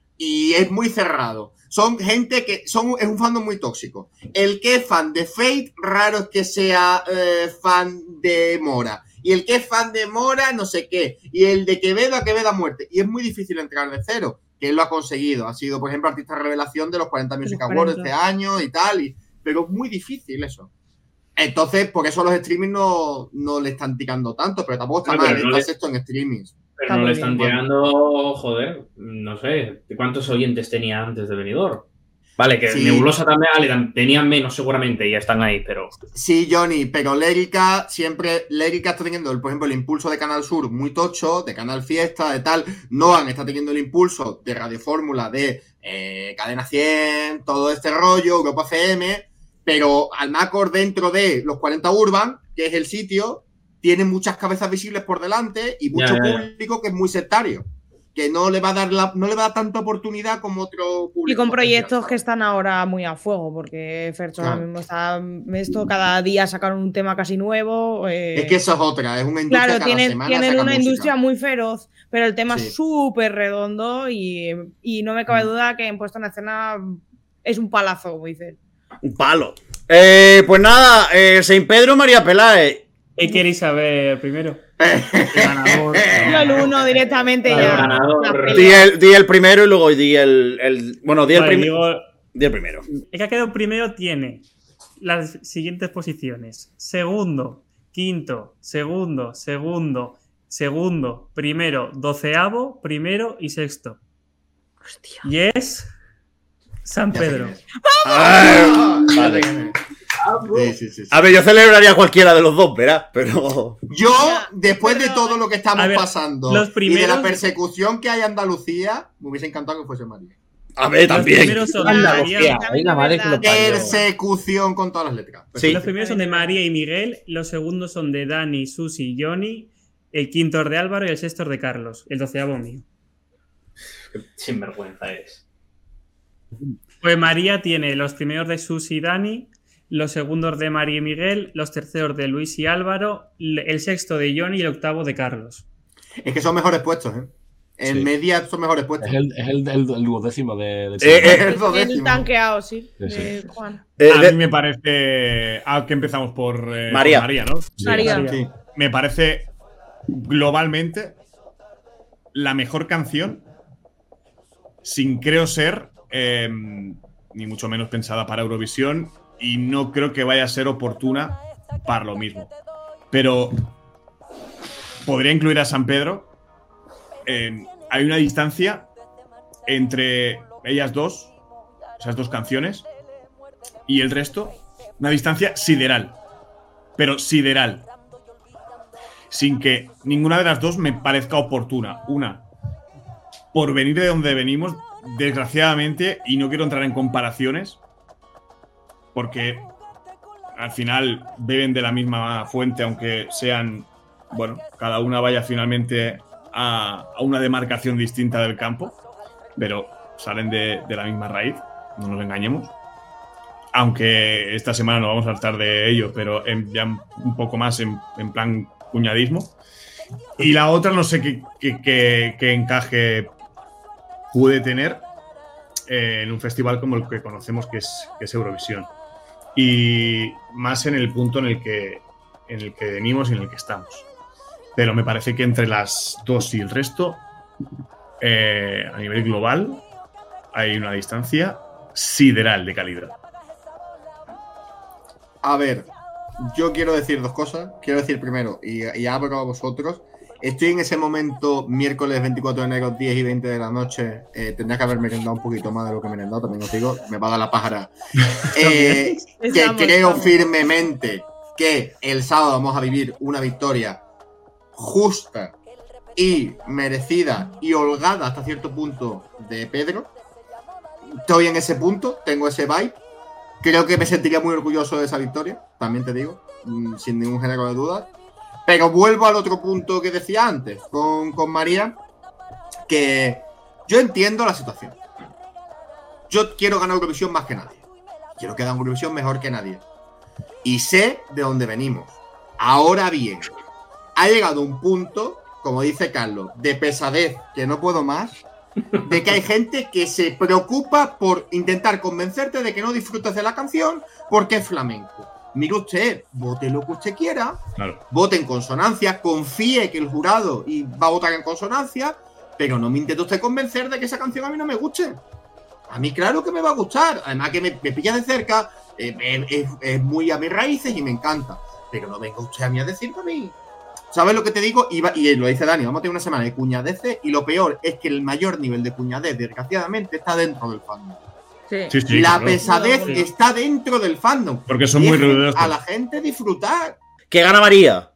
Y es muy cerrado. Son gente que... son es un fandom muy tóxico. El que es fan de Fate, raro es que sea eh, fan de Mora. Y el que es fan de Mora, no sé qué. Y el de Quevedo a Quevedo a muerte. Y es muy difícil entrar de cero. Que él lo ha conseguido. Ha sido, por ejemplo, artista revelación de los cuarenta Music los Awards cuarenta. este año y tal. Y, pero es muy difícil eso. Entonces, por eso los streamings no, no le están tirando tanto. Pero tampoco está No, mal. pero no Está le- sexto en streamings. Pero Está no muy le están bien. tirando, joder, no sé, ¿cuántos oyentes tenía antes de Benidorm? Vale, que Sí. Nebulosa también vale, tenían menos seguramente y ya están ahí, pero... Sí, Johnny, pero Lérica siempre, Lérica está teniendo, por ejemplo, el impulso de Canal Sur muy tocho, de Canal Fiesta, de tal. Noan está teniendo el impulso de Radio Fórmula, de eh, Cadena cien, todo este rollo, Europa F M, pero Almacor dentro de los cuarenta Urban, que es el sitio, tiene muchas cabezas visibles por delante y mucho Ya, ya, ya. público que es muy sectario, que no le va a dar la, no le va a dar tanta oportunidad como otro público. Y con proyectos potencial, que están ahora muy a fuego, porque Fercho ahora Claro. mismo está. Esto cada día sacaron un tema casi nuevo. eh, Es que eso es otra, es una industria Claro, cada tienen, semana tienen saca una música. industria muy feroz, pero el tema Sí. es súper redondo y, y no me cabe Mm. duda que en puesta en escena es un palazo, como dicen. Un palo. Eh, pues nada, eh, Saint Pedro, María Peláez. ¿Qué queréis saber primero? El ganador. Yo el uno directamente El ya. ganador. la pelea. Di el, di el primero y luego di el. el- bueno, di el, Vale, prim- digo, di el primero. el que ha quedado primero tiene las siguientes posiciones: segundo, quinto, segundo, segundo, segundo, primero, doceavo, primero y sexto. Hostia. Y es San Ya sé Pedro. quién es. Ah, Ya sé vale. quién es. Sí, sí, sí, sí. A ver, yo celebraría cualquiera de los dos, verás, pero. Yo, después de Pero- todo lo que estamos A ver, pasando los y de primeros- la persecución que hay en Andalucía, me hubiese encantado que fuese María. A ver, Los también. primeros son de Andalucía, María, También ahí la es madre que lo verdad. parió. Persecución con todas las letras. Sí. los primeros son de María y Miguel, los segundos son de Dani, Susi y Johnny, el quinto es de Álvaro y el sexto es de Carlos, el doceavo mío. Qué sinvergüenza es. Pues María tiene los primeros de Susi y Dani, los segundos de María y Miguel, los terceros de Luis y Álvaro, el sexto de Johnny y el octavo de Carlos. Es que son mejores puestos, ¿eh? En Sí. media son mejores puestos. Es el, es el, el, el duodécimo de, de Eh, eh, Es el El duodécimo. tanqueado, sí. Sí, sí. de Juan. Eh, A de- mí me parece. Ah, que empezamos por, eh, María. por María, ¿no? Sí. María. María. Sí. Me parece globalmente la mejor canción, sin creo ser eh, ni mucho menos pensada para Eurovisión, y no creo que vaya a ser oportuna para lo mismo. Pero podría incluir a San Pedro. Eh, hay una distancia entre ellas dos, esas dos canciones, y el resto, una distancia sideral. Pero sideral. Sin que ninguna de las dos me parezca oportuna. Una, por venir de donde venimos, desgraciadamente, y no quiero entrar en comparaciones, porque al final beben de la misma fuente, aunque sean, bueno, cada una vaya finalmente a, a una demarcación distinta del campo, pero salen de, de la misma raíz, no nos engañemos. Aunque esta semana no vamos a hablar de ello, pero en, ya un poco más en, en plan cuñadismo. Y la otra no sé qué, qué, qué, qué encaje puede tener eh, en un festival como el que conocemos, que es, que es Eurovisión. Y más en el punto en el que, en el que venimos y en el que estamos. Pero me parece que entre las dos y el resto, eh, a nivel global, hay una distancia sideral de calidad. A ver, yo quiero decir dos cosas. Quiero decir primero, y, y abro a vosotros. Estoy en ese momento, miércoles veinticuatro de enero, diez y veinte de la noche. Eh, tendría que haber merendado un poquito más de lo que he merendado, también os digo, me va a dar la pájara. Eh, que Estamos, creo estamos. firmemente que el sábado vamos a vivir una victoria justa y merecida y holgada hasta cierto punto de Pedro. Estoy en ese punto, tengo ese vibe. Creo que me sentiría muy orgulloso de esa victoria, también te digo, mm, sin ningún género de dudas. Pero vuelvo al otro punto que decía antes, con, con María, que yo entiendo la situación. yo quiero ganar Eurovisión más que nadie. Quiero quedar en Eurovisión mejor que nadie. Y sé de dónde venimos. Ahora bien, ha llegado un punto, como dice Carlos, de pesadez que no puedo más, de que hay gente que se preocupa por intentar convencerte de que no disfrutas de la canción porque es flamenco. Mire usted, vote lo que usted quiera, Claro. vote en consonancia, confíe que el jurado y va a votar en consonancia, pero no me intente usted convencer de que esa canción a mí no me guste. A mí claro que me va a gustar, además que me, me pilla de cerca, eh, eh, es, es muy a mis raíces y me encanta, pero no venga usted a mí a decirme a mí. ¿Sabes lo que te digo? Y, va, y lo dice Dani, vamos a tener una semana de cuñadeces y lo peor es que el mayor nivel de cuñadez, desgraciadamente, está dentro del fandom. Sí. Sí, sí, la claro. pesadez Sí. está dentro del fandom. Porque son muy Dejen ruidosos. a la gente disfrutar. ¿Qué gana María?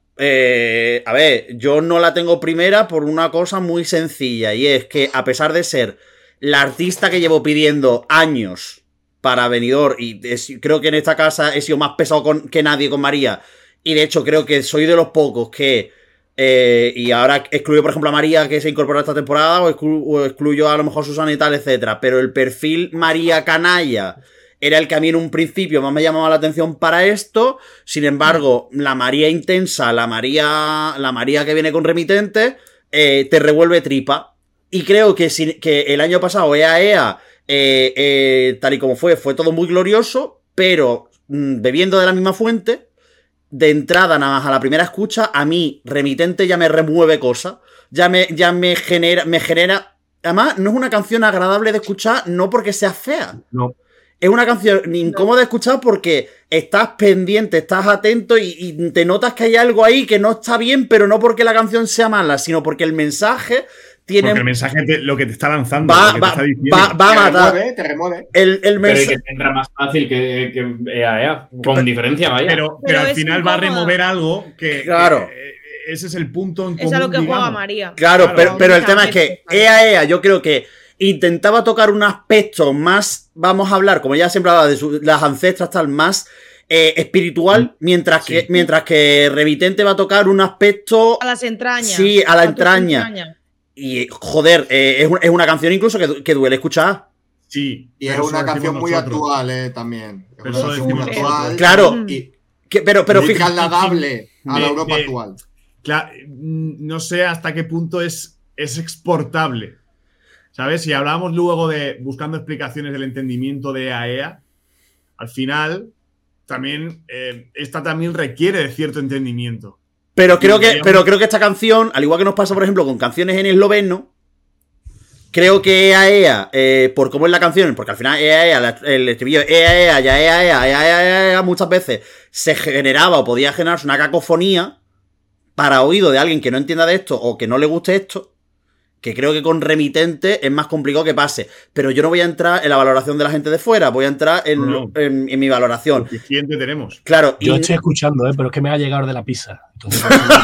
Eh, a ver, yo no la tengo primera por una cosa muy sencilla, y es que a pesar de ser la artista que llevo pidiendo años para Benidorm, y es, creo que en esta casa he sido más pesado con, que nadie con María, y de hecho creo que soy de los pocos que, eh, y ahora excluyo por ejemplo a María que se incorporó esta temporada, o, exclu, o excluyo a lo mejor a Susana y tal, etcétera, pero el perfil María Canalla era el que a mí en un principio más me llamaba la atención para esto. Sin embargo, la María intensa, la María, la María que viene con remitente, eh, te revuelve tripa. Y creo que, si, que el año pasado E A E A, eh, eh, tal y como fue, fue todo muy glorioso, pero mmm, bebiendo de la misma fuente, de entrada nada más a la primera escucha, a mí remitente ya me remueve cosas, ya me, ya me genera, me genera... Además, no es una canción agradable de escuchar, no porque sea fea. No. Es una canción incómoda de escuchar porque estás pendiente, estás atento y, y te notas que hay algo ahí que no está bien, pero no porque la canción sea mala, sino porque el mensaje tiene... Porque el mensaje te, lo que te está lanzando, va, lo que va, te está diciendo. va, va a Te matar. remueve, te remueve. El, el Pero mensaje... que te entra más fácil que, que E A E A, con diferencia, vaya. Pero, pero, Pero al es final va a incómoda. remover algo que, Claro. que, eh, ese es el punto en común, Es a lo que juega digamos. María. Claro, Claro, pero, pero el muchas tema es que veces, E A E A yo creo que intentaba tocar un aspecto más, vamos a hablar, como ya siempre hablaba de su, las ancestras tal, más eh, espiritual, mientras Sí. que mientras que Remitente va a tocar un aspecto... A las entrañas. Sí, a la tus entraña. entrañas. Y, joder, eh, es, un- es una canción incluso que, que duele escuchar. Sí. Y es pero eso una decimos canción muy nosotros. actual, eh, también. Es Pero una eso canción muy decimos actual. nosotros. Claro. Y Que, pero, pero muy fíjate... trasladable a la Me- Europa me- actual. Claro, no sé hasta qué punto es, es exportable. ¿Sabes? Si hablábamos luego de buscando explicaciones del entendimiento de E A E A, al final también eh, esta también requiere de cierto entendimiento. Pero creo, Y que, digamos- pero creo que esta canción, al igual que nos pasa, por ejemplo, con canciones en esloveno, creo que E A E A, eh, por cómo es la canción, porque al final E A E A, la- el estribillo E A E A, ya E A E A, E A E A, E A E A, muchas veces se generaba o podía generarse una cacofonía para oído de alguien que no entienda de esto o que no le guste esto, que creo que con Remitente es más complicado que pase. Pero yo no voy a entrar en la valoración de la gente de fuera, voy a entrar en, No. en, en mi valoración. Suficiente tenemos. Claro, Yo y- estoy escuchando, ¿eh? Pero es que me ha llegado de la pizza. Entonces,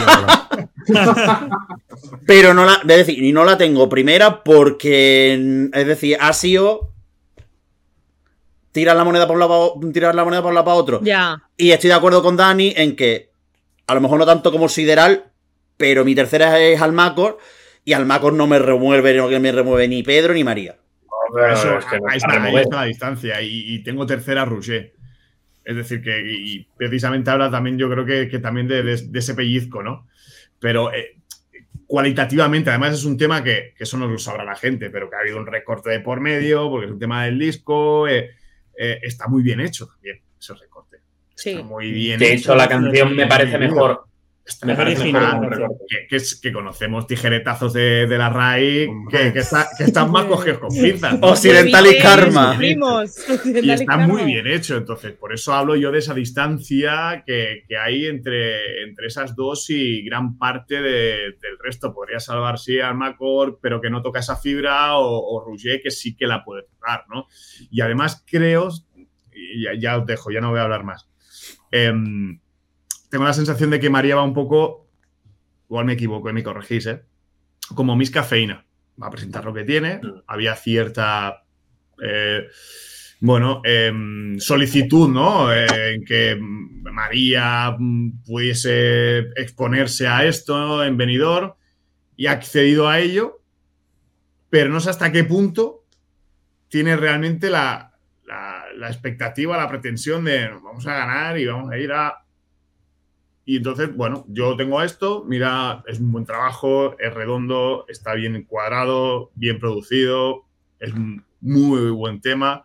pero no la, es decir, y no la tengo primera porque, es decir, ha sido tirar la moneda por un lado, pa- tirar la moneda por un lado para otro. Ya. Y estoy de acuerdo con Dani en que, a lo mejor no tanto como Sideral, pero mi tercera es Almacor, y Almacor no me remueve, no que me remueve ni Pedro ni María. Pero Eso, es que no ahí, está está, ahí remover. está la distancia. Y, y tengo tercera Rouget. Es decir, que y precisamente habla también, yo creo que, que también de, de- de ese pellizco, ¿no? Pero eh, cualitativamente, además es un tema que, que eso no lo sabrá la gente, pero que ha habido un recorte de por medio, porque es un tema del disco. eh, eh, está muy bien hecho también ese recorte. Sí. Está muy bien De hecho. hecho, la canción me parece mejor. Está Me Es parece original, mejor. la como canción. recorte. que, que, es- que conocemos tijeretazos de, de la R A I Hombre. que, que, está- que están más cogidos con pinzas. ¿no? Occidental y Bien, Karma. sufrimos. Y Occidental y está Karma. muy bien hecho, entonces por eso hablo yo de esa distancia que, que hay entre, entre esas dos y gran parte de- del resto. Podría salvar, sí, Almacor, pero que no toca esa fibra, o, o Rouget, que sí que la puede tocar, ¿no? Y además creo, y ya, ya os dejo, ya no voy a hablar más. Em, tengo la sensación de que María va un poco, igual me equivoco y me corregís, ¿eh? Como Miss Cafeína. Va a presentar lo que tiene. Había cierta, eh, bueno, em, solicitud, ¿no? Eh, en que María mm, pudiese exponerse a esto en Benidorm y ha accedido a ello, pero no sé hasta qué punto tiene realmente la, la, la expectativa, la pretensión de vamos a ganar y vamos a ir a... Y entonces, bueno, yo tengo esto, mira, es un buen trabajo, es redondo, está bien cuadrado, bien producido, es un muy buen tema,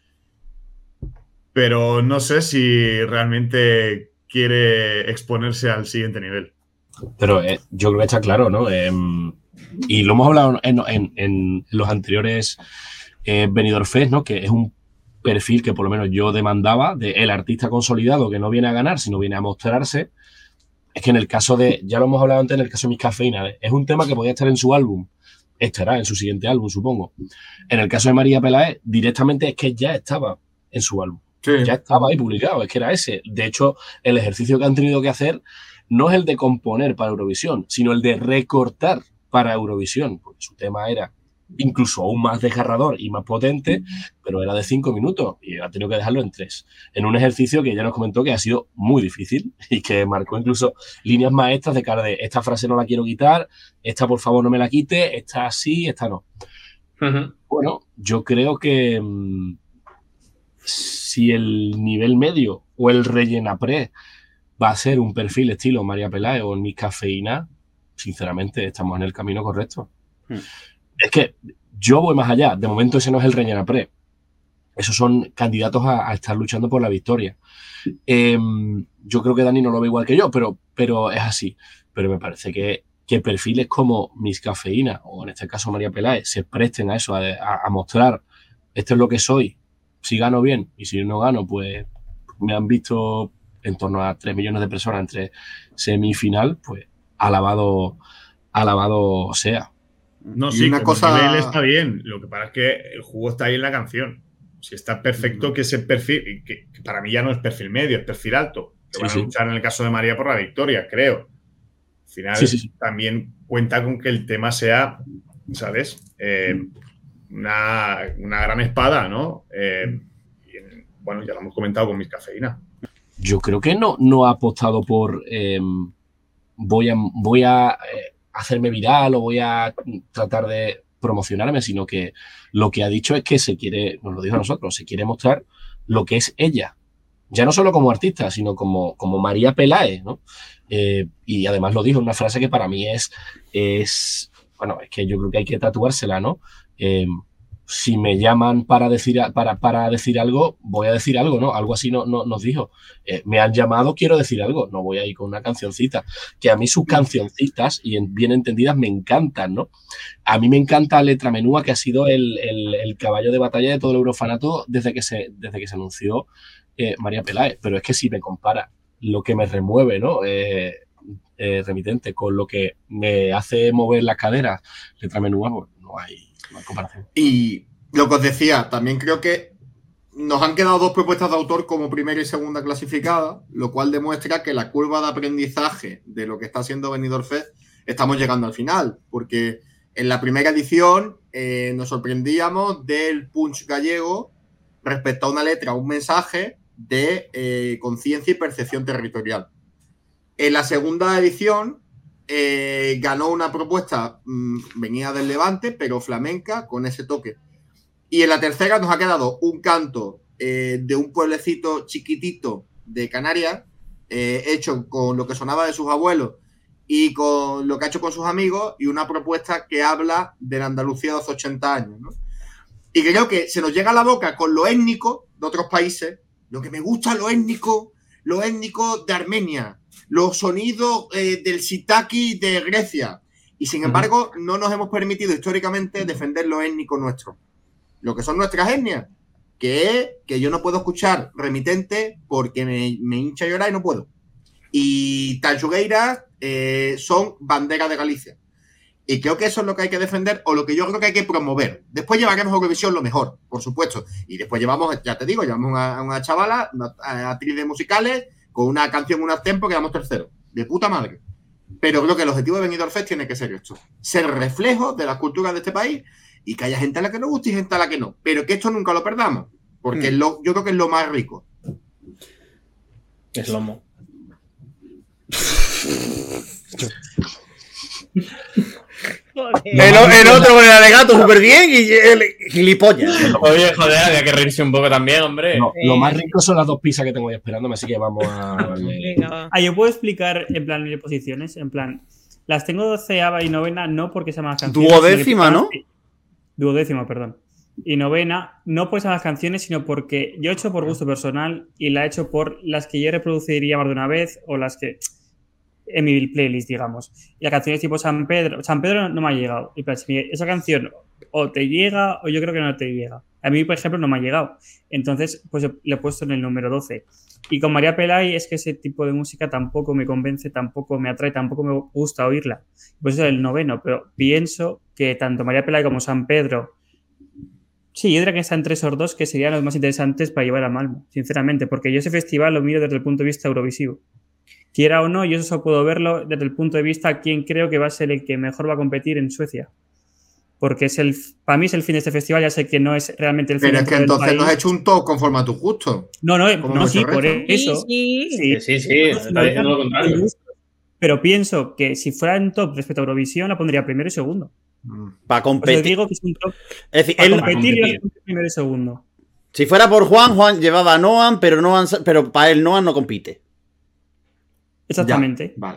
pero no sé si realmente quiere exponerse al siguiente nivel. Pero eh, yo creo que está claro, ¿no? Eh, y lo hemos hablado en, en, en los anteriores eh, Benidorm Fest, ¿no? Que es un perfil que por lo menos yo demandaba de el artista consolidado que no viene a ganar, sino viene a mostrarse. Es que en el caso de, ya lo hemos hablado antes, en el caso de Miss Cafeína, es un tema que podía estar en su álbum, estará en su siguiente álbum, supongo. En el caso de María Peláez, directamente es que ya estaba en su álbum. Sí. Ya estaba ahí publicado, es que era ese. De hecho, el ejercicio que han tenido que hacer no es el de componer para Eurovisión, sino el de recortar para Eurovisión, porque su tema era incluso aún más desgarrador y más potente, pero era de cinco minutos y ha tenido que dejarlo en tres. En un ejercicio que ya nos comentó que ha sido muy difícil y que marcó incluso líneas maestras de cara de esta frase no la quiero quitar, esta por favor no me la quite, esta sí, esta no. Uh-huh. Bueno, yo creo que mmm, si el nivel medio o el rellenapré va a ser un perfil estilo María Peláez o Miss Cafeína, sinceramente estamos en el camino correcto. Hmm. Es que yo voy más allá. De momento ese no es el rellenapré. Esos son candidatos a, a estar luchando por la victoria. Eh, yo creo que Dani no lo ve igual que yo, pero, pero es así. Pero me parece que, que perfiles como Miss Cafeína o en este caso María Peláez se presten a eso, a, a, a mostrar esto es lo que soy. Si gano bien y si no gano, pues me han visto en torno a tres millones de personas entre semifinal, pues alabado, alabado sea. No, sí, una cosa... nivel está bien. Lo que pasa es que el jugo está ahí en la canción. Si está perfecto, que ese perfil, que, que para mí ya no es perfil medio, es perfil alto. Que sí, van a luchar sí. en el caso de María por la victoria, creo. Al final sí, sí, sí. también cuenta con que el tema sea, ¿sabes? Eh, una, una gran espada, ¿no? Eh, y, bueno, ya lo hemos comentado con Miss Cafeína. Yo creo que no, no ha apostado por eh, voy a, voy a eh, hacerme viral o voy a tratar de promocionarme, sino que lo que ha dicho es que se quiere, nos lo dijo a nosotros, se quiere mostrar lo que es ella. Ya no solo como artista, sino como, como María Peláez, ¿no? Eh, y además lo dijo en una frase que para mí es, es, bueno, es que yo creo que hay que tatuársela, ¿no? Eh, si me llaman para decir, para, para decir algo, voy a decir algo, ¿no? Algo así no, no, nos dijo. Eh, me han llamado, quiero decir algo. No voy a ir con una cancioncita. Que a mí sus cancioncitas, y en, bien entendidas, me encantan, ¿no? A mí me encanta Letra Menúa, que ha sido el, el, el caballo de batalla de todo el Eurofanato desde que se, desde que se anunció eh, María Peláez. Pero es que si me compara lo que me remueve, ¿no? Eh, eh, remitente, con lo que me hace mover las caderas, Letra Menúa, pues no hay... Y lo que os decía, también creo que nos han quedado dos propuestas de autor como primera y segunda clasificada, lo cual demuestra que la curva de aprendizaje de lo que está haciendo Benidorm Fest estamos llegando al final, porque en la primera edición eh, nos sorprendíamos del punch gallego respecto a una letra, un mensaje de eh, conciencia y percepción territorial. En la segunda edición Eh, ganó una propuesta, mmm, venía del Levante, pero flamenca, con ese toque. Y en la tercera nos ha quedado un canto eh, de un pueblecito chiquitito de Canarias, eh, hecho con lo que sonaba de sus abuelos y con lo que ha hecho con sus amigos, y una propuesta que habla de la Andalucía de hace ochenta años, ¿no? Y creo que se nos llega a la boca con lo étnico de otros países, lo que me gusta lo étnico, lo étnico de Armenia, los sonidos eh, del sitaki de Grecia. Y sin embargo, uh-huh. no nos hemos permitido históricamente defender lo étnico nuestro. Lo que son nuestras etnias. Que es que yo no puedo escuchar remitente porque me, me hincha a llorar y no puedo. Y Tanchugueiras eh, son bandera de Galicia. Y creo que eso es lo que hay que defender o lo que yo creo que hay que promover. Después llevaremos a Eurovisión lo mejor, por supuesto. Y después llevamos, ya te digo, llevamos a una, una chavala, una, una actriz de musicales, con una canción, un tempo, quedamos tercero. De puta madre. Pero creo que el objetivo de Benidorm Fest tiene que ser esto. Ser reflejo de las culturas de este país y que haya gente a la que nos guste y gente a la que no. Pero que esto nunca lo perdamos. Porque mm. lo, yo creo que es lo más rico. Es lomo. El, el otro con el alegato súper bien y el gilipollas. Oye, joder, había que reírse un poco también, hombre. No, lo más rico son las dos pizzas que tengo ahí esperándome, así que vamos a. Venga, va. Ah, yo puedo explicar en plan mis posiciones, en plan, las tengo doceava y novena no porque sean más canciones. Duodécima, sino ¿no? que- Duodécima, perdón. Y novena, no por esas canciones, sino porque yo he hecho por gusto personal y la he hecho por las que yo reproduciría más de una vez o las que en mi playlist, digamos. Y las canciones tipo San Pedro, San Pedro no me ha llegado. Y pues, si esa canción o te llega o yo creo que no te llega. A mí, por ejemplo, no me ha llegado. Entonces, pues le he puesto en el número doce. Y con María Pelay es que ese tipo de música tampoco me convence, tampoco me atrae, tampoco me gusta oírla. Pues eso es el noveno, pero pienso que tanto María Pelay como San Pedro. Sí, yo diría que están entre esos dos que serían los más interesantes para llevar a Malmo, sinceramente, porque yo ese festival lo miro desde el punto de vista eurovisivo. Quiera o no, yo eso puedo verlo desde el punto de vista a quién creo que va a ser el que mejor va a competir en Suecia. Porque es el, para mí es el fin de este festival, ya sé que no es realmente el fin Pero es que del entonces país. no has hecho un top conforme a tu gusto. No, no, como no mucho sí, por resto. eso. Sí, sí. Sí, sí, sí, está diciendo lo contrario. Pero pienso que si fuera en top respecto a Eurovisión, la pondría primero y segundo. Mm. Para Os competir. digo que es un top Es decir, para él- competir y competir. la pondría primero y segundo. si fuera por Juan, Juan llevaba a Noam, pero, Noam, pero para él Noam no compite. Exactamente. Ya, vale.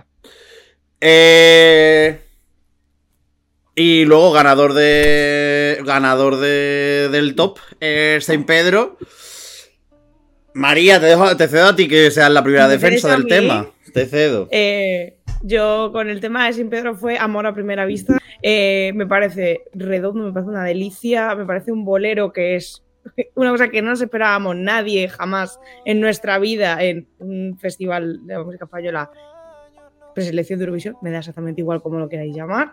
Eh, y luego ganador de ganador de, del top es Saint Pedro. María, te, dejo, te cedo a ti que seas la primera ¿Me defensa interesa del a mí? tema. Te cedo. Eh, yo con el tema de Sin Pedro fue amor a primera vista. Eh, me parece redondo, me parece una delicia, me parece un bolero que es una cosa que no nos esperábamos nadie jamás en nuestra vida en un festival de la música española, preselección de Eurovisión, me da exactamente igual como lo queráis llamar.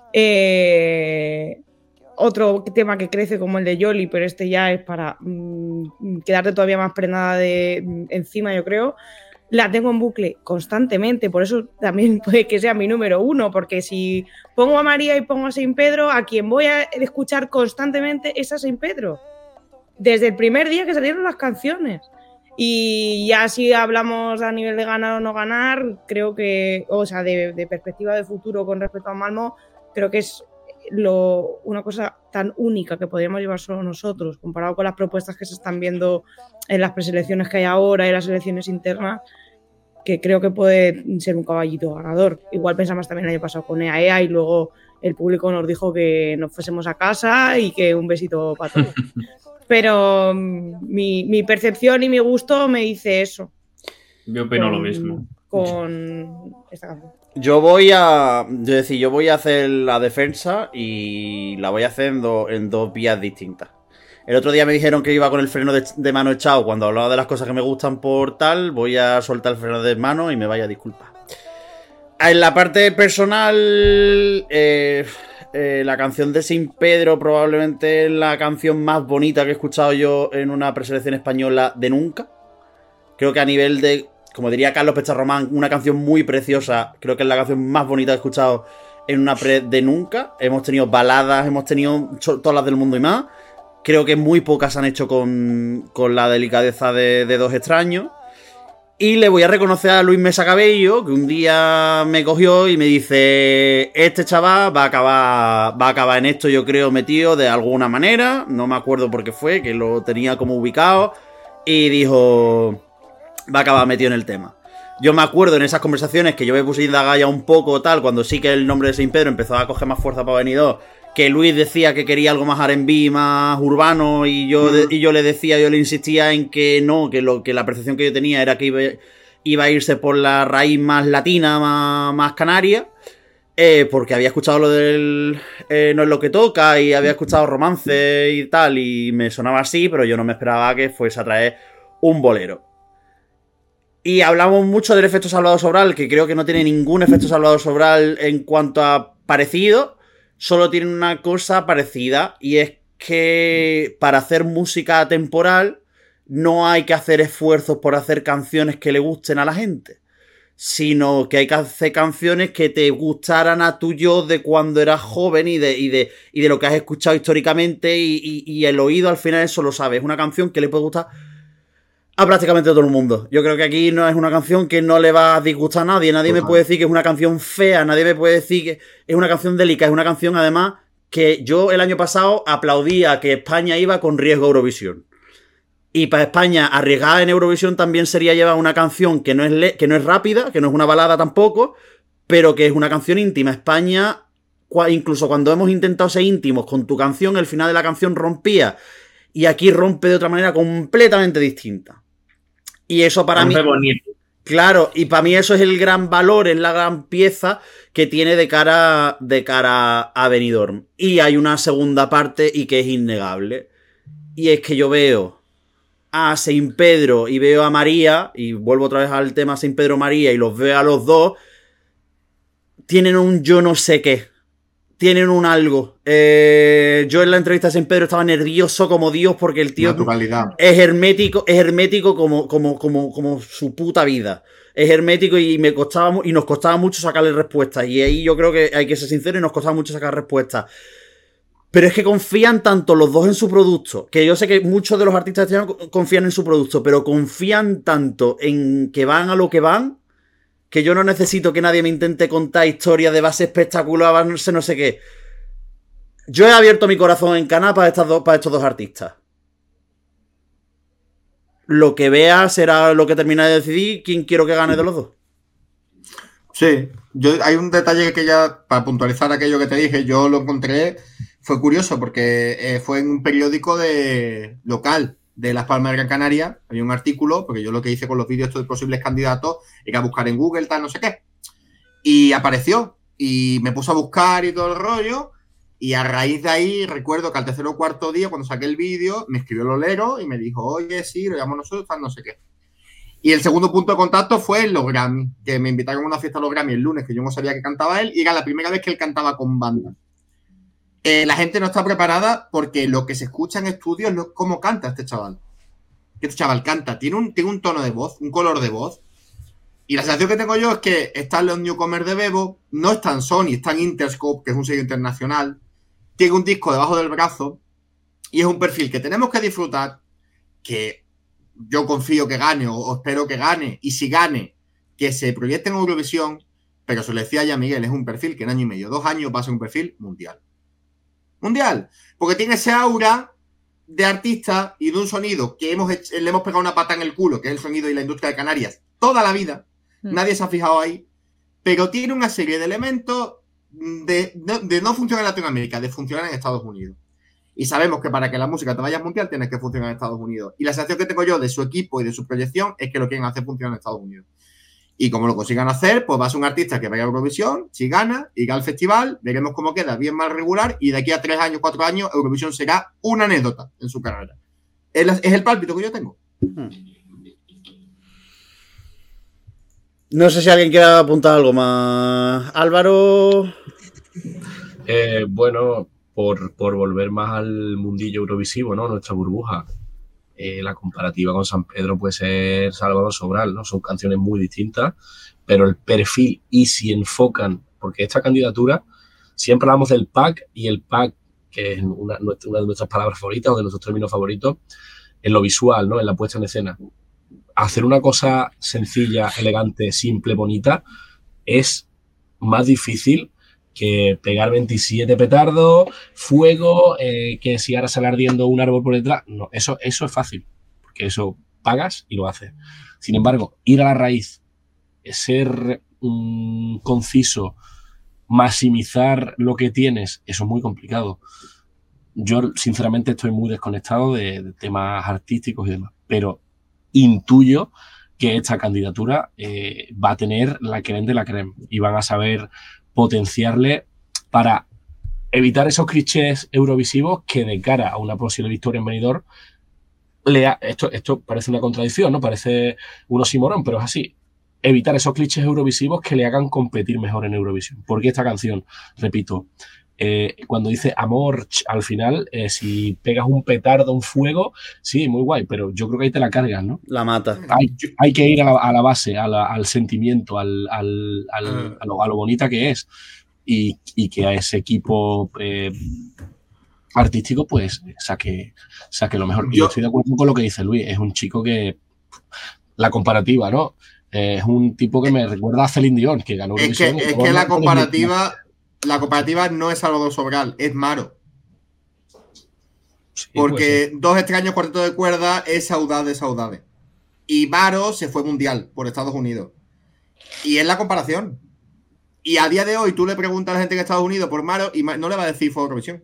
Eh, otro tema que crece como el de Yoli, pero este ya es para mm, quedarte todavía más prendada de mm, encima, yo creo. La tengo en bucle constantemente, por eso también puede que sea mi número uno, porque si pongo a María y pongo a Saint Pedro, a quien voy a escuchar constantemente es a Saint Pedro. Desde el primer día que salieron las canciones. Y ya si hablamos a nivel de ganar o no ganar, creo que, o sea, de, de perspectiva de futuro con respecto a Malmo, creo que es lo, una cosa tan única que podríamos llevar solo nosotros, comparado con las propuestas que se están viendo en las preselecciones que hay ahora y las elecciones internas, que creo que puede ser un caballito ganador. Igual pensamos también el año pasado con E A E A y luego el público nos dijo que nos fuésemos a casa y que un besito para todos. Pero mi, mi percepción y mi gusto me dice eso. Yo opino con, lo mismo. Con esta canción. Yo voy a. Yo decir, yo voy a hacer la defensa y la voy haciendo en dos vías distintas. El otro día me dijeron que iba con el freno de, de mano echado cuando hablaba de las cosas que me gustan por tal. Voy a soltar el freno de mano y me vaya a disculpar. En la parte personal, eh, eh, la canción de Saint Pedro probablemente es la canción más bonita que he escuchado yo en una preselección española de nunca. Creo que a nivel de, como diría Carlos Pecharromán, una canción muy preciosa. Creo que es la canción más bonita que he escuchado en una pre de nunca. Hemos tenido baladas, hemos tenido todas las del mundo y más. Creo que muy pocas han hecho con, con la delicadeza de, de Dos Extraños. Y le voy a reconocer a Luis Mesa Cabello, que un día me cogió y me dice: este chaval va a acabar, va a acabar en esto, yo creo, metido de alguna manera. No me acuerdo por qué fue, que lo tenía como ubicado. Y dijo: va a acabar metido en el tema. Yo me acuerdo en esas conversaciones que yo me puse a indagar ya un poco tal, cuando sí que el nombre de Saint Pedro empezó a coger más fuerza para venir dos, que Luis decía que quería algo más R and B, más urbano, y yo, de, y yo le decía, yo le insistía en que no, que lo que la percepción que yo tenía era que iba, iba a irse por la raíz más latina, más, más canaria, eh, porque había escuchado lo del eh, No es lo que toca, y había escuchado romance y tal, y me sonaba así, pero yo no me esperaba que fuese a traer un bolero. Y hablamos mucho del efecto Salvador Sobral, que creo que no tiene ningún efecto Salvador Sobral en cuanto a parecido. Solo tiene una cosa parecida, y es que para hacer música atemporal no hay que hacer esfuerzos por hacer canciones que le gusten a la gente, sino que hay que hacer canciones que te gustaran a tu yo de cuando eras joven y de, y de, y de lo que has escuchado históricamente, y, y, y el oído al final eso lo sabe. Es una canción que le puede gustar a prácticamente todo el mundo. Yo creo que aquí no es una canción que no le va a disgustar a nadie. Nadie me puede decir que es una canción fea, nadie me puede decir que es una canción delicada. Es una canción, además, que yo el año pasado aplaudía que España iba con riesgo a Eurovisión. Y para España, arriesgar en Eurovisión también sería llevar una canción que no es, le- que no es rápida, que no es una balada tampoco, pero que es una canción íntima. España, cua- incluso cuando hemos intentado ser íntimos con tu canción, el final de la canción rompía. Y aquí rompe de otra manera completamente distinta. Y eso para Rompe mí... bonito. Claro, y para mí eso es el gran valor, es la gran pieza que tiene de cara, de cara a Benidorm. Y hay una segunda parte y que es innegable. Y es que yo veo a Saint Pedro y veo a María, y vuelvo otra vez al tema Saint Pedro María, y los veo a los dos, tienen un yo no sé qué. Tienen un algo. Eh, yo en la entrevista de Saint Pedro estaba nervioso como Dios porque el tío Naturalidad. es hermético, es hermético como, como, como, como su puta vida. Es hermético y me costaba mu- y nos costaba mucho sacarle respuestas. Y ahí yo creo que hay que ser sincero y nos costaba mucho sacar respuestas. Pero es que confían tanto los dos en su producto, que yo sé que muchos de los artistas de este año confían en su producto, pero confían tanto en que van a lo que van, que yo no necesito que nadie me intente contar historias de base espectacular, va a ser no sé qué. Yo he abierto mi corazón en Cana para, estas dos, para estos dos artistas. Lo que vea será lo que termine de decidir quién quiero que gane de los dos. Sí, yo, hay un detalle que ya, para puntualizar aquello que te dije, yo lo encontré, fue curioso porque eh, fue en un periódico de local de Las Palmas de Gran Canaria, había un artículo, porque yo lo que hice con los vídeos de posibles candidatos era buscar en Google, tal, no sé qué, y apareció, y me puse a buscar y todo el rollo, y a raíz de ahí recuerdo que al tercer o cuarto día, cuando saqué el vídeo, me escribió el Olero y me dijo, oye, sí, lo llamamos nosotros, tal, no sé qué. Y el segundo punto de contacto fue los Grammy, que me invitaron a una fiesta a los Grammy el lunes, que yo no sabía que cantaba él, y era la primera vez que él cantaba con banda. Eh, la gente no está preparada porque lo que se escucha en estudios no es cómo canta este chaval. Este chaval canta, tiene un, tiene un tono de voz, un color de voz. Y la sensación que tengo yo es que están los newcomers de Bebo, no está en Sony, está en Interscope, que es un sello internacional, tiene un disco debajo del brazo, y es un perfil que tenemos que disfrutar, que yo confío que gane, o, o espero que gane, y si gane, que se proyecte en Eurovisión, pero se lo decía ya Miguel, es un perfil que en año y medio, dos años va a ser un perfil mundial. Mundial, porque tiene ese aura de artista y de un sonido que hemos hecho, le hemos pegado una pata en el culo, que es el sonido y la industria de Canarias, toda la vida, mm. nadie se ha fijado ahí, pero tiene una serie de elementos de, de, de no funcionar en Latinoamérica, de funcionar en Estados Unidos. Y sabemos que para que la música te vaya mundial tienes que funcionar en Estados Unidos. Y la sensación que tengo yo de su equipo y de su proyección es que lo quieren hacer funcionar en Estados Unidos. Y como lo consigan hacer, pues va a ser un artista que vaya a Eurovisión, si gana, irá al festival, veremos cómo queda, bien, mal, regular, y de aquí a tres años, cuatro años, Eurovisión será una anécdota en su carrera. Es, la, es el pálpito que yo tengo. No sé si alguien quiere apuntar algo más. Álvaro. Eh, bueno, por, por volver más al mundillo eurovisivo, ¿no? Nuestra burbuja. Eh, la comparativa con San Pedro puede ser Salvador Sobral, ¿no? Son canciones muy distintas, pero el perfil y si enfocan, porque esta candidatura, siempre hablamos del pack y el pack, que es una, una de nuestras palabras favoritas o de nuestros términos favoritos, en lo visual, ¿no? En la puesta en escena. Hacer una cosa sencilla, elegante, simple, bonita, es más difícil que pegar veintisiete petardos, fuego, eh, que si ahora sale ardiendo un árbol por detrás. No, eso, eso es fácil, porque eso pagas y lo haces. Sin embargo, ir a la raíz, ser um, conciso, maximizar lo que tienes, eso es muy complicado. Yo, sinceramente, estoy muy desconectado de, de temas artísticos y demás, pero intuyo que esta candidatura eh, va a tener la crème de la crème y van a saber potenciarle para evitar esos clichés eurovisivos que de cara a una posible victoria en Benidorm le ha, esto, esto parece una contradicción, ¿no? Parece un oxímoron, pero es así. Evitar esos clichés eurovisivos que le hagan competir mejor en Eurovisión. Porque esta canción, repito, eh, cuando dice amor al final, eh, si pegas un petardo, un fuego, sí, muy guay, pero yo creo que ahí te la cargas, ¿no? La mata. Hay, hay que ir a la, a la base, a la, al sentimiento, al, al, al, a, lo, a lo bonita que es. Y, y que a ese equipo eh, artístico, pues, saque, saque lo mejor. Y yo estoy de acuerdo con lo que dice Luis. Es un chico que la comparativa, ¿no? Eh, es un tipo que me recuerda a Celine Dion, que ganó Es que, Eurovisión. es que la comparativa, la comparativa no es Salvador Sobral, es Maro. Sí, Porque Dos extraños cuartetos de cuerda es Saudade, Saudade. Y Maro se fue mundial por Estados Unidos. Y es la comparación. Y a día de hoy tú le preguntas a la gente en Estados Unidos por Maro y no le va a decir fue Eurovisión.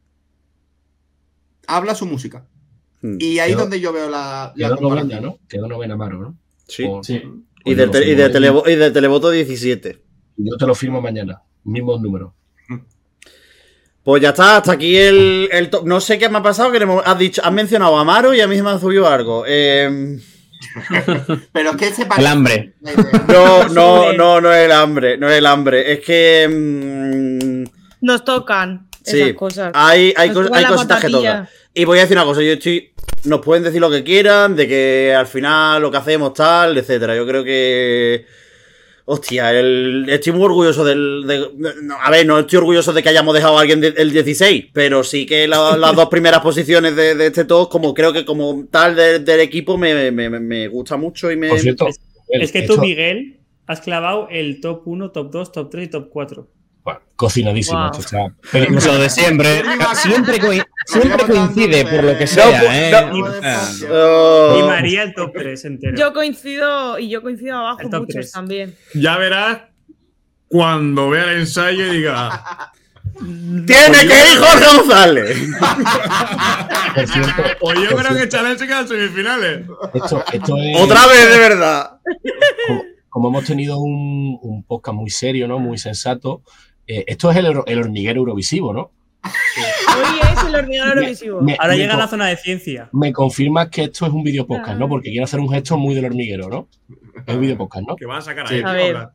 Habla su música. Hmm. Y ahí es Quedó- donde yo veo la, la Quedó comparativa. novena, ¿no? Quedó novena Maro, ¿no? Sí. Por- Sí. Y de, te- y, de televo- y de televoto diecisiete. Yo te lo firmo mañana. Mismo número. Pues ya está, hasta aquí el, el top. No sé qué me ha pasado, que le hemos- has dicho, has mencionado a Amaro y a mí se me ha subido algo. Eh, Pero es que ese El hambre. no, no, no, no es el hambre, no es el hambre. Es que mm, Nos tocan sí, esas cosas. hay, hay, Nos cos- toca hay la cositas que patatilla. tocan. Y voy a decir una cosa, yo estoy. Nos pueden decir lo que quieran, de que al final lo que hacemos tal, etcétera. Yo creo que. Hostia, el- estoy muy orgulloso del. de- no, a ver, no estoy orgulloso de que hayamos dejado a alguien de- el dieciséis, pero sí que la- las dos primeras posiciones de, de este top, como creo que como tal de- del equipo, me, me, me- me gusta mucho y me. Por cierto, Es que tú, esto- Miguel, has clavado el top uno, top dos, top tres y top cuatro. Bueno, cocinadísimo. Wow. Esto está- pero- Lo de siempre. Siempre, coi- siempre coincide por lo que No, sea, pues, ¿eh? no. Ah. Oh. Y María el top tres entero. Yo coincido y yo coincido abajo El top muchos tres. también. Ya verás cuando vea el ensayo y diga. ¡Tiene que ir Jorge González! por cierto, Pues yo por creo que cierto, Chanel se queda en semifinales. esto, esto es. ¡Otra vez, de verdad! Como, como hemos tenido un, un podcast muy serio, ¿no? Muy sensato. eh, esto es el, hor- el hormiguero eurovisivo, ¿no? Hoy es el hormiguero eurovisivo. Me- Ahora me llega co- la zona de ciencia. Me confirmas que esto es un video podcast, ¿no? Porque quiero hacer un gesto muy del hormiguero, ¿no? Es un video podcast, ¿no? Que van a sacar Sí. ahí. A ¿qué ver. va a hablar?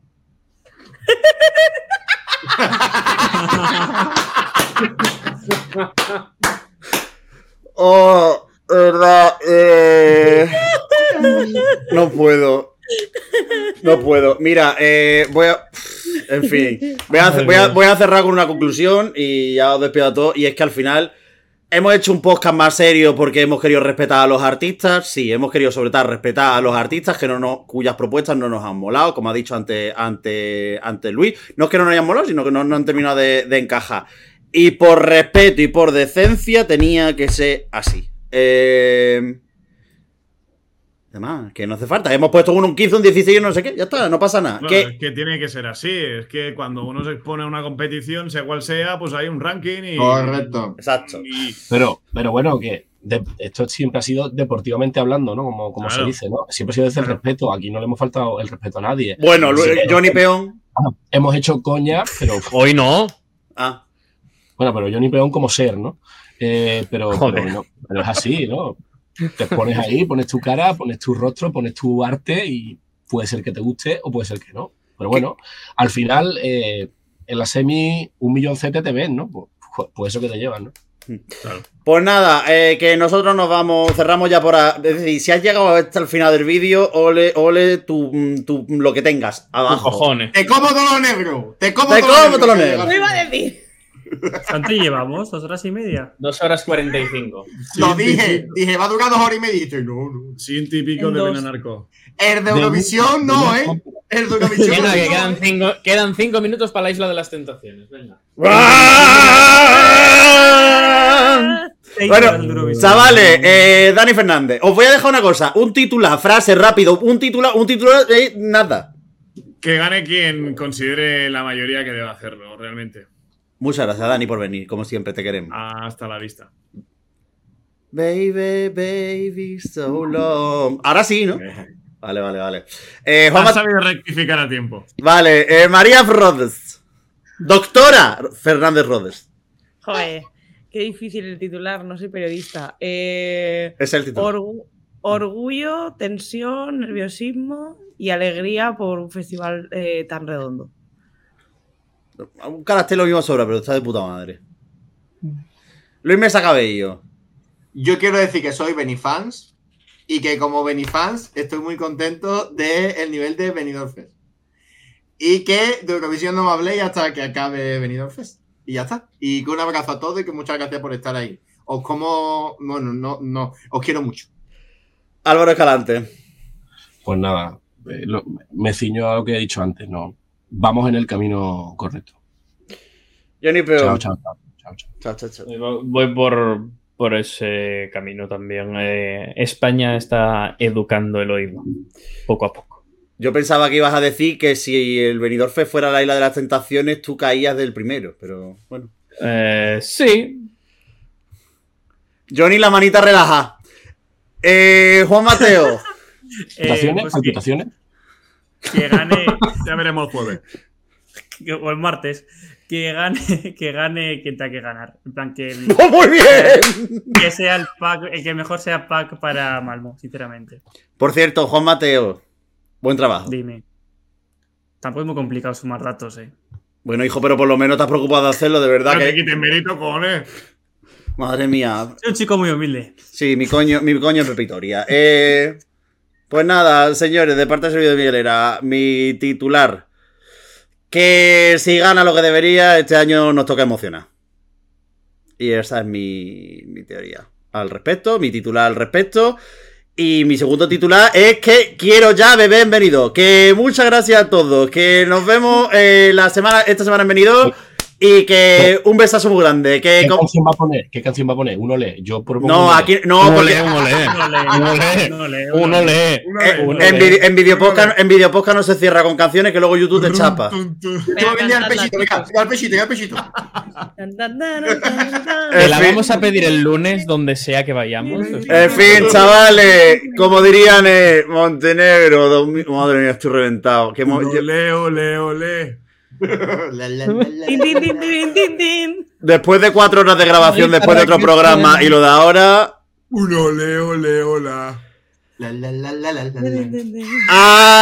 Oh, de verdad. eh, No puedo. No puedo. Mira, eh, voy a. En fin. Voy a, voy, a, voy a cerrar con una conclusión y ya os despido a todos. Y es que al final hemos hecho un podcast más serio porque hemos querido respetar a los artistas. Sí, hemos querido sobre todo respetar a los artistas que no nos, cuyas propuestas no nos han molado, como ha dicho antes ante, ante Luis. No es que no nos hayan molado, sino que no, no han terminado de, de encajar. Y por respeto y por decencia tenía que ser así. Eh... Además, que no hace falta. Hemos puesto uno, un quince, un dieciséis y no sé qué. Ya está, no pasa nada. Bueno, ¿Qué? es que tiene que ser así. Es que cuando uno se expone a una competición, sea cual sea, pues hay un ranking y. Correcto. Exacto. y- Pero, pero bueno, que de- esto siempre ha sido deportivamente hablando, ¿no? Como, como Claro. se dice, ¿no? Siempre ha sido desde el respeto. Aquí no le hemos faltado el respeto a nadie. Bueno, Lu- Sí, pero- Johnny Peón. Hemos hecho coña, pero Hoy no. Ah, bueno, pero Johnny Peón como ser, ¿no? Eh, pero, Joder. pero, no, pero es así, ¿no? Te pones ahí, pones tu cara, pones tu rostro, pones tu arte y puede ser que te guste o puede ser que no. Pero bueno, al final, eh, en la semi, un millón Z te ven, ¿no? Pues, pues eso que te llevan, ¿no? pues nada, eh, que nosotros nos vamos, cerramos ya por... a- es decir, si has llegado hasta el final del vídeo, ole, ole tu, tu- lo que tengas Tus abajo. cojones. Te como todo lo negro. Te como Te todo como lo todo lo negro. negro. Lo iba a decir. ¿Cuánto llevamos? ¿Dos horas y media? Dos horas cuarenta y cinco. Lo dije. Dije, va a durar dos horas y media. Y dijiste, no, no. Ciento y pico En de dos. Venanarco. El de De- Eurovisión no, de- ¿eh? El de Eurovisión Venga, que no, quedan ¿eh? cinco, quedan cinco minutos para la Isla de las Tentaciones. Venga. Seis Bueno, horas de Eurovisión. chavales, eh, Dani Fernández, os voy a dejar una cosa, un titular, frase rápido, un titular, un titular, eh, nada. Que gane quien considere la mayoría que deba hacerlo, realmente. Muchas gracias, Dani, por venir, como siempre, te queremos. Hasta la vista. Baby, baby, so long. Ahora sí, ¿no? Vale, vale, vale. Eh, Juanma- Has sabido rectificar a tiempo. Vale, eh, María Rodes. Doctora Fernández Rodes. Joder, qué difícil el titular, no soy periodista. Eh, Es el titular. orgu- orgullo, tensión, nerviosismo y alegría por un festival eh, tan redondo. Un carácter lo mismo sobra, pero está de puta madre. Luis Mesa Cabello. Yo quiero decir que soy Benifans y que como Benifans estoy muy contento del nivel de Benidorm Fest. Y que de Eurovisión no me habléis hasta que acabe Benidorm Fest. Y ya está. Y que un abrazo a todos y que muchas gracias por estar ahí. Os como... Bueno, no, no. Os quiero mucho. Álvaro Escalante. pues nada, eh, lo, me ciño a lo que he dicho antes, no. Vamos en el camino correcto. Johnny Peón. Chao, chao, chao. chao, chao. Chao, chao, chao. Voy por, por ese camino también. Eh, España está educando el oído, poco a poco. Yo pensaba que ibas a decir que si el Benidorm Fest fuera la Isla de las Tentaciones, tú caías del primero, pero bueno. Eh, sí. Johnny, la manita relaja. Eh, Juan Mateo. ¿Palpitaciones? pues ¿Palpitaciones? Que, que gane. Ya veremos el jueves. que- o el martes. Que gane, que gane quien tenga que ganar. En plan, que, ¡Oh, muy bien! que sea el pack, el que mejor sea pack para Malmo, sinceramente. Por cierto, Juan Mateo, buen trabajo. Dime. Tampoco es muy complicado sumar datos, eh. Bueno, hijo, pero por lo menos te has preocupado de hacerlo, de verdad No te que... quiten mérito, cojones. Madre mía. Soy un chico muy humilde. Sí, mi coño, mi coño es Pepitoria. Eh, pues nada, señores, de parte de Servidor de Miguelera, mi titular. Que si gana lo que debería, este año nos toca emocionar. Y esa es mi, mi teoría al respecto, mi titular al respecto. Y mi segundo titular es que quiero ya beber en Benidorm. Que muchas gracias a todos. Que nos vemos eh, la semana, esta semana en Benidorm. Y que un besazo muy grande. Que ¿Qué com- canción va a poner? ¿Qué canción va a poner? Uno lee. Yo propongo no, uno lee. aquí no, Uno porque lee, uno lee. No lee, Uno lee. no lee, Uno lee. Uno Eh, lee, uno en, lee. vide- en videopodcast en videopodcast no se cierra con canciones que luego YouTube te chapa. Tum, tum, tum. Te voy a venir al pechito, venga, venga al pechito, venga al pechito. Tan, tan, tan, tan, tan. Te la En fin. vamos a pedir el lunes donde sea que vayamos. En fin, chavales, como dirían en Montenegro, dos mil madre mía, estoy reventado. Que mo- Ole, ole, ole. La, la, la, la, Tin, tin, tin, tin, tin, tin. Después de cuatro horas de grabación, después de otro programa y lo de ahora, Un ole, ole, hola. la, la, la, la, la, la, la.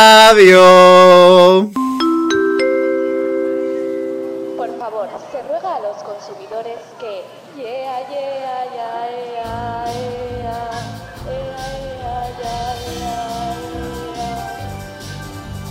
adiós. Por favor, se ruega a los consumidores que yeah, yeah, yeah, yeah, yeah, yeah, yeah, yeah, yeah.